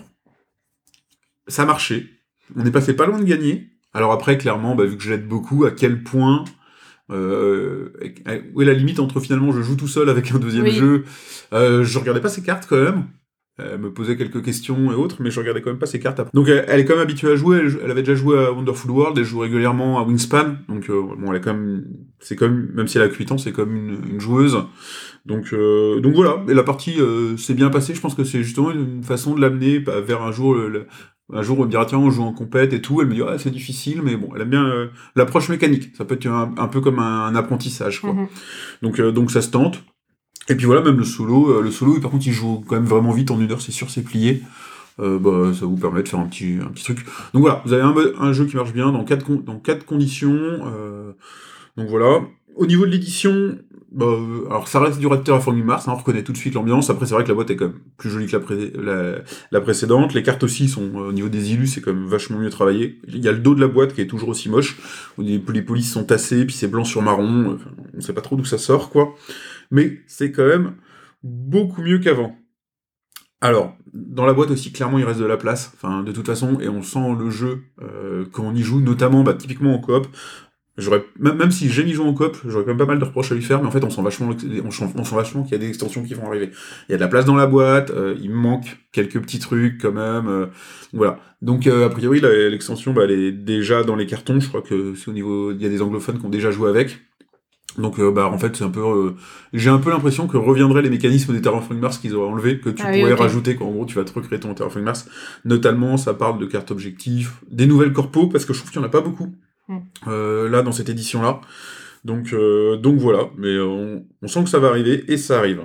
Speaker 4: ça a marché. On est passé pas loin de gagner. Alors après, clairement, bah, vu que je l'aide beaucoup, à quel point... Euh, où est la limite entre finalement je joue tout seul avec un deuxième
Speaker 5: Oui.
Speaker 4: jeu. Euh, je regardais pas ses cartes quand même. Elle me posait quelques questions et autres, mais je regardais quand même pas ses cartes après. Donc elle, elle est quand même habituée à jouer, elle, elle avait déjà joué à Wonderful World, elle joue régulièrement à Wingspan, donc euh, bon, elle est quand même, c'est quand même, même si elle a huit ans, c'est comme une, une joueuse. Donc, euh, donc voilà, et la partie euh, s'est bien passée, je pense que c'est justement une façon de l'amener bah, vers un jour, le, le- un jour on me dira tiens on joue en compète et tout, elle me dit ah c'est difficile, mais bon, elle aime bien euh, l'approche mécanique, ça peut être un, un peu comme un, un apprentissage, quoi.
Speaker 5: Mhm.
Speaker 4: Donc, euh, donc ça se tente. Et puis voilà, même le solo, euh, le solo, par contre, il joue quand même vraiment vite, en une heure, c'est sûr, c'est plié. Euh, bah, ça vous permet de faire un petit, un petit truc. Donc voilà, vous avez un, un jeu qui marche bien dans quatre, con- dans quatre conditions. Euh, donc voilà. Au niveau de l'édition, bah, euh, alors ça reste du Red Terraforming Mars, hein, on reconnaît tout de suite l'ambiance. Après, c'est vrai que la boîte est quand même plus jolie que la, pré- la, la précédente. Les cartes aussi sont, euh, au niveau des illus, c'est quand même vachement mieux travaillé. Il y a le dos de la boîte qui est toujours aussi moche, où les, les polices sont tassées, puis c'est blanc sur marron. Enfin, on sait pas trop d'où ça sort, quoi. Mais c'est quand même beaucoup mieux qu'avant. Alors, dans la boîte aussi, clairement, il reste de la place, enfin, de toute façon, et on sent le jeu euh, quand on y joue, notamment, bah, typiquement en coop. J'aurais, même, même si j'aime y jouer en coop, j'aurais quand même pas mal de reproches à lui faire, mais en fait, on sent vachement, on sent, on sent vachement qu'il y a des extensions qui vont arriver. Il y a de la place dans la boîte, euh, il me manque quelques petits trucs quand même, euh, voilà. Donc, euh, a priori, la- l'extension, bah, elle est déjà dans les cartons, je crois que c'est au niveau, il y a des anglophones qui ont déjà joué avec. Donc euh, bah en fait c'est un peu euh, j'ai un peu l'impression que reviendraient les mécanismes des Terraforming Mars qu'ils auraient enlevés, que tu
Speaker 5: Ah oui,
Speaker 4: pourrais
Speaker 5: ok.
Speaker 4: rajouter quand en gros tu vas te recréer ton Terraforming Mars. Notamment ça parle de cartes objectifs, des nouvelles corpos parce que je trouve qu'il y en a pas beaucoup
Speaker 5: Mm.
Speaker 4: euh, là dans cette édition là. Donc euh, donc voilà, mais on, on sent que ça va arriver et ça arrive.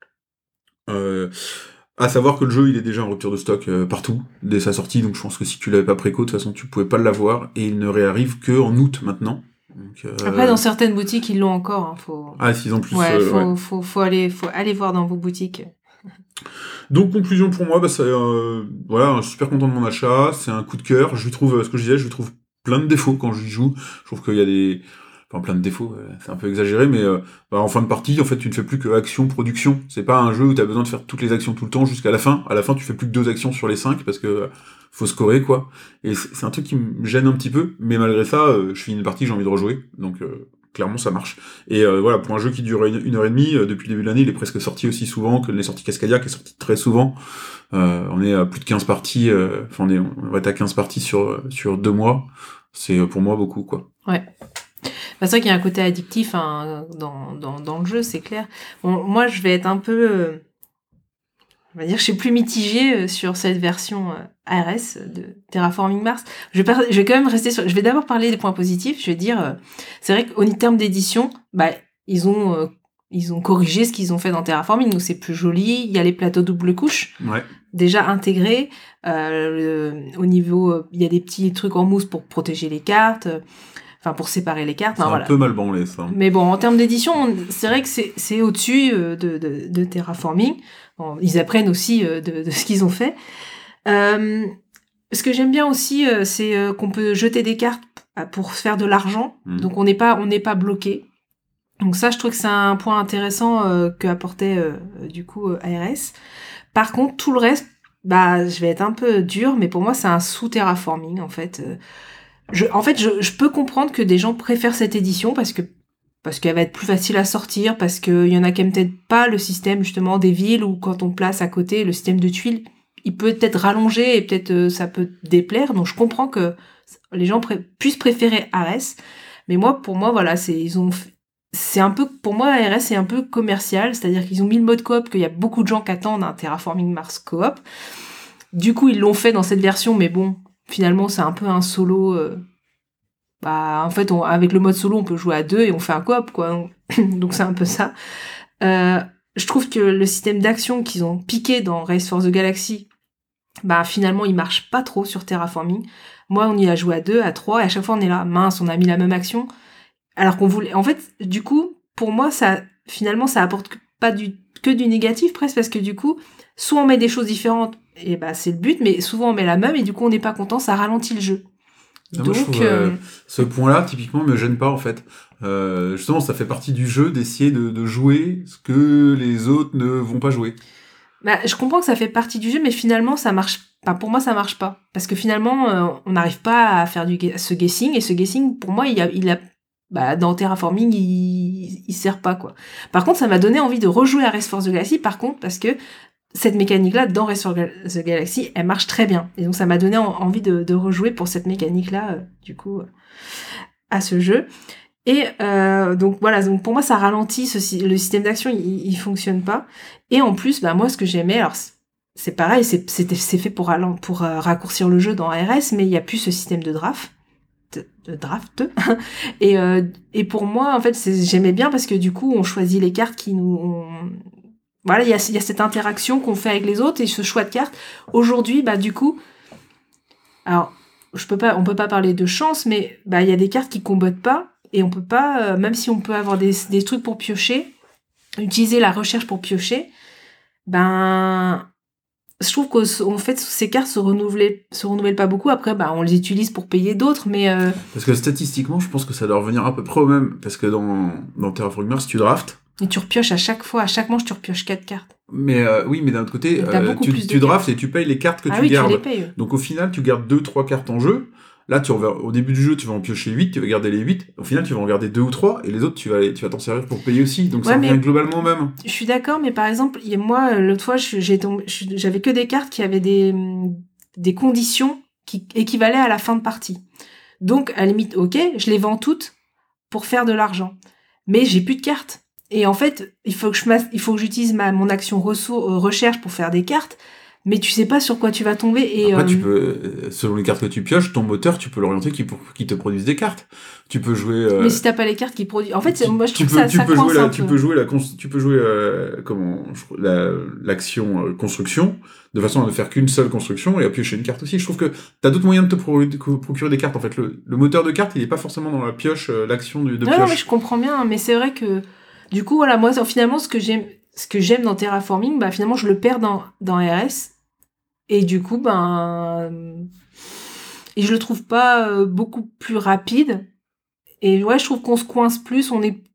Speaker 4: Euh, à savoir que le jeu il est déjà en rupture de stock euh, partout dès sa sortie, donc je pense que si tu l'avais pas préco de toute façon tu pouvais pas l'avoir et il ne réarrive que en août maintenant. Donc, euh...
Speaker 5: Après, dans certaines boutiques, ils l'ont encore. Hein, faut...
Speaker 4: Ah, s'ils ont plus.
Speaker 5: Ouais,
Speaker 4: euh,
Speaker 5: faut,
Speaker 4: ouais.
Speaker 5: faut, faut, aller, faut aller voir dans vos boutiques.
Speaker 4: Donc, conclusion pour moi, bah, c'est euh, voilà, un super content de mon achat. C'est un coup de cœur. Je lui trouve, euh, ce que je disais, je lui trouve plein de défauts quand j'y joue. Je trouve qu'il y a des. Enfin, plein de défauts, euh, c'est un peu exagéré, mais euh, bah, en fin de partie, en fait, tu ne fais plus que action, production. C'est pas un jeu où tu as besoin de faire toutes les actions tout le temps jusqu'à la fin. À la fin, tu fais plus que deux actions sur les cinq parce que euh, faut scorer, quoi. Et c'est c'est un truc qui me gêne un petit peu, mais malgré ça, euh, je finis une partie, j'ai envie de rejouer. Donc, euh, clairement, ça marche. Et euh, voilà, pour un jeu qui dure une, une heure et demie, euh, depuis le début de l'année, il est presque sorti aussi souvent que les sorties Cascadia, qui est sorti très souvent. Euh, on est à plus de quinze parties, euh, enfin, on, est, on va être à quinze parties sur, sur deux mois. C'est euh, pour moi beaucoup, quoi.
Speaker 5: Ouais. Bah, c'est vrai qu'il y a un côté addictif hein, dans, dans, dans le jeu, c'est clair. Bon, moi, je vais être un peu... Euh, on va dire, je suis plus mitigée euh, sur cette version euh, A R S de Terraforming Mars. Je vais, par- je vais quand même rester sur... Je vais d'abord parler des points positifs. Je vais dire... Euh, c'est vrai qu'au terme d'édition, bah, ils ont... Euh, ils ont corrigé ce qu'ils ont fait dans Terraforming, donc c'est plus joli. Il y a les plateaux double couche,
Speaker 4: Ouais.
Speaker 5: déjà intégrés. Euh, le, au niveau, euh, il y a des petits trucs en mousse pour protéger les cartes, euh, enfin pour séparer les cartes.
Speaker 4: C'est
Speaker 5: Enfin,
Speaker 4: un
Speaker 5: voilà.
Speaker 4: peu mal branlé, ça.
Speaker 5: Mais bon, en termes d'édition, on- c'est vrai que c'est, c'est au-dessus euh, de, de, de Terraforming. Bon, ils apprennent aussi euh, de, de ce qu'ils ont fait. Euh, ce que j'aime bien aussi, euh, c'est euh, qu'on peut jeter des cartes pour faire de l'argent.
Speaker 4: Mm.
Speaker 5: Donc on n'est pas, on n'est pas bloqué. Donc ça, je trouve que c'est un point intéressant euh, que apportait euh, du coup euh, A R S. Par contre, tout le reste, bah, je vais être un peu dure, mais pour moi, c'est un sous-terraforming en fait. Euh, je, en fait, je, je peux comprendre que des gens préfèrent cette édition parce que parce qu'elle va être plus facile à sortir, parce qu'il y en a qui aiment peut-être pas le système justement des villes ou quand on place à côté le système de tuiles, il peut être rallongé et peut-être euh, ça peut déplaire. Donc je comprends que les gens pré- puissent préférer A R S, mais moi, pour moi, voilà, c'est ils ont fait c'est un peu, pour moi, A R S, c'est un peu commercial, c'est-à-dire qu'ils ont mis le mode coop, qu'il y a beaucoup de gens qui attendent un Terraforming Mars coop. Du coup, ils l'ont fait dans cette version, mais bon, finalement, c'est un peu un solo. Euh, bah, en fait, on, avec le mode solo, on peut jouer à deux et on fait un coop, quoi. Donc, c'est un peu ça. Euh, je trouve que le système d'action qu'ils ont piqué dans Race for the Galaxy, bah, finalement, il marche pas trop sur Terraforming. Moi, on y a joué à deux, à trois, et à chaque fois, on est là, mince, on a mis la même action. Alors qu'on voulait, en fait, du coup, pour moi, ça, finalement, ça apporte que, pas du, que du négatif presque, parce que du coup, soit on met des choses différentes, et bah c'est le but, mais souvent on met la même, et du coup on n'est pas content, ça ralentit le jeu.
Speaker 4: Ah,
Speaker 5: Donc,
Speaker 4: moi, je trouve,
Speaker 5: euh...
Speaker 4: euh, ce point-là, typiquement, me gêne pas, en fait. Euh, justement, ça fait partie du jeu d'essayer de, de jouer ce que les autres ne vont pas jouer.
Speaker 5: Bah, je comprends que ça fait partie du jeu, mais finalement, ça marche. Enfin, pour moi, ça marche pas, parce que finalement, euh, on n'arrive pas à faire du ce guessing, et ce guessing, pour moi, il a, il a bah, dans Terraforming, il, il sert pas, quoi. Par contre, ça m'a donné envie de rejouer à Race for the Galaxy, par contre, parce que cette mécanique-là, dans Race for the Galaxy, elle marche très bien. Et donc, ça m'a donné en, envie de, de rejouer pour cette mécanique-là, euh, du coup, euh, à ce jeu. Et euh, donc, voilà, donc pour moi, ça ralentit, ce, le système d'action, il, il fonctionne pas. Et en plus, bah, moi, ce que j'aimais, alors, c'est pareil, c'est, c'est, c'est fait pour, pour euh, raccourcir le jeu dans A R S, mais il y a plus ce système de draft. de draft et euh, et pour moi en fait c'est, j'aimais bien parce que du coup on choisit les cartes qui nous on... voilà il y a il y a cette interaction qu'on fait avec les autres et ce choix de cartes aujourd'hui bah du coup alors je peux pas on peut pas parler de chance mais bah il y a des cartes qui combattent pas et on peut pas euh, même si on peut avoir des des trucs pour piocher utiliser la recherche pour piocher ben je trouve qu'en fait, ces cartes se renouvellent, se renouvellent pas beaucoup. Après, bah, on les utilise pour payer d'autres, mais... Euh...
Speaker 4: Parce que statistiquement, je pense que ça doit revenir à peu près au même. Parce que dans, dans Terraforming Mars, tu draftes.
Speaker 5: Et tu repioches à chaque fois. À chaque manche, tu repioches quatre cartes.
Speaker 4: Mais euh, oui, mais d'un autre côté, euh, tu, tu draftes et tu payes les cartes que
Speaker 5: ah
Speaker 4: tu
Speaker 5: oui,
Speaker 4: gardes.
Speaker 5: Tu les payes.
Speaker 4: Donc au final, tu gardes deux trois cartes en jeu. Là, tu vas, au début du jeu, tu vas en piocher huit, tu vas garder les huit. Au final, tu vas en garder deux ou trois, et les autres, tu vas, les, tu vas t'en servir pour payer aussi. Donc ouais, ça revient globalement au même.
Speaker 5: Je suis d'accord, mais par exemple, moi, l'autre fois, j'ai tombé, j'avais que des cartes qui avaient des, des conditions qui équivalaient à la fin de partie. Donc, à la limite, ok, je les vends toutes pour faire de l'argent. Mais j'ai plus de cartes. Et en fait, il faut que je il faut que j'utilise ma, mon action ressource, euh, recherche pour faire des cartes. Mais tu sais pas sur quoi tu vas tomber. Et
Speaker 4: après,
Speaker 5: euh...
Speaker 4: tu peux, selon les cartes que tu pioches, ton moteur, tu peux l'orienter qui, pour, qui te produise des cartes. Tu peux jouer. Euh...
Speaker 5: Mais si t'as pas les cartes qui produisent, en fait,
Speaker 4: tu,
Speaker 5: moi je trouve
Speaker 4: tu peux,
Speaker 5: ça,
Speaker 4: tu
Speaker 5: ça
Speaker 4: peux
Speaker 5: coince
Speaker 4: jouer la,
Speaker 5: un
Speaker 4: tu
Speaker 5: peu.
Speaker 4: peux jouer la, tu peux jouer euh, comment, la, l'action euh, construction, de façon à ne faire qu'une seule construction et à piocher une carte aussi. Je trouve que t'as d'autres moyens de te pro- de procurer des cartes. En fait, le, le moteur de cartes, il est pas forcément dans la pioche, euh, l'action de, de
Speaker 5: non,
Speaker 4: pioche.
Speaker 5: Non, mais je comprends bien. Mais c'est vrai que, du coup, voilà, moi, finalement, ce que j'aime, ce que j'aime dans Terraforming, bah finalement, je le perds dans dans A R S. Et du coup, ben, et je le trouve pas euh, beaucoup plus rapide. Et ouais, je trouve qu'on se coince plus, on est,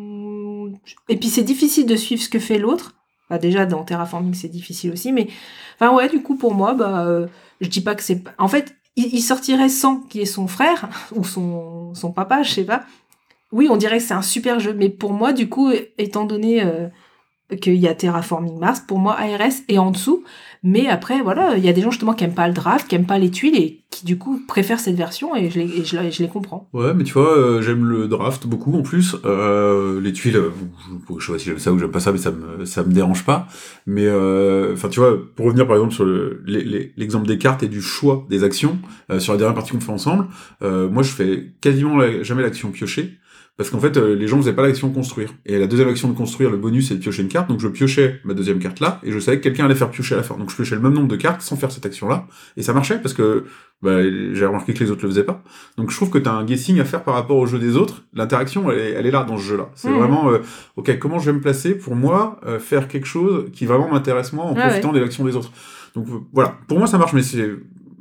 Speaker 5: et puis c'est difficile de suivre ce que fait l'autre. Bah déjà dans Terraforming c'est difficile aussi, mais enfin ouais, du coup pour moi, bah, euh, je dis pas que c'est, en fait, il, il sortirait sans qui est son frère ou son son papa, je sais pas. Oui, on dirait que c'est un super jeu, mais pour moi, du coup, étant donné euh, qu'il y a Terraforming Mars, pour moi, A R S est en dessous. Mais après, voilà, il y a des gens justement qui aiment pas le draft, qui aiment pas les tuiles et qui du coup préfèrent cette version et je les, et je, et je les comprends.
Speaker 4: Ouais, mais tu vois, euh, j'aime le draft beaucoup en plus. Euh, les tuiles, euh, je, je sais pas si j'aime ça ou j'aime pas ça, mais ça me ça me dérange pas. Mais enfin, euh, tu vois, pour revenir par exemple sur le, les, les, l'exemple des cartes et du choix des actions euh, sur la dernière partie qu'on fait ensemble, euh, moi je fais quasiment la, jamais l'action piocher. Parce qu'en fait, euh, les gens faisaient pas l'action construire. Et la deuxième action de construire, le bonus, c'est de piocher une carte. Donc je piochais ma deuxième carte là, et je savais que quelqu'un allait faire piocher à la fin. Donc je piochais le même nombre de cartes sans faire cette action-là. Et ça marchait, parce que bah, j'ai remarqué que les autres le faisaient pas. Donc je trouve que t'as un guessing à faire par rapport au jeu des autres. L'interaction, elle est, elle est là, dans ce jeu-là. C'est mmh. vraiment, euh, ok, comment je vais me placer pour moi, euh, faire quelque chose qui vraiment m'intéresse moi, en ah profitant ouais. de l'action des autres. Donc voilà, pour moi ça marche, mais c'est...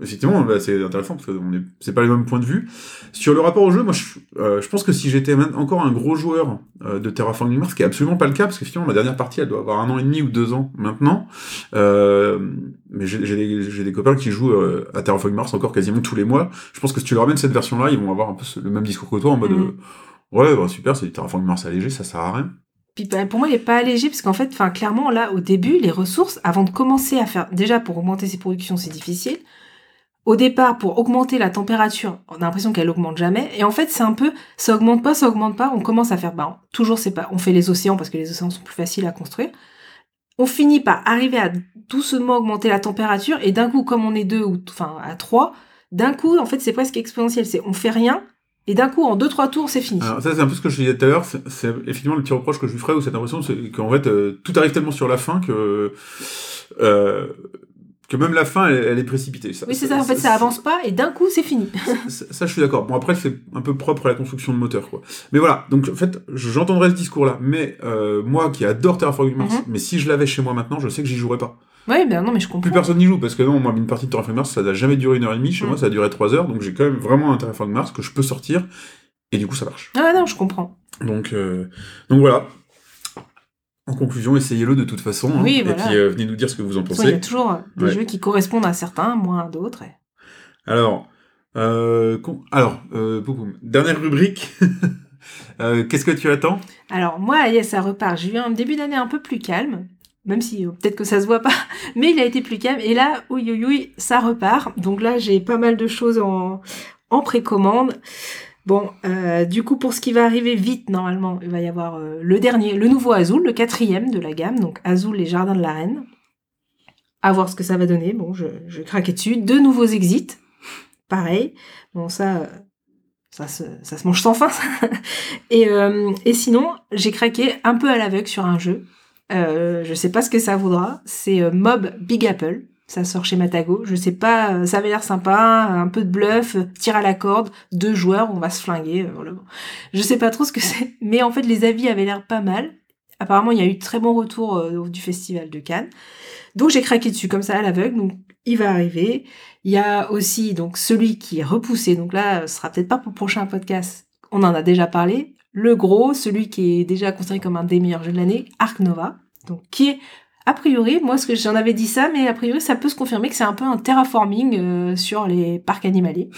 Speaker 4: effectivement, bah, c'est intéressant parce que on est, c'est pas les mêmes points de vue. Sur le rapport au jeu, moi, je, euh, je pense que si j'étais encore un gros joueur euh, de Terraforming Mars, ce qui est absolument pas le cas, parce que finalement, ma dernière partie, elle doit avoir un an et demi ou deux ans maintenant. Euh, mais j'ai, j'ai, des, j'ai des copains qui jouent euh, à Terraforming Mars encore quasiment tous les mois. Je pense que si tu leur amènes cette version-là, ils vont avoir un peu le même discours que toi en mode,
Speaker 5: Mhm.
Speaker 4: euh, ouais, bah, super, c'est du Terraforming Mars allégé, ça sert à rien.
Speaker 5: Puis bah, pour moi, il est pas allégé parce qu'en fait, enfin clairement là, au début, les ressources, avant de commencer à faire, déjà pour augmenter ses productions, c'est difficile. Au départ, pour augmenter la température, on a l'impression qu'elle augmente jamais. Et en fait, c'est un peu, ça augmente pas, ça augmente pas. On commence à faire, bah, toujours c'est pas, on fait les océans parce que les océans sont plus faciles à construire. On finit par arriver à doucement augmenter la température et d'un coup, comme on est deux ou, enfin, à trois, d'un coup, en fait, c'est presque exponentiel. C'est, on fait rien. Et d'un coup, en deux trois tours, c'est fini.
Speaker 4: Alors ça, c'est un peu ce que je disais tout à l'heure, c'est, c'est effectivement le petit reproche que je lui ferais, ou cette impression, c'est qu'en fait, euh, tout arrive tellement sur la fin que... Euh, que même la fin, elle, elle est précipitée. Ça,
Speaker 5: oui, c'est ça, en fait, ça avance pas, et d'un coup, c'est fini.
Speaker 4: ça, ça, je suis d'accord. Bon, après, c'est un peu propre à la construction de moteur, quoi. Mais voilà, donc, en fait, j'entendrais ce discours-là, mais euh, moi, qui adore Terraforming Mars,
Speaker 5: Mm-hmm.
Speaker 4: mais si je l'avais chez moi maintenant, je sais que j'y jouerais pas.
Speaker 5: Oui, ben non, mais je comprends.
Speaker 4: Plus personne n'y joue, parce que non, moi, une partie de Terraforming Mars, ça n'a jamais duré une heure et demie, chez
Speaker 5: Mm.
Speaker 4: moi, ça a duré trois heures, donc j'ai quand même vraiment un Terraforming Mars que je peux sortir, et du coup, ça marche.
Speaker 5: Ah non, je comprends.
Speaker 4: Donc, euh, donc voilà. En conclusion, essayez-le de toute façon. Hein,
Speaker 5: Oui,
Speaker 4: et
Speaker 5: voilà.
Speaker 4: puis euh, venez nous dire ce que vous en
Speaker 5: Il y
Speaker 4: pensez.
Speaker 5: a toujours des
Speaker 4: Ouais.
Speaker 5: jeux qui correspondent à certains, moins à d'autres. et-
Speaker 4: Alors, euh, con- alors, euh, poupoum. Dernière rubrique. euh, qu'est-ce que tu attends?
Speaker 5: Alors, moi, yes, ça repart. J'ai eu un début d'année un peu plus calme, même si euh, peut-être que ça se voit pas, mais il a été plus calme. Et là, oui, oui, oui, ça repart. Donc là, j'ai pas mal de choses en, en précommande. Bon, euh, du coup, pour ce qui va arriver vite, normalement, il va y avoir euh, le dernier, le nouveau Azul, le quatrième de la gamme, donc Azul, les Jardins de la Reine. À voir ce que ça va donner. Bon, je, je vais craquer dessus. Deux nouveaux exits. Pareil. Bon, ça, euh, ça se, ça se mange sans fin, ça. Et, euh, et sinon, j'ai craqué un peu à l'aveugle sur un jeu. Euh, je sais pas ce que ça vaudra. C'est euh, Mob Big Apple. Ça sort chez Matago. Je sais pas, euh, ça avait l'air sympa. Un peu de bluff, euh, tir à la corde, deux joueurs, on va se flinguer. Euh, voilà. Je sais pas trop ce que c'est. Mais en fait, les avis avaient l'air pas mal. Apparemment, il y a eu de très bons retours euh, du festival de Cannes. Donc j'ai craqué dessus comme ça à l'aveugle. Donc il va arriver. Il y a aussi donc celui qui est repoussé. Donc là, ce sera peut-être pas pour le prochain podcast. On en a déjà parlé. Le gros, celui qui est déjà considéré comme un des meilleurs jeux de l'année, Ark Nova. Donc qui est a priori, moi ce que j'en avais dit ça, mais a priori ça peut se confirmer que c'est un peu un terraforming euh, sur les parcs animaliers.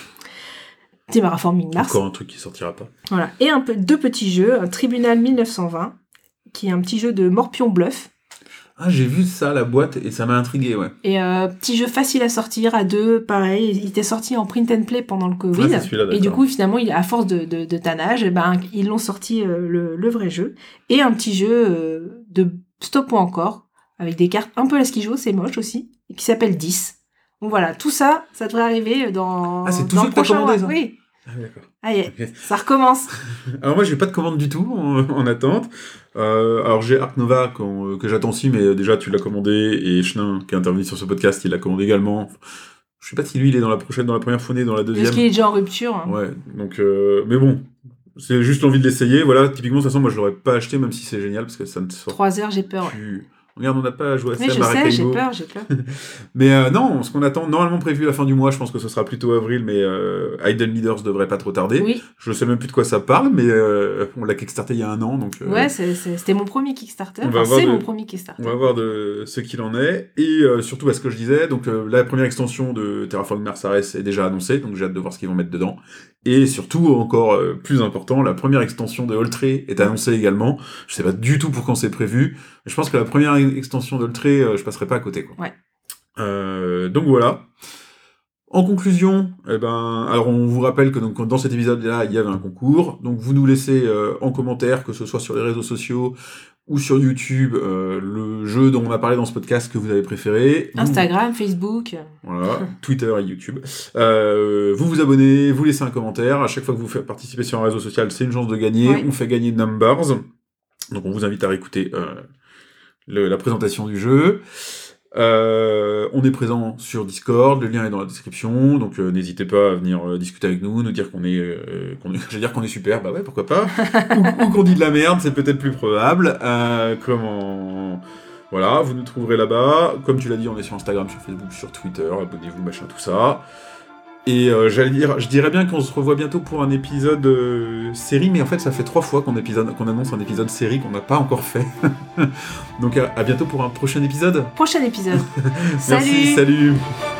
Speaker 5: Terraforming Mars.
Speaker 4: Encore un truc qui sortira pas.
Speaker 5: Voilà. Et un peu deux petits jeux, un Tribunal mille neuf cent vingt, qui est un petit jeu de morpion bluff.
Speaker 4: Ah, j'ai vu ça, la boîte, et ça m'a intrigué, ouais.
Speaker 5: Et euh, petit jeu facile à sortir à deux, pareil. Il était sorti en print and play pendant le Covid.
Speaker 4: Ouais, c'est celui-là,
Speaker 5: et du
Speaker 4: d'accord.
Speaker 5: coup, finalement, il, à force de, de, de tannage, eh ben, ils l'ont sorti euh, le, le vrai jeu. Et un petit jeu euh, de stop ou encore, avec des cartes un peu à la skijo, c'est moche aussi, et qui s'appelle dix. Donc voilà, tout ça, ça devrait arriver dans,
Speaker 4: Ah, c'est tout
Speaker 5: dans
Speaker 4: ça
Speaker 5: le
Speaker 4: que t'as
Speaker 5: prochain
Speaker 4: commandé,
Speaker 5: mois.
Speaker 4: ça
Speaker 5: Oui.
Speaker 4: Ah, d'accord.
Speaker 5: Ah, yeah.
Speaker 4: Ok.
Speaker 5: Ça recommence.
Speaker 4: Alors moi, j'ai pas de commande du tout en, en attente. Euh, alors j'ai Ark Nova qu'on- euh, que j'attends aussi, mais euh, déjà tu l'as commandé, et Chenin, qui est intervenu sur ce podcast, il l'a commandé également. Je sais pas si lui, il est dans la prochaine, dans la première fournée, dans la deuxième.
Speaker 5: Parce qu'il est déjà en rupture. hein.
Speaker 4: Ouais, donc, euh, mais bon, c'est juste l'envie de l'essayer. Voilà, typiquement, de toute façon, moi je l'aurais pas acheté, même si c'est génial, parce que ça ne sort
Speaker 5: Trois heures, j'ai peur. ouais.
Speaker 4: plus. Regarde, on n'a pas joué à ça,
Speaker 5: Oui, je sais, j'ai peur, j'ai peur.
Speaker 4: Mais euh, non, ce qu'on attend, normalement prévu à la fin du mois, je pense que ce sera plutôt avril, mais euh, Hidden Leaders devrait pas trop tarder.
Speaker 5: Oui.
Speaker 4: Je sais même plus de quoi ça parle, mais euh, on l'a kickstarté il y a un an, donc euh,
Speaker 5: Ouais, c'est- c'est- c'était mon premier Kickstarter.
Speaker 4: On va
Speaker 5: Enfin,
Speaker 4: voir
Speaker 5: c'est
Speaker 4: de-
Speaker 5: mon premier Kickstarter.
Speaker 4: on va voir de ce qu'il en est. Et euh, surtout à ce que je disais, donc euh, la première extension de Terraforming Mars est déjà annoncée, donc j'ai hâte de voir ce qu'ils vont mettre dedans. Et surtout, encore euh, plus important, la première extension de Holtré est annoncée également. Je sais pas du tout pour quand c'est prévu. Mais je pense que la première extension d'Holtré, euh, je passerai pas à côté, quoi.
Speaker 5: Ouais.
Speaker 4: Euh, donc voilà. En conclusion, eh ben, alors on vous rappelle que donc, dans cet épisode-là, il y avait un concours. Donc vous nous laissez euh, en commentaire, que ce soit sur les réseaux sociaux ou sur YouTube, euh, le jeu dont on a parlé dans ce podcast que vous avez préféré. Vous-
Speaker 5: Instagram, Facebook.
Speaker 4: voilà, Twitter et YouTube. Euh, vous vous abonnez, vous laissez un commentaire. À chaque fois que vous faites participer sur un réseau social, c'est une chance de gagner.
Speaker 5: Ouais.
Speaker 4: On fait gagner Numbers. Donc on vous invite à réécouter euh, le- la présentation du jeu. Euh, on est présent sur Discord, le lien est dans la description, donc euh, n'hésitez pas à venir euh, discuter avec nous, nous dire qu'on est, euh, qu'on est, je veux dire qu'on est super, bah ouais, pourquoi pas, ou, ou qu'on dit de la merde, c'est peut-être plus probable. Euh, comment Voilà, vous nous trouverez là-bas. Comme tu l'as dit, on est sur Instagram, sur Facebook, sur Twitter. Abonnez-vous, machin, tout ça. Et euh, j'allais dire, je dirais bien qu'on se revoit bientôt pour un épisode euh, série, mais en fait, ça fait trois fois qu'on, épisode, qu'on annonce un épisode série qu'on n'a pas encore fait. Donc à, à bientôt pour un prochain épisode.
Speaker 5: Prochain épisode.
Speaker 4: Merci,
Speaker 5: Salut.
Speaker 4: salut.